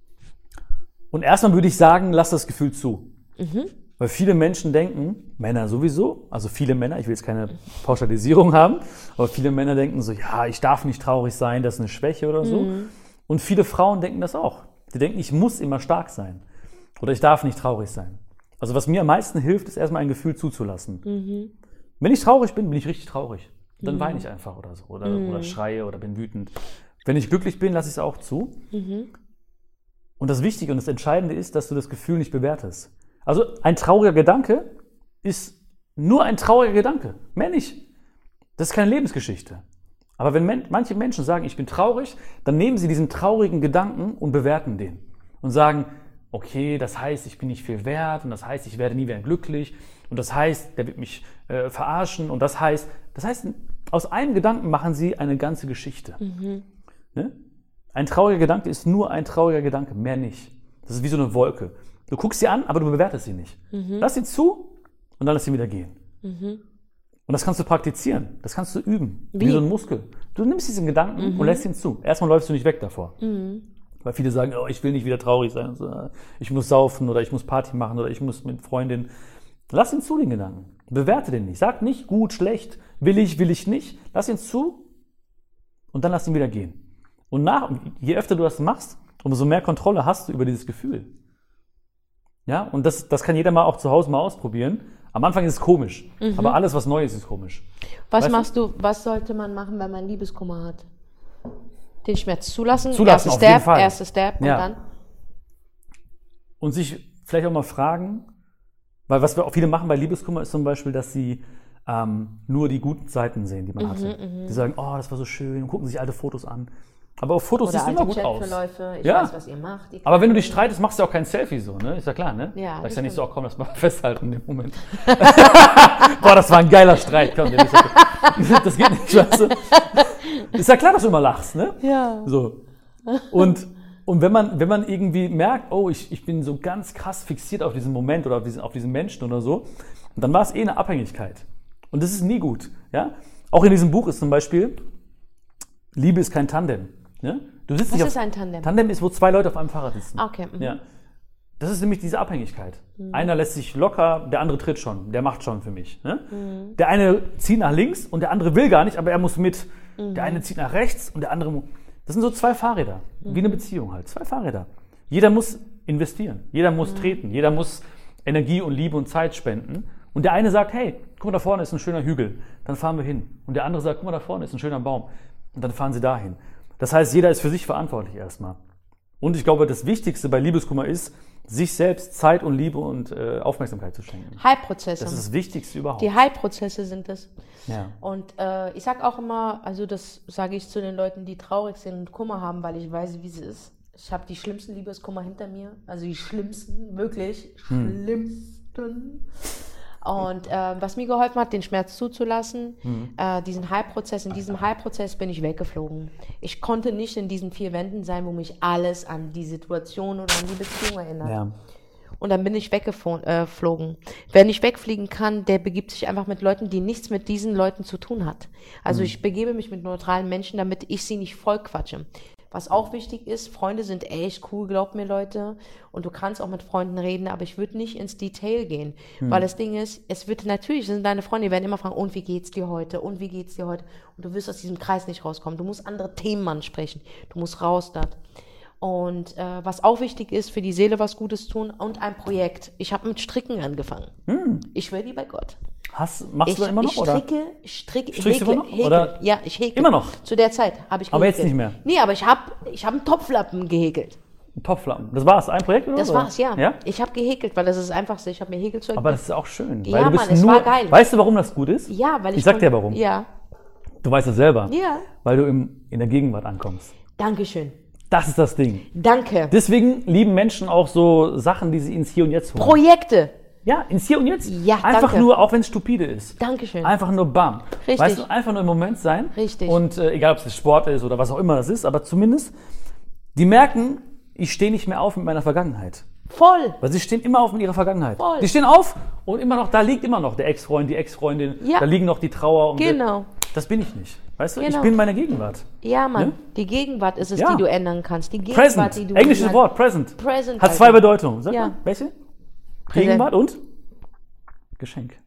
Und erstmal würde ich sagen, lass das Gefühl zu. Mhm. Weil viele Menschen denken, Männer sowieso, also viele Männer, ich will jetzt keine Pauschalisierung haben, aber viele Männer denken so, ja, ich darf nicht traurig sein, das ist eine Schwäche oder so. Mhm. Und viele Frauen denken das auch. Die denken, ich muss immer stark sein oder ich darf nicht traurig sein. Also was mir am meisten hilft, ist erstmal ein Gefühl zuzulassen. Mhm. Wenn ich traurig bin, bin ich richtig traurig. Dann mhm. weine ich einfach oder so oder, mhm. oder schreie oder bin wütend. Wenn ich glücklich bin, lasse ich es auch zu. Mhm. Und das Wichtige und das Entscheidende ist, dass du das Gefühl nicht bewertest. Also ein trauriger Gedanke ist nur ein trauriger Gedanke, mehr nicht. Das ist keine Lebensgeschichte. Aber wenn men- manche Menschen sagen, ich bin traurig, dann nehmen sie diesen traurigen Gedanken und bewerten den. Und sagen, okay, das heißt, ich bin nicht viel wert und das heißt, ich werde nie wieder glücklich und das heißt, der wird mich äh, verarschen und das heißt, das heißt, aus einem Gedanken machen sie eine ganze Geschichte. Mhm. Ne? Ein trauriger Gedanke ist nur ein trauriger Gedanke, mehr nicht. Das ist wie so eine Wolke. Du guckst sie an, aber du bewertest sie nicht. Mhm. Lass sie zu und dann lass sie wieder gehen. Mhm. Und das kannst du praktizieren. Das kannst du üben. Wie, wie so ein Muskel. Du nimmst diesen Gedanken mhm. und lässt ihn zu. Erstmal läufst du nicht weg davor. Mhm. Weil viele sagen, oh, ich will nicht wieder traurig sein. Ich muss saufen oder ich muss Party machen oder ich muss mit Freundinnen. Lass ihn zu, den Gedanken. Bewerte den nicht. Sag nicht gut, schlecht, will ich, will ich nicht. Lass ihn zu und dann lass ihn wieder gehen. Und nach, je öfter du das machst, umso mehr Kontrolle hast du über dieses Gefühl. Ja, und das, das kann jeder mal auch zu Hause mal ausprobieren. Am Anfang ist es komisch, mhm. aber alles, was neu ist, ist komisch. Was weißt machst du? du, was sollte man machen, wenn man Liebeskummer hat? Den Schmerz zulassen, zulassen erster auf jeden Step, Fall. erster Step und ja. dann? Und sich vielleicht auch mal fragen, weil was wir auch viele machen bei Liebeskummer ist zum Beispiel, dass sie ähm, nur die guten Seiten sehen, die man mhm, hatte. Mhm. Die sagen, oh, das war so schön und gucken sich alte Fotos an. Aber auf Fotos Oder siehst du immer gut aus. Ich ja. weiß, was ihr macht. Ihr aber wenn du dich streitest, machst du auch kein Selfie so, ne? Ist ja klar, ne? Ja. Sagst ja nicht so, auch komm, lass mal festhalten in dem Moment. Boah, das war ein geiler Streit. Komm, der ist ja das geht nicht, weißt du? Ist ja klar, dass du immer lachst, ne? Ja. So. Und Und wenn man, wenn man irgendwie merkt, oh, ich, ich bin so ganz krass fixiert auf diesen Moment oder auf diesen, auf diesen Menschen oder so, dann war es eh eine Abhängigkeit. Und das ist nie gut. Ja? Auch in diesem Buch ist zum Beispiel, Liebe ist kein Tandem. Ja? Du sitzt Was nicht ist auf, ein Tandem? Tandem ist, wo zwei Leute auf einem Fahrrad sitzen. Okay. Mhm. Ja. Das ist nämlich diese Abhängigkeit. Mhm. Einer lässt sich locker, der andere tritt schon, der macht schon für mich. Ne? Mhm. Der eine zieht nach links und der andere will gar nicht, aber er muss mit. Mhm. Der eine zieht nach rechts und der andere muss. Das sind so zwei Fahrräder, mhm. wie eine Beziehung halt. Zwei Fahrräder. Jeder muss investieren, jeder muss mhm. treten, jeder muss Energie und Liebe und Zeit spenden. Und der eine sagt, hey, guck mal, da vorne ist ein schöner Hügel, dann fahren wir hin. Und der andere sagt, guck mal, da vorne ist ein schöner Baum, und dann fahren sie dahin. Das heißt, jeder ist für sich verantwortlich erstmal. Und ich glaube, das Wichtigste bei Liebeskummer ist, sich selbst Zeit und Liebe und äh, Aufmerksamkeit zu schenken. Heilprozesse. Das ist das Wichtigste überhaupt. Die Heilprozesse sind das. Ja. Und äh, ich sage auch immer, also das sage ich zu den Leuten, die traurig sind und Kummer haben, weil ich weiß, wie sie ist. Ich habe die schlimmsten Liebeskummer hinter mir. Also die schlimmsten, wirklich Hm. schlimmsten. Und äh, was mir geholfen hat, den Schmerz zuzulassen, Mhm. äh, diesen Heilprozess, in diesem Heilprozess bin ich weggeflogen. Ich konnte nicht in diesen vier Wänden sein, wo mich alles an die Situation oder an die Beziehung erinnert. Ja. Und dann bin ich weggeflogen. Wer nicht wegfliegen kann, der begibt sich einfach mit Leuten, die nichts mit diesen Leuten zu tun hat. Also Mhm. ich begebe mich mit neutralen Menschen, damit ich sie nicht voll quatsche. Was auch wichtig ist, Freunde sind echt cool, glaubt mir Leute. Und du kannst auch mit Freunden reden, aber ich würde nicht ins Detail gehen. Mhm. Weil das Ding ist, es wird natürlich, sind deine Freunde, die werden immer fragen, und wie geht's dir heute? Und wie geht's dir heute? Und du wirst aus diesem Kreis nicht rauskommen. Du musst andere Themen ansprechen. Du musst raus dort. Und äh, was auch wichtig ist, für die Seele was Gutes tun und ein Projekt. Ich habe mit Stricken angefangen. Hm. Ich schwöre dir bei Gott. Hast, machst Ich, du das immer noch? ich oder? stricke, stricke, Strickst du häkle, immer noch, häkle. oder? Ja, ich häkle. Immer noch? Zu der Zeit habe ich gehäkelt. Aber jetzt nicht mehr? Nee, aber ich habe ich hab einen Topflappen gehäkelt. Topflappen. Das war's, ein Projekt oder Das oder? war's, ja. ja? Ich habe gehäkelt, weil das ist das Einfachste. Ich habe mir Häkelzeug. Aber das ist auch schön. Ja, weil du bist Mann, es nur, war geil. Weißt du, warum das gut ist? Ja, weil ich... Ich sag kon- dir warum. Ja, Du weißt es selber. ja. Weil du im, in der Gegenwart ankommst. Dankeschön. Das ist das Ding. Danke. Deswegen lieben Menschen auch so Sachen, die sie ins Hier und Jetzt holen. Projekte. Ja, ins Hier und Jetzt. Ja, Einfach danke. nur, auch wenn es stupide ist. Dankeschön. Einfach nur bam. Richtig. Weißt du, einfach nur im Moment sein. Richtig. Und äh, egal, ob es Sport ist oder was auch immer das ist, aber zumindest, die merken, ich stehe nicht mehr auf mit meiner Vergangenheit. Voll. Weil sie stehen immer auf mit ihrer Vergangenheit. Voll. Die stehen auf und immer noch, da liegt immer noch der Ex-Freund, die Ex-Freundin, Ja. da liegen noch die Trauer. Und Genau. Das bin ich nicht. Weißt du, Genau. ich bin meine Gegenwart. Ja, Mann. Ne? Die Gegenwart ist es, Ja. die du ändern kannst. Die Gegenwart, Present. die du... Englisches Wort, present. Present. Hat Alter. zwei Bedeutungen. Sag Ja. mal, welche? Präsent. Gegenwart und Geschenk.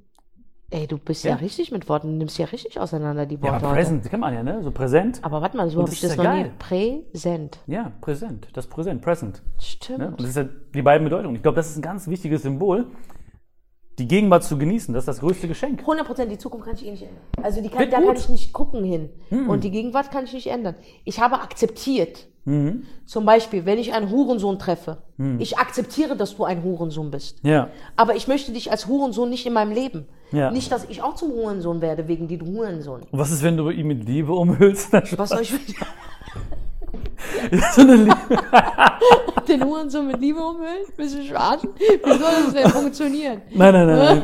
Ey, du bist ja, Ja. richtig mit Worten. Du nimmst ja richtig auseinander die Ja, Worte aber heute. present, das kennt man ja, ne? So präsent. Aber warte mal, so Und habe das ich ist das ja noch geil. nie. Präsent. Ja, präsent. Das Präsent, present. Stimmt. Ne? Und das ist ja die beiden Bedeutungen. Ich glaube, das ist ein ganz wichtiges Symbol, die Gegenwart zu genießen. Das ist das größte Geschenk. hundert Prozent, die Zukunft kann ich eh nicht ändern. Also die kann, Wird da gut. kann ich nicht gucken hin. Mhm. Und die Gegenwart kann ich nicht ändern. Ich habe akzeptiert, Mhm. zum Beispiel, wenn ich einen Hurensohn treffe, ich akzeptiere, dass du ein Hurensohn bist. Ja. Aber ich möchte dich als Hurensohn nicht in meinem Leben. Ja. Nicht, dass ich auch zum Hurensohn werde, wegen dir, du Hurensohn. Und was ist, wenn du ihn mit Liebe umhüllst? Was soll ich so eine Liebe. den Hurensohn mit Liebe umhüllen? Bisschen verarschen? Wie soll das denn funktionieren? Nein, nein, nein.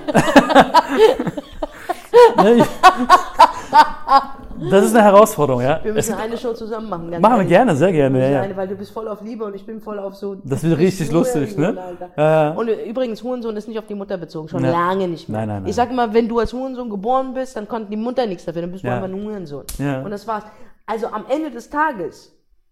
nein. ich- Das ist eine Herausforderung, ja. Wir Es, müssen eine Show zusammen machen. Ganz machen wir ehrlich. gerne, sehr Wir gerne. müssen Ja, eine, ja. weil du bist voll auf Liebe und ich bin voll auf so... Das wird richtig lustig, ne? Alter. Ja, ja. Und übrigens, Hurensohn ist nicht auf die Mutter bezogen, schon Ja. lange nicht mehr. Nein, nein, nein. Ich sag immer, wenn du als Hurensohn geboren bist, dann konnte die Mutter nichts dafür, dann bist du Ja. einfach ein Hurensohn. Ja. Und das war's. Also am Ende des Tages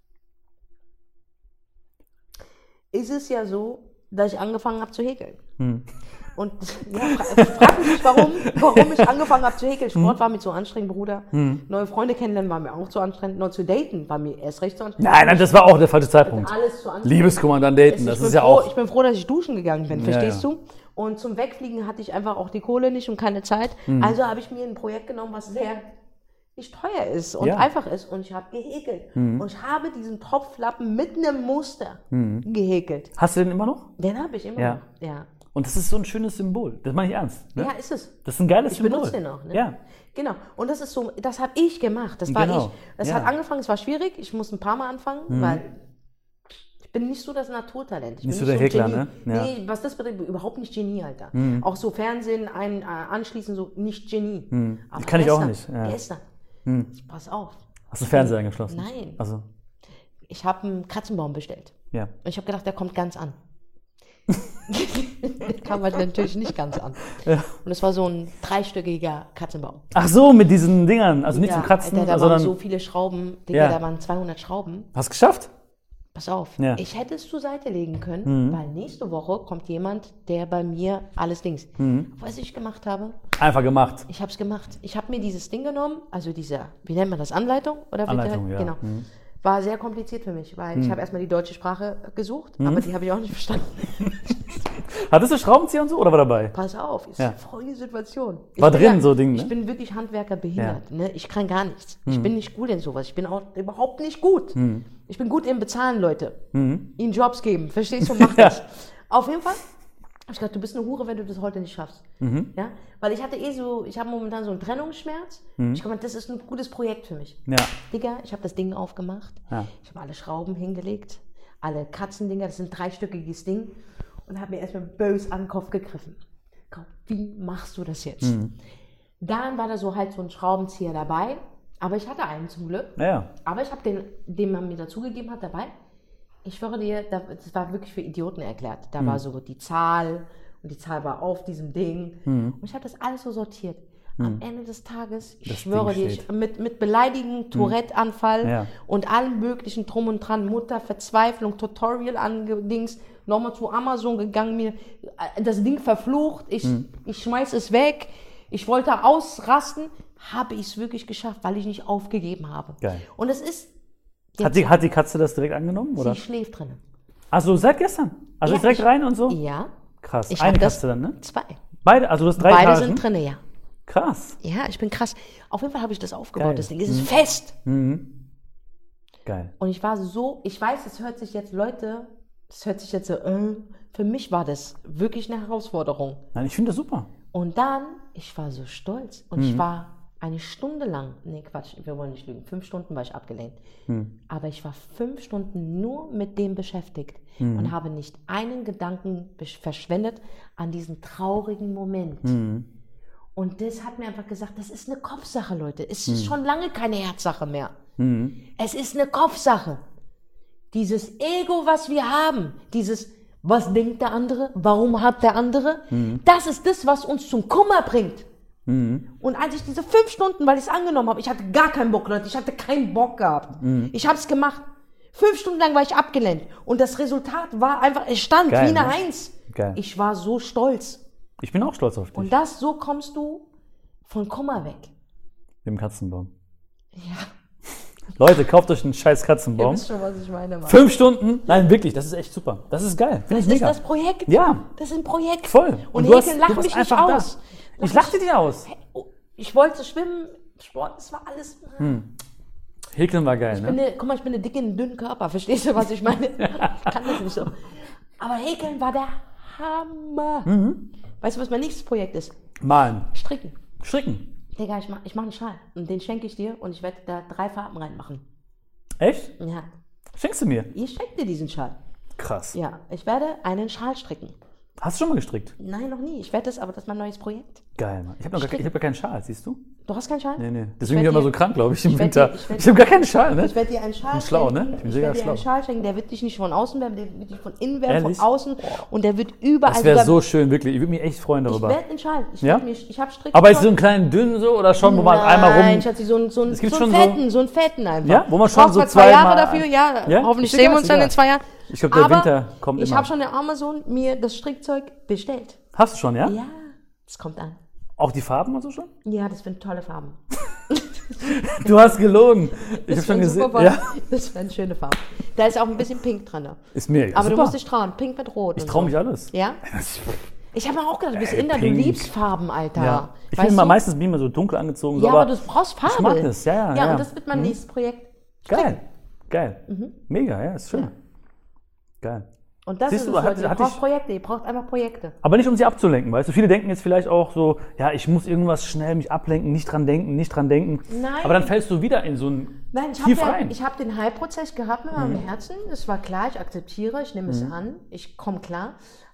ist es ja so, dass ich angefangen habe zu häkeln. Hm. Und ja, fra frag mich nicht, warum, warum ich angefangen habe zu häkeln. Sport war mir zu anstrengend, Bruder. Hm. Neue Freunde kennenlernen war mir auch zu anstrengend. Neu zu daten war mir erst recht zu anstrengend. Nein, nein, das war auch der falsche Zeitpunkt. Alles zu anstrengend. Liebeskummer und dann daten, Ich das bin ist ja froh, auch. Ich bin froh, dass ich duschen gegangen bin, verstehst ja. du? Und zum Wegfliegen hatte ich einfach auch die Kohle nicht und keine Zeit. Hm. Also habe ich mir ein Projekt genommen, was sehr nicht teuer ist und Ja. einfach ist. Und ich habe gehäkelt. Und ich habe diesen Topflappen mit einem Muster gehäkelt. Hast du den immer noch? Den habe ich immer Ja. noch. Ja. Und das ist so ein schönes Symbol. Das meine ich ernst. Ne? Ja, ist es. Das ist ein geiles Ich Symbol. benutze den auch. Ne? Ja. Genau. Und das ist so, das habe ich gemacht. Das war Genau. ich. Das Ja. hat angefangen, es war schwierig. Ich musste ein paar Mal anfangen, weil ich bin nicht so das Naturtalent. Ich Nicht bin so der Häkler, Genie. ne? Ja. Nee, was das betrifft, überhaupt nicht Genie, Alter. Auch so Fernsehen ein, äh, anschließen, so nicht Genie. Aber kann ich auch gestern, nicht, ja. Gestern. Pass auf. Hast du Fernseher angeschlossen? Nein. Also, ich habe einen Katzenbaum bestellt. Ja. Und ich habe gedacht, der kommt ganz an. Der kam halt natürlich nicht ganz an. Ja. Und es war so ein dreistöckiger Katzenbaum. Ach so, mit diesen Dingern, also nicht Ja, zum Kratzen, Alter, da sondern... waren so viele Schrauben, Digga, Ja. da waren zweihundert Schrauben. Hast du geschafft? Pass auf, Ja. ich hätte es zur Seite legen können, Mhm. weil nächste Woche kommt jemand, der bei mir alles Dings. Mhm. Was ich gemacht habe, Einfach gemacht. ich habe es gemacht. Ich habe mir dieses Ding genommen, also diese, wie nennt man das, Anleitung? Oder wie Anleitung, der, ja. Genau. Mhm. War sehr kompliziert für mich, weil ich habe erstmal die deutsche Sprache gesucht, Mhm. aber die habe ich auch nicht verstanden. Hattest du Schraubenzieher und so oder war dabei? Pass auf, ist Ja. eine folgende Situation. Ich War bin drin so Ding, ne? Ich bin wirklich Handwerker behindert. Ne? Ich kann gar nichts. Ich bin nicht gut in sowas. Ich bin auch überhaupt nicht gut. Ich bin gut im Bezahlen, Leute. Mhm. Ihnen Jobs geben. Verstehst du? Mach das. Auf jeden Fall habe ich gedacht, du bist eine Hure, wenn du das heute nicht schaffst. Mhm. Ja? Weil ich hatte eh so, ich habe momentan so einen Trennungsschmerz. Mhm. Ich habe gedacht, das ist ein gutes Projekt für mich. Ja. Digga, ich habe das Ding aufgemacht. Ja. Ich habe alle Schrauben hingelegt. Alle Katzendinger, das ist ein dreistöckiges Ding. Und habe mir erstmal bös an den Kopf gegriffen. Wie machst du das jetzt? Mhm. Dann war da so halt so ein Schraubenzieher dabei. Aber ich hatte einen zum Glück. Ja. Aber ich habe den, den man mir dazugegeben hat, dabei. Ich schwöre dir, das war wirklich für Idioten erklärt. Da Mhm. war so die Zahl und die Zahl war auf diesem Ding. Mhm. Und ich habe das alles so sortiert. Am Ende des Tages, ich Das schwöre Ding dir, steht. ich, mit, mit Beleidigen, Tourette-Anfall Ja. und allem möglichen Drum und Dran, Mutter, Verzweiflung, Tutorial angedings, nochmal zu Amazon gegangen, mir äh, das Ding verflucht, ich, ich schmeiß es weg, ich wollte ausrasten, habe ich es wirklich geschafft, weil ich nicht aufgegeben habe. Geil. Und es ist, Hat die, hat die Katze das direkt angenommen, oder? sie schläft drin. Also seit gestern? Also Ja, ist direkt ich- rein und so? Ja, Krass. ich Eine habe das, Katze dann, ne? zwei. Beide, also du hast drei Beide Etagen? sind drin, ja. Krass. Ja, ich bin krass. Auf jeden Fall habe ich das aufgebaut, Geil. das Ding. Es ist fest. Mhm. Geil. Und ich war so, ich weiß, es hört sich jetzt, Leute, das hört sich jetzt so, äh, für mich war das wirklich eine Herausforderung. Nein, ich finde das super. Und dann, ich war so stolz. Und Mhm. ich war eine Stunde lang, nee Quatsch, wir wollen nicht lügen, fünf Stunden war ich abgelenkt. Mhm. Aber ich war fünf Stunden nur mit dem beschäftigt Mhm. und habe nicht einen Gedanken besch- verschwendet an diesen traurigen Moment. Mhm. Und das hat mir einfach gesagt, das ist eine Kopfsache, Leute. Es ist schon lange keine Herzsache mehr. Mhm. Es ist eine Kopfsache. Dieses Ego, was wir haben, dieses, was denkt der andere, warum hat der andere, das ist das, was uns zum Kummer bringt. Mhm. Und als ich diese fünf Stunden, weil ich es angenommen habe, ich hatte gar keinen Bock, Leute, ich hatte keinen Bock gehabt. Ich habe es gemacht. Fünf Stunden lang war ich abgelenkt. Und das Resultat war einfach, es stand Geil, wie eine ne? Eins. Geil. Ich war so stolz. Ich bin auch stolz auf dich. Und das, so kommst du von Kummer weg. Mit dem Katzenbaum. Ja, Leute, kauft euch einen scheiß ihr Katzenbaum. wisst schon, was ich meine, Mann. Fünf Stunden? Nein, wirklich, das ist echt super. Das ist geil. Finde Das ich ist mega. das Projekt. Ja. Das ist ein Projekt. Voll. Und, du hast- Häkeln du lacht warst mich nicht einfach da. aus. Ich lachte dich aus. Oh, ich wollte schwimmen, Sport, das war alles. Hm. Häkeln war geil, Ich bin ne? eine, guck mal, ich bin eine dicke, einen dünnen Körper. Verstehst du, was ich meine? Ich kann das nicht so. Aber Häkeln war der Hammer. Mhm. Weißt du, was mein nächstes Projekt ist? Malen. Stricken. Stricken. Digga, ich mach, ich mach einen Schal. Und den schenke ich dir und ich werde da drei Farben reinmachen. Echt? Ja. Schenkst du mir? Ich schenke dir diesen Schal. Krass. Ja, ich werde einen Schal stricken. Hast du schon mal gestrickt? Nein, noch nie. Ich werde das, aber das ist mein neues Projekt. Geil, Mann. Ich habe Stricken. hab gar keinen Schal, siehst du? Du hast keinen Schal? Nee, nee. Deswegen bin ich werd immer dir- so krank, glaube ich, im ich werd Winter. dir- ich werd- Ich habe gar keinen Schal, ne? Ich werde dir einen Schal bin schlau, schenken. ne? Ich bin Ich sehr werde dir schlau. einen Schal schenken, der wird dich nicht von außen werden, der wird dich von innen werden, Ehrlich? von außen. Und der wird überall. Das wäre sogar- so schön, wirklich. Ich würde mich echt freuen Ich darüber. werde einen Schal. Ich, Ja? werd mich, ich habe Strick. Aber ist so ein kleinen dünnen so oder schon, wo man Nein, einmal rum... ich hatte so einen, so einen, Es gibt so einen schon so- fetten, so einen fetten einfach. Ja, wo man Ich schon brauch so zwar zwei Jahre zweimal- dafür, ja. Ja? Hoffentlich Ist sehen egal, wir uns ist dann egal. in zwei Jahren. Ich glaube, der Aber Winter kommt ich immer. habe schon in Amazon mir das Strickzeug bestellt. Hast du schon, ja? Ja, das kommt an. Auch die Farben und so schon? Ja, das sind tolle Farben. Du hast gelogen. Ich habe Das schon wären gesehen. super Ja, Farben. Das wären schöne Farben. Da ist auch ein bisschen Pink drin. ist mir egal. Aber Super. du musst dich trauen. Pink mit Rot. Ich und traue so. mich alles. Ja? Ich habe mir auch gedacht, du bist Ey, Inder, du Pink. liebst Farben, Alter. Ja. Ich Weißt bin immer du? meistens bin ich immer so dunkel angezogen. So, Ja, aber du brauchst Farbe. Ich mag das, ja, ja. Ja, ja. und das wird mein Mhm. nächstes Projekt. Geil, geil. Mhm. Mega, ja, ist schön. Ja. Geil. Und das Siehst ist du, es, hat- Leute. Ihr hat braucht dich- Projekte, ihr braucht einfach Projekte. Aber nicht, um sie abzulenken, weißt du? Viele denken jetzt vielleicht auch so, ja, ich muss irgendwas schnell mich ablenken, nicht dran denken, nicht dran denken. Nein. Aber dann fällst du wieder in so ein Nein, ich tief habe rein. ja, hab den Heilprozess gehabt mit meinem Herzen. Es war klar, ich akzeptiere, ich nehme es an, ich komme klar.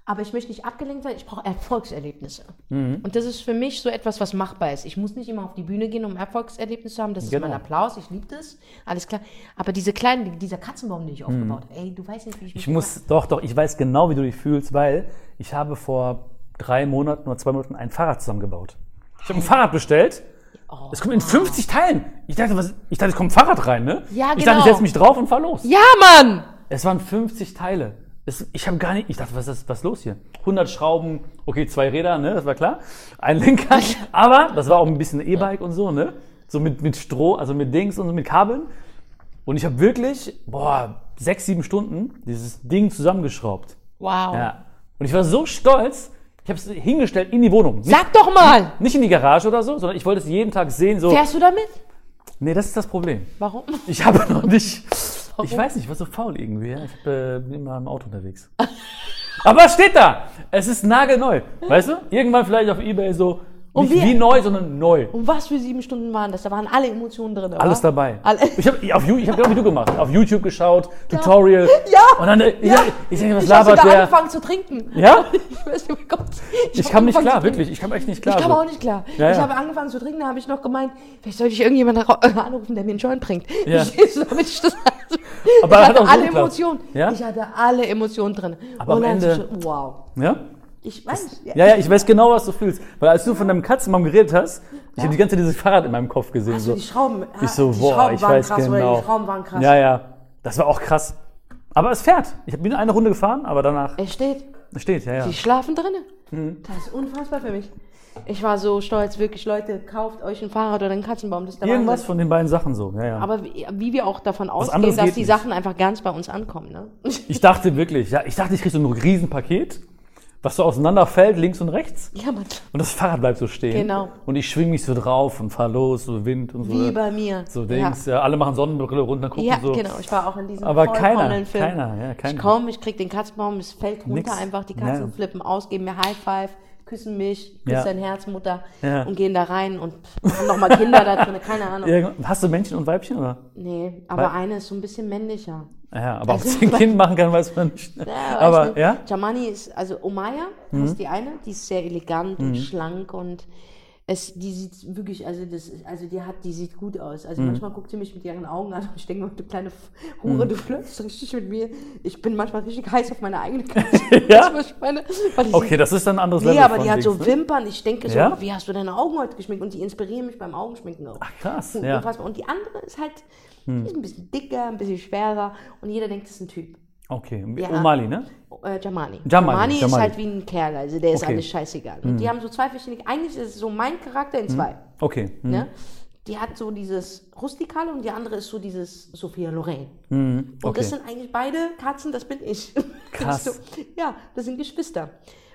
aber ich möchte nicht abgelenkt sein, ich brauche Erfolgserlebnisse. Mhm. Und das ist für mich so etwas, was machbar ist. Ich muss nicht immer auf die Bühne gehen, um Erfolgserlebnisse zu haben. Das ist Genau. mein Applaus, ich liebe das, alles klar. Aber diese kleinen, dieser Katzenbaum, den ich aufgebaut habe, ey, du weißt nicht, wie ich mich Ich muss, doch, doch, ich weiß genau, wie du dich fühlst, weil ich habe vor drei Monaten oder zwei Monaten ein Fahrrad zusammengebaut. Ich habe ein Fahrrad bestellt. Oh, Es kommt in fünfzig Teilen. Ich dachte, was, ich dachte, es kommt ein Fahrrad rein, ne? Ja, ich genau. dachte, ich setze mich drauf und fahr los. ja, Mann! Es waren fünfzig Teile. Es, ich habe gar nicht, ich dachte, was ist, was ist los hier? hundert Schrauben, okay, zwei Räder, ne, das war klar. Ein Lenker, aber das war auch ein bisschen E-Bike und so, ne? So mit, mit Stroh, also mit Dings und so mit Kabeln. Und ich habe wirklich, boah, sechs, sieben Stunden dieses Ding zusammengeschraubt. Wow. Ja. Und ich war so stolz, ich habe es hingestellt in die Wohnung. Nicht, Sag doch mal! nicht in die Garage oder so, sondern ich wollte es jeden Tag sehen, so. Fährst du damit? Nee, das ist das Problem. Warum? Ich habe noch nicht. Warum? Ich weiß nicht, ich war so faul irgendwie. Ja? Ich äh, bin immer im Auto unterwegs. Aber es steht da. Es ist nagelneu. Weißt du? Irgendwann vielleicht auf eBay so, Und nicht wie- wie neu, sondern neu. Und was für sieben Stunden waren das? Da waren alle Emotionen drin, oder? Alles dabei. Alle. Ich habe auf You- ich hab genau wie du gemacht. Auf YouTube geschaut, Tutorial. Ja. Und dann, äh, Ja. ich, ich denke, was Ich habe labert sogar der? angefangen zu trinken. Ja? Ich weiß nicht, oh Gott. Ich hab kam nicht angefangen klar, zu trinken. wirklich. Ich kam echt nicht klar. Ich kam so. auch nicht klar. Ja, Ich ja. habe angefangen zu trinken, da habe ich noch gemeint, vielleicht sollte ich irgendjemanden ra- anrufen, der mir einen Joint bringt. Ja. Verstehst du, damit ich das Aber ich hat hatte auch so alle geklappt. Emotionen. Ja? Ich hatte alle Emotionen drin. Aber Und am dann Ende- so, wow. Ja? Ich weiß. Ja, ja, ich weiß genau, was du fühlst. Weil als du von deinem Katzenbaum geredet hast, ich habe die ganze Zeit dieses Fahrrad in meinem Kopf gesehen. Hast so. du die Schrauben? Ich so, die boah, Schrauben ich waren weiß krass, genau. Oder die Schrauben waren krass. Ja, ja. Das war auch krass. Aber es fährt. Ich bin eine Runde gefahren, aber danach Es steht. es steht, ja, ja. Die schlafen drinnen. Mhm. Das ist unfassbar für mich. Ich war so stolz, wirklich, Leute, kauft euch ein Fahrrad oder einen Katzenbaum. Das ist der Irgendwas Wahnsinn. von den beiden Sachen so, ja, ja. Aber wie, wie wir auch davon ausgehen, anderes dass geht die nicht. Sachen einfach ganz bei uns ankommen. Ne? Ich dachte wirklich, ja, ich dachte, ich kriege so ein Riesenpaket, was so auseinanderfällt, links und rechts. Ja, Mann. Und das Fahrrad bleibt so stehen. Genau. Und ich schwing mich so drauf und fahr los, so Wind und so. Wie bei mir. So Dings, ja. alle machen Sonnenbrille runter, gucken Ja, so. genau. Ich war auch in diesem Aber keiner, Vollkommenen-Film. keiner, ja, keiner. Ich komme, ich krieg den Katzenbaum, es fällt runter Nix. einfach, die Katzen Ja. flippen aus, geben mir High Five, küssen mich, küssen Ja. dein Herz, Mutter Ja. und gehen da rein und machen nochmal Kinder da drin, keine Ahnung. Irgend- Hast du Männchen und Weibchen, oder? Nee, aber Weil- eine ist so ein bisschen männlicher. Ja, aber ob Also- es ein Kind machen kann, weiß man nicht. Ja, weiß aber, nicht. ja? Jamani ist, also Omaya heißt die eine, die ist sehr elegant und schlank und es, die sieht wirklich, also das, ist- also die hat, die sieht gut aus. Also manchmal guckt sie mich mit ihren Augen an und ich denke, du kleine Hure, du flirtest richtig mit mir. Ich bin manchmal richtig heiß auf meine eigene Katze. Ja? Weißt du, was ich meine? Weil die Okay, sieht- das ist dann ein anderes Nee, Level aber von die hat so Dings, ne? Wimpern. Ich denke so, Ja? wie hast du deine Augen heute geschminkt? Und die inspirieren mich beim Augenschminken auch. Ach, krass, Und ja. unfassbar. Und die andere ist halt, die ist ein bisschen dicker, ein bisschen schwerer und jeder denkt, das ist ein Typ. Okay, Ja. Omali, ne? Äh, Jamani. Jamani, ist Jamani. halt wie ein Kerl, also der ist Okay. alles scheißegal. Und die haben so zwei verschiedene, eigentlich ist es so mein Charakter in zwei. Okay. hm. Ne? Die hat so dieses Rustikale und die andere ist so dieses Sophia Loren. Mhm. Und Okay. das sind eigentlich beide Katzen, das bin ich. Krass. Das ist so, ja, das sind Geschwister.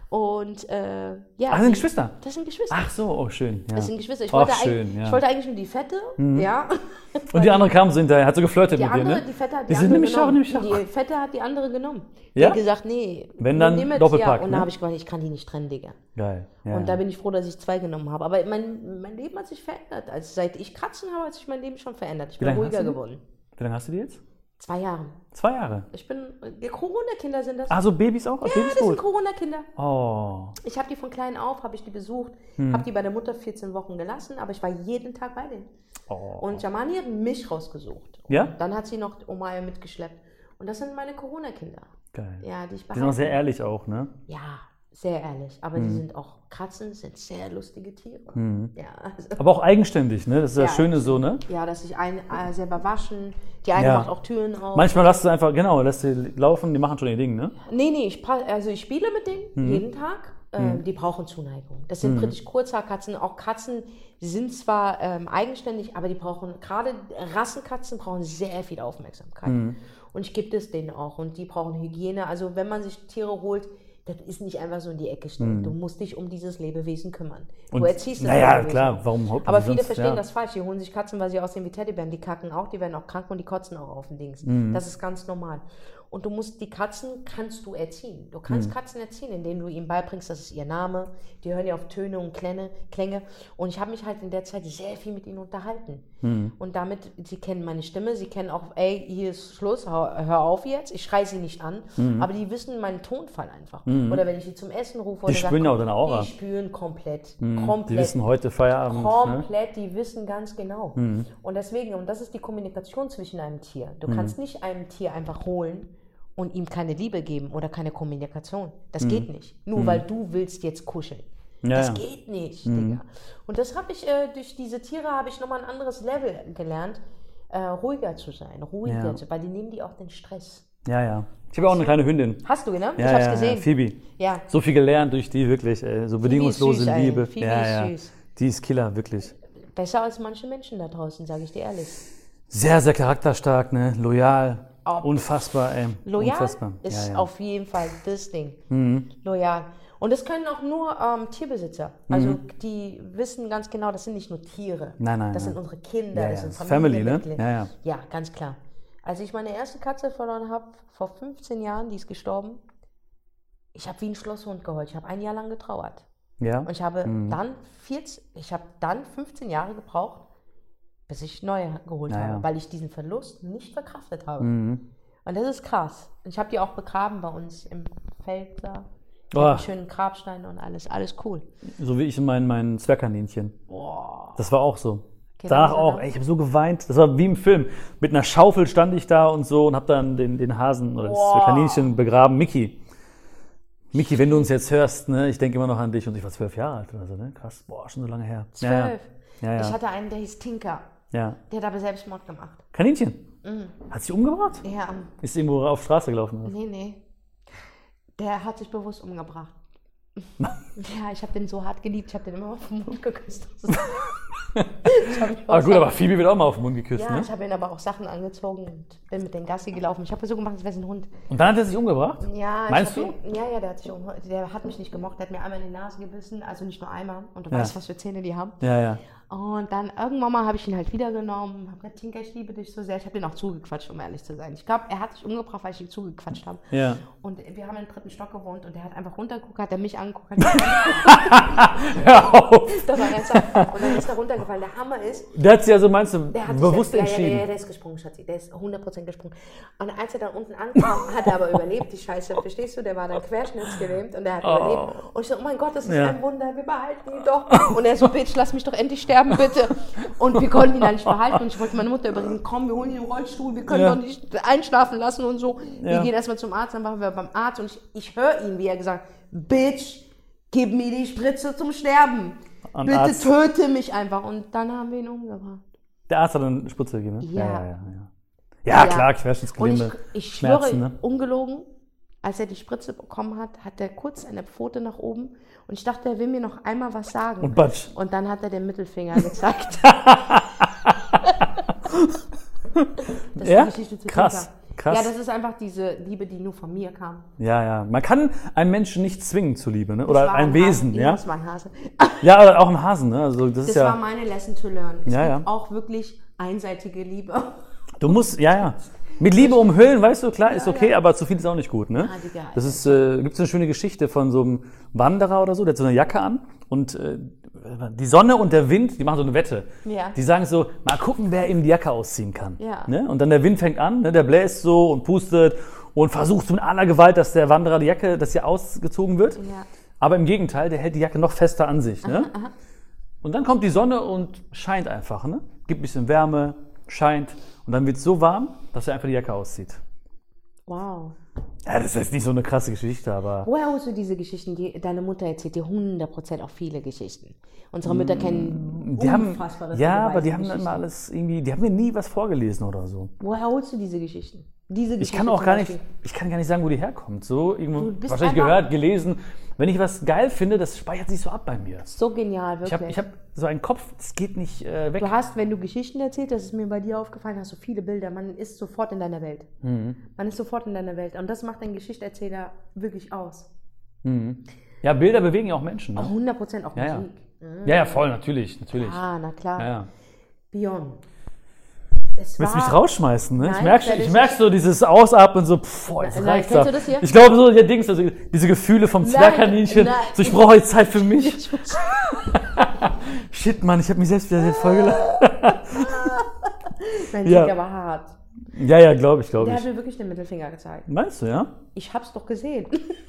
Und äh, ja. Ach, das sind die- Geschwister? Das sind Geschwister. Ach so, oh schön. Ja. Das sind Geschwister. Ich Ach, wollte, schön, eigentlich, ja. ich wollte eigentlich nur die Fette, ja. Und die andere kam so hinterher, hat so geflirtet Die mit dir, andere, ne? die Fette hat die Die sind andere nämlich auch, genommen. nämlich auch. Die Fette hat die andere genommen. Die Ja? hat gesagt, nee. Wenn dann nimm jetzt, Doppelpack, Ja. Und ne? da habe ich gemeint, ich kann die nicht trennen, Digga. Geil. Ja, Und da ja. bin ich froh, dass ich zwei genommen habe. Aber mein, mein Leben hat sich verändert. Also seit ich Katzen habe, hat sich mein Leben schon verändert. Ich bin lange ruhiger hast du die? geworden. Wie lange hast du die jetzt? Zwei Jahre. Zwei Jahre. Ich bin, die Corona-Kinder sind das. Ah, so Babys auch? ja, Babys das sind gut. Corona-Kinder. Oh. Ich habe die von klein auf, habe ich die besucht, Hm. habe die bei der Mutter vierzehn Wochen gelassen, aber ich war jeden Tag bei denen. Oh. Und Jamani hat mich rausgesucht. Ja? Und dann hat sie noch Omaya mitgeschleppt. Und das sind meine Corona-Kinder. Geil. Ja, die ich Die sind auch sehr ehrlich auch, ne? Ja, sehr ehrlich. Aber Hm. die sind auch, Katzen sind sehr lustige Tiere. Ja, also, Aber auch eigenständig, ne? Das ist das Ja. Schöne so, ne? ja, dass sich ein äh, selber waschen. Die eine Ja. macht auch Türen auf. Manchmal lässt du einfach, genau, lässt sie laufen, die machen schon ihr Ding, ne? Nee, nee, ich, pa- also ich spiele mit denen Hm. jeden Tag. Ähm, Die brauchen Zuneigung. Das sind britisch Kurzhaarkatzen. Auch Katzen sind zwar ähm, eigenständig, aber die brauchen, gerade Rassenkatzen brauchen sehr viel Aufmerksamkeit. Hm. Und ich gebe das denen auch. Und die brauchen Hygiene. Also wenn man sich Tiere holt, das ist nicht einfach so in die Ecke stellen. Du musst dich um dieses Lebewesen kümmern. Du Und- erziehst das naja, Lebewesen klar, auch. warum- Aber viele sonst, verstehen ja. das falsch. Die holen sich Katzen, weil sie aussehen wie Teddybären. Die kacken auch, die werden auch krank und die kotzen auch auf den Dings. Mhm. Das ist ganz normal. Und du musst die Katzen, kannst du erziehen. Du kannst Mhm. Katzen erziehen, indem du ihnen beibringst, das ist ihr Name. Die hören ja auf Töne und Klänge. Klänge. Und ich habe mich halt in der Zeit sehr viel mit ihnen unterhalten. Mhm. Und damit, sie kennen meine Stimme, sie kennen auch, ey, hier ist Schluss, hör, hör auf jetzt. Ich schreie sie nicht an, Mhm. aber die wissen meinen Tonfall einfach. Mhm. Oder wenn ich die zum Essen rufe. Die oder spüren sag, ja auch deine Aura. Die spüren komplett. Mhm. Komplett. Die wissen heute Feierabend. Ne? Komplett, die wissen ganz genau. Mhm. Und deswegen, und das ist die Kommunikation zwischen einem Tier. Du kannst nicht einem Tier einfach holen und ihm keine Liebe geben oder keine Kommunikation. Das geht nicht. Nur weil du willst jetzt kuscheln. Ja, das ja. geht nicht, Digga. Und das habe ich, äh, durch diese Tiere habe ich nochmal ein anderes Level gelernt, äh, ruhiger zu sein, ruhiger Ja. zu, weil die nehmen die auch den Stress. Ja, ja. Ich habe auch eine kleine Hündin. Hast du, ne? Ja, ich hab's ja, gesehen. Ja, Phoebe. Ja. So viel gelernt durch die, wirklich. Ey. So bedingungslose ist süß, ey. Liebe. Phoebe ja, ist ja. süß. Die ist Killer, wirklich. Besser als manche Menschen da draußen, sage ich dir ehrlich. Sehr, sehr charakterstark, ne? Loyal. Ob- Unfassbar, ey. Loyal Unfassbar. ist ja, ja. auf jeden Fall das Ding. Mhm. Loyal. Und das können auch nur ähm, Tierbesitzer. Also die wissen ganz genau, das sind nicht nur Tiere. Nein, nein, Das nein. sind unsere Kinder, Ja, das ja, sind das ist Family, ne? Familienmitglieder. Ja, ja. Ja, ganz klar. Als ich meine erste Katze verloren habe, vor fünfzehn Jahren, die ist gestorben, ich habe wie ein Schlosshund geheult. Ich habe ein Jahr lang getrauert. Ja. Und ich habe Mhm. dann vierzehn, ich habe dann fünfzehn Jahre gebraucht, bis ich neue geholt Ja, habe, ja. weil ich diesen Verlust nicht verkraftet habe. Mhm. Und das ist krass. Und ich habe die auch begraben bei uns im Feld da. Oh. Mit schönen Grabsteinen und alles. Alles cool. So wie ich in mein, mein Zwergkaninchen. Boah. Das war auch so. Genau Danach so, auch, ne? ey, ich habe so geweint. Das war wie im Film. Mit einer Schaufel stand ich da und so und habe dann den, den Hasen oder Wow. das Kaninchen begraben. Mickey. Mickey, wenn du uns jetzt hörst, ne, ich denke immer noch an dich. Und ich war zwölf Jahre alt oder so, ne? Krass, boah, schon so lange her. Zwölf. Ja, ja. ja, Ich ja. hatte einen, der hieß Tinker. ja. Der hat aber Selbstmord gemacht. Kaninchen? Mhm. Hat sich umgebracht? Ja, ähm, Ist irgendwo auf Straße gelaufen? Oder? nee, nee. Der hat sich bewusst umgebracht. Ja, ich habe den so hart geliebt. Ich habe den immer auf den Mund geküsst. Ich hab ihn auch Aber gut, Sachen- aber Phoebe wird auch mal auf den Mund geküsst, Ja, ne? ich habe ihn aber auch Sachen angezogen und bin mit den Gassi gelaufen. Ich habe so gemacht, als wäre es ein Hund. Und dann hat er sich umgebracht? Ja, Meinst ich du? hab Ihn, ja, ja, der hat sich um, der hat mich nicht gemocht. Der hat mir einmal in die Nase gebissen, also nicht nur einmal. Und du Ja. weißt, was für Zähne die haben. Ja, ja. Und dann irgendwann mal habe ich ihn halt wieder genommen, habe gesagt, Tinker, ich liebe dich so sehr. Ich habe den auch zugequatscht, um ehrlich zu sein. Ich glaube, er hat sich umgebracht, weil ich ihn zugequatscht habe. Ja. Und wir haben im dritten Stock gewohnt und der hat einfach runtergeguckt, hat er mich angeguckt. Hat Hör auf! das war ernsthaft. Und dann ist er runtergefallen. Der Hammer ist, Der hat sich also, meinst du, der hat bewusst sich, ja, entschieden? Ja, ja, der ist gesprungen, Schatzi. Der ist hundert Prozent gesprungen. Und als er dann unten ankam, hat er aber überlebt, die Scheiße. Verstehst du? Der war dann querschnittsgelähmt und der hat Oh. überlebt. Und ich so, oh mein Gott, das ist Ja. ein Wunder, wir behalten ihn doch. Und er so, Bitch, lass mich doch endlich sterben, bitte. Und wir konnten ihn dann nicht behalten. Und ich wollte meine Mutter überreden, komm, wir holen ihn im Rollstuhl, wir können Ja. doch nicht einschlafen lassen und so. Ja. Wir gehen erstmal zum Arzt, dann waren wir beim Arzt und ich, ich höre ihn, wie er gesagt, Bitch, gib mir die Spritze zum Sterben. An Bitte Arzt. töte mich einfach. Und dann haben wir ihn umgebracht. Der Arzt hat eine Spritze gegeben, ne? Ja. Ja, ja, ja. Ja, Ja. klar, Und ich, Querschnittsgelähmte. ich schwöre, Schmerzen, ne? ungelogen, als er die Spritze bekommen hat, hat er kurz eine Pfote nach oben und ich dachte, er will mir noch einmal was sagen. Und Batsch. Und dann hat er den Mittelfinger gezeigt. Das ist Ja? die Geschichte zu Krass, Tinker. krass. Ja, das ist einfach diese Liebe, die nur von mir kam. Ja, ja. Man kann einen Menschen nicht zwingen zur Liebe, ne? Das Oder war ein Wesen, Hase. ja? Das war ein Hase. Ja, aber auch ein Hasen, ne? Also das, Das ist ja. war meine Lesson to learn. Es Ja, gibt ja. auch wirklich einseitige Liebe. Du musst, ja, ja. Mit Liebe umhüllen, weißt du, klar, ist okay, aber zu viel ist auch nicht gut, ne? Ah, Digga, Das ist, äh, gibt es eine schöne Geschichte von so einem Wanderer oder so, der hat so eine Jacke an und äh, die Sonne und der Wind, die machen so eine Wette. Ja. Die sagen so, mal gucken, wer ihm die Jacke ausziehen kann. Ja. Ne? Und dann der Wind fängt an, ne? Der bläst so und pustet und versucht mit aller Gewalt, dass der Wanderer die Jacke, dass sie ausgezogen wird. Ja. Aber im Gegenteil, der hält die Jacke noch fester an sich. Ne? Und dann kommt die Sonne und scheint einfach, ne? Gibt ein bisschen Wärme, scheint und dann wird es so warm, dass er einfach die Jacke auszieht. Wow. Ja, das ist jetzt nicht so eine krasse Geschichte, aber Woher holst du diese Geschichten? Die, deine Mutter erzählt dir hundert Prozent auch viele Geschichten. Unsere Mütter kennen die haben, unfassbare ja, viele aber die weiße haben dann Geschichten. immer alles irgendwie, die haben mir nie was vorgelesen oder so. Woher holst du diese Geschichten? Diese Ich Geschichte kann auch zum gar nicht, Beispiel. ich kann gar nicht sagen, wo die herkommt. So irgendwo Du bist wahrscheinlich einfach- gehört, gelesen. Wenn ich was geil finde, das speichert sich so ab bei mir. So genial, wirklich. Ich habe ich hab so einen Kopf, das geht nicht äh, weg. Du hast, wenn du Geschichten erzählst, das ist mir bei dir aufgefallen, hast du viele Bilder. Man ist sofort in deiner Welt. Mhm. Man ist sofort in deiner Welt. Und das macht einen Geschichtenerzähler wirklich aus. Mhm. Ja, Bilder bewegen ja auch Menschen. Auch Ne? hundert Prozent auch Ja, ja. Musik. Mhm. Ja, ja, voll, natürlich, natürlich. Ah, na klar. Ja, ja. Björn, Es willst war- mich rausschmeißen, ne? Nein, ich merke werde ich ich merk nicht. so dieses Ausatmen, so, pff, boah, jetzt Nein, reicht's kennst da. du das hier? Ich glaube so, der Dings, also diese Gefühle vom Nein, Zwergkaninchen, nein. so, ich brauche jetzt Zeit für mich. Ich muss- Shit, Mann, ich habe mich selbst wieder sehr voll gelacht. Mein Ja. Tinker war hart. Ja, ja, glaube ich, glaube Der ich. hat mir wirklich den Mittelfinger gezeigt. Meinst du, ja? Ich hab's doch gesehen.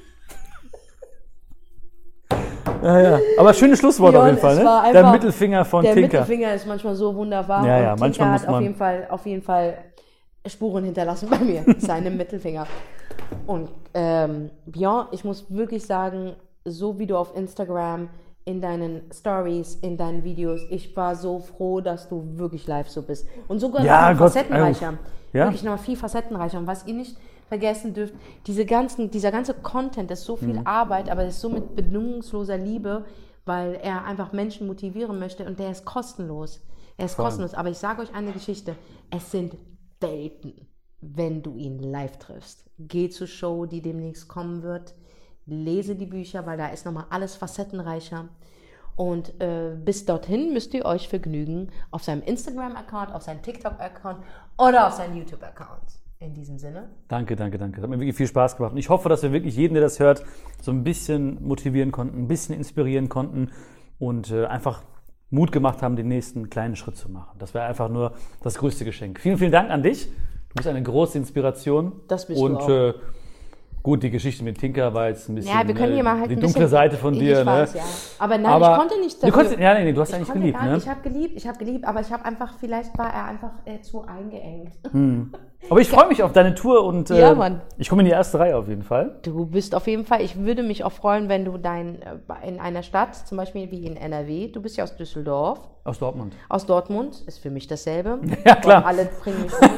Ja, ja. Aber schönes Schlusswort Björn, auf jeden Fall, es ne? war Der einfach- Mittelfinger von Der Tinker. Mittelfinger ist manchmal so wunderbar. Ja, ja, und manchmal Tinker muss hat auf man- jeden Fall, auf jeden Fall Spuren hinterlassen bei mir, seinem Mittelfinger. Und ähm, Björn, ich muss wirklich sagen, so wie du auf Instagram, in deinen Stories, in deinen Videos, ich war so froh, dass du wirklich live so bist. Und sogar Ja, noch Gott, facettenreicher. äh, ja. Wirklich noch viel facettenreicher. Und was ihr nicht vergessen dürft, diese ganzen, dieser ganze Content ist so viel Mhm. Arbeit, aber es ist so mit bedingungsloser Liebe, weil er einfach Menschen motivieren möchte und der ist kostenlos. Er ist Voll. kostenlos. Aber ich sage euch eine Geschichte. Es sind Welten, wenn du ihn live triffst. Geh zur Show, die demnächst kommen wird. Lese die Bücher, weil da ist nochmal alles facettenreicher. Und äh, bis dorthin müsst ihr euch vergnügen auf seinem Instagram-Account, auf seinem TikTok-Account oder auf seinem YouTube-Account. In diesem Sinne. Danke, danke, danke. Das hat mir wirklich viel Spaß gemacht. Und ich hoffe, dass wir wirklich jeden, der das hört, so ein bisschen motivieren konnten, ein bisschen inspirieren konnten und äh, einfach Mut gemacht haben, den nächsten kleinen Schritt zu machen. Das wäre einfach nur das größte Geschenk. Vielen, vielen Dank an dich. Du bist eine große Inspiration. Das bist du und, auch. Äh, gut, die Geschichte mit Tinker war jetzt ein bisschen Ja, wir können äh, hier mal halt die ein dunkle bisschen, Seite von dir. Ich weiß, ne? ja. Aber nein, Aber ich konnte nicht Du konntest, ja, nee, nee, du hast ich eigentlich konnte geliebt, gar ne? nicht, ich habe geliebt, ich habe geliebt, aber ich habe einfach, vielleicht war er einfach äh, zu eingeengt. Aber ich freue mich auf deine Tour und äh, Ja, Mann. ich komme in die erste Reihe auf jeden Fall. Du bist auf jeden Fall, ich würde mich auch freuen, wenn du dein, äh, in einer Stadt, zum Beispiel wie in N R W, du bist ja aus Düsseldorf, Aus Dortmund. aus Dortmund, ist für mich dasselbe. Ja, klar. Und alle bringen mich um.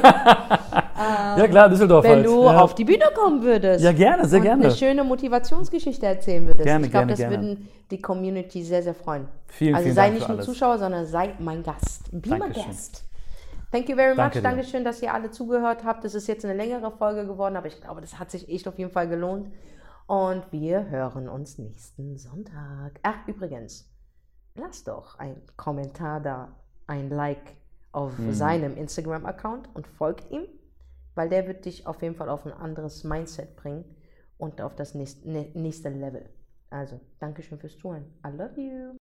Ja klar, Düsseldorf Wenn halt. du ja. auf die Bühne kommen würdest. Ja, gerne, sehr und gerne. eine schöne Motivationsgeschichte erzählen würdest. Gerne, ich glaube, gerne, das gerne. würden die Community sehr, sehr freuen. Vielen, also vielen sei Dank nicht für nur alles. Zuschauer, sondern sei mein Gast. Be my Dankeschön. guest. Thank you very much. Danke dir. Dankeschön, dass ihr alle zugehört habt. Das ist jetzt eine längere Folge geworden, aber ich glaube, das hat sich echt auf jeden Fall gelohnt. Und wir hören uns nächsten Sonntag. Ach, übrigens, lasst doch einen Kommentar da, ein Like auf Mhm. seinem Instagram-Account und folgt ihm, weil der wird dich auf jeden Fall auf ein anderes Mindset bringen und auf das nächste, nächste Level. Also, Dankeschön fürs Zuhören. I love you.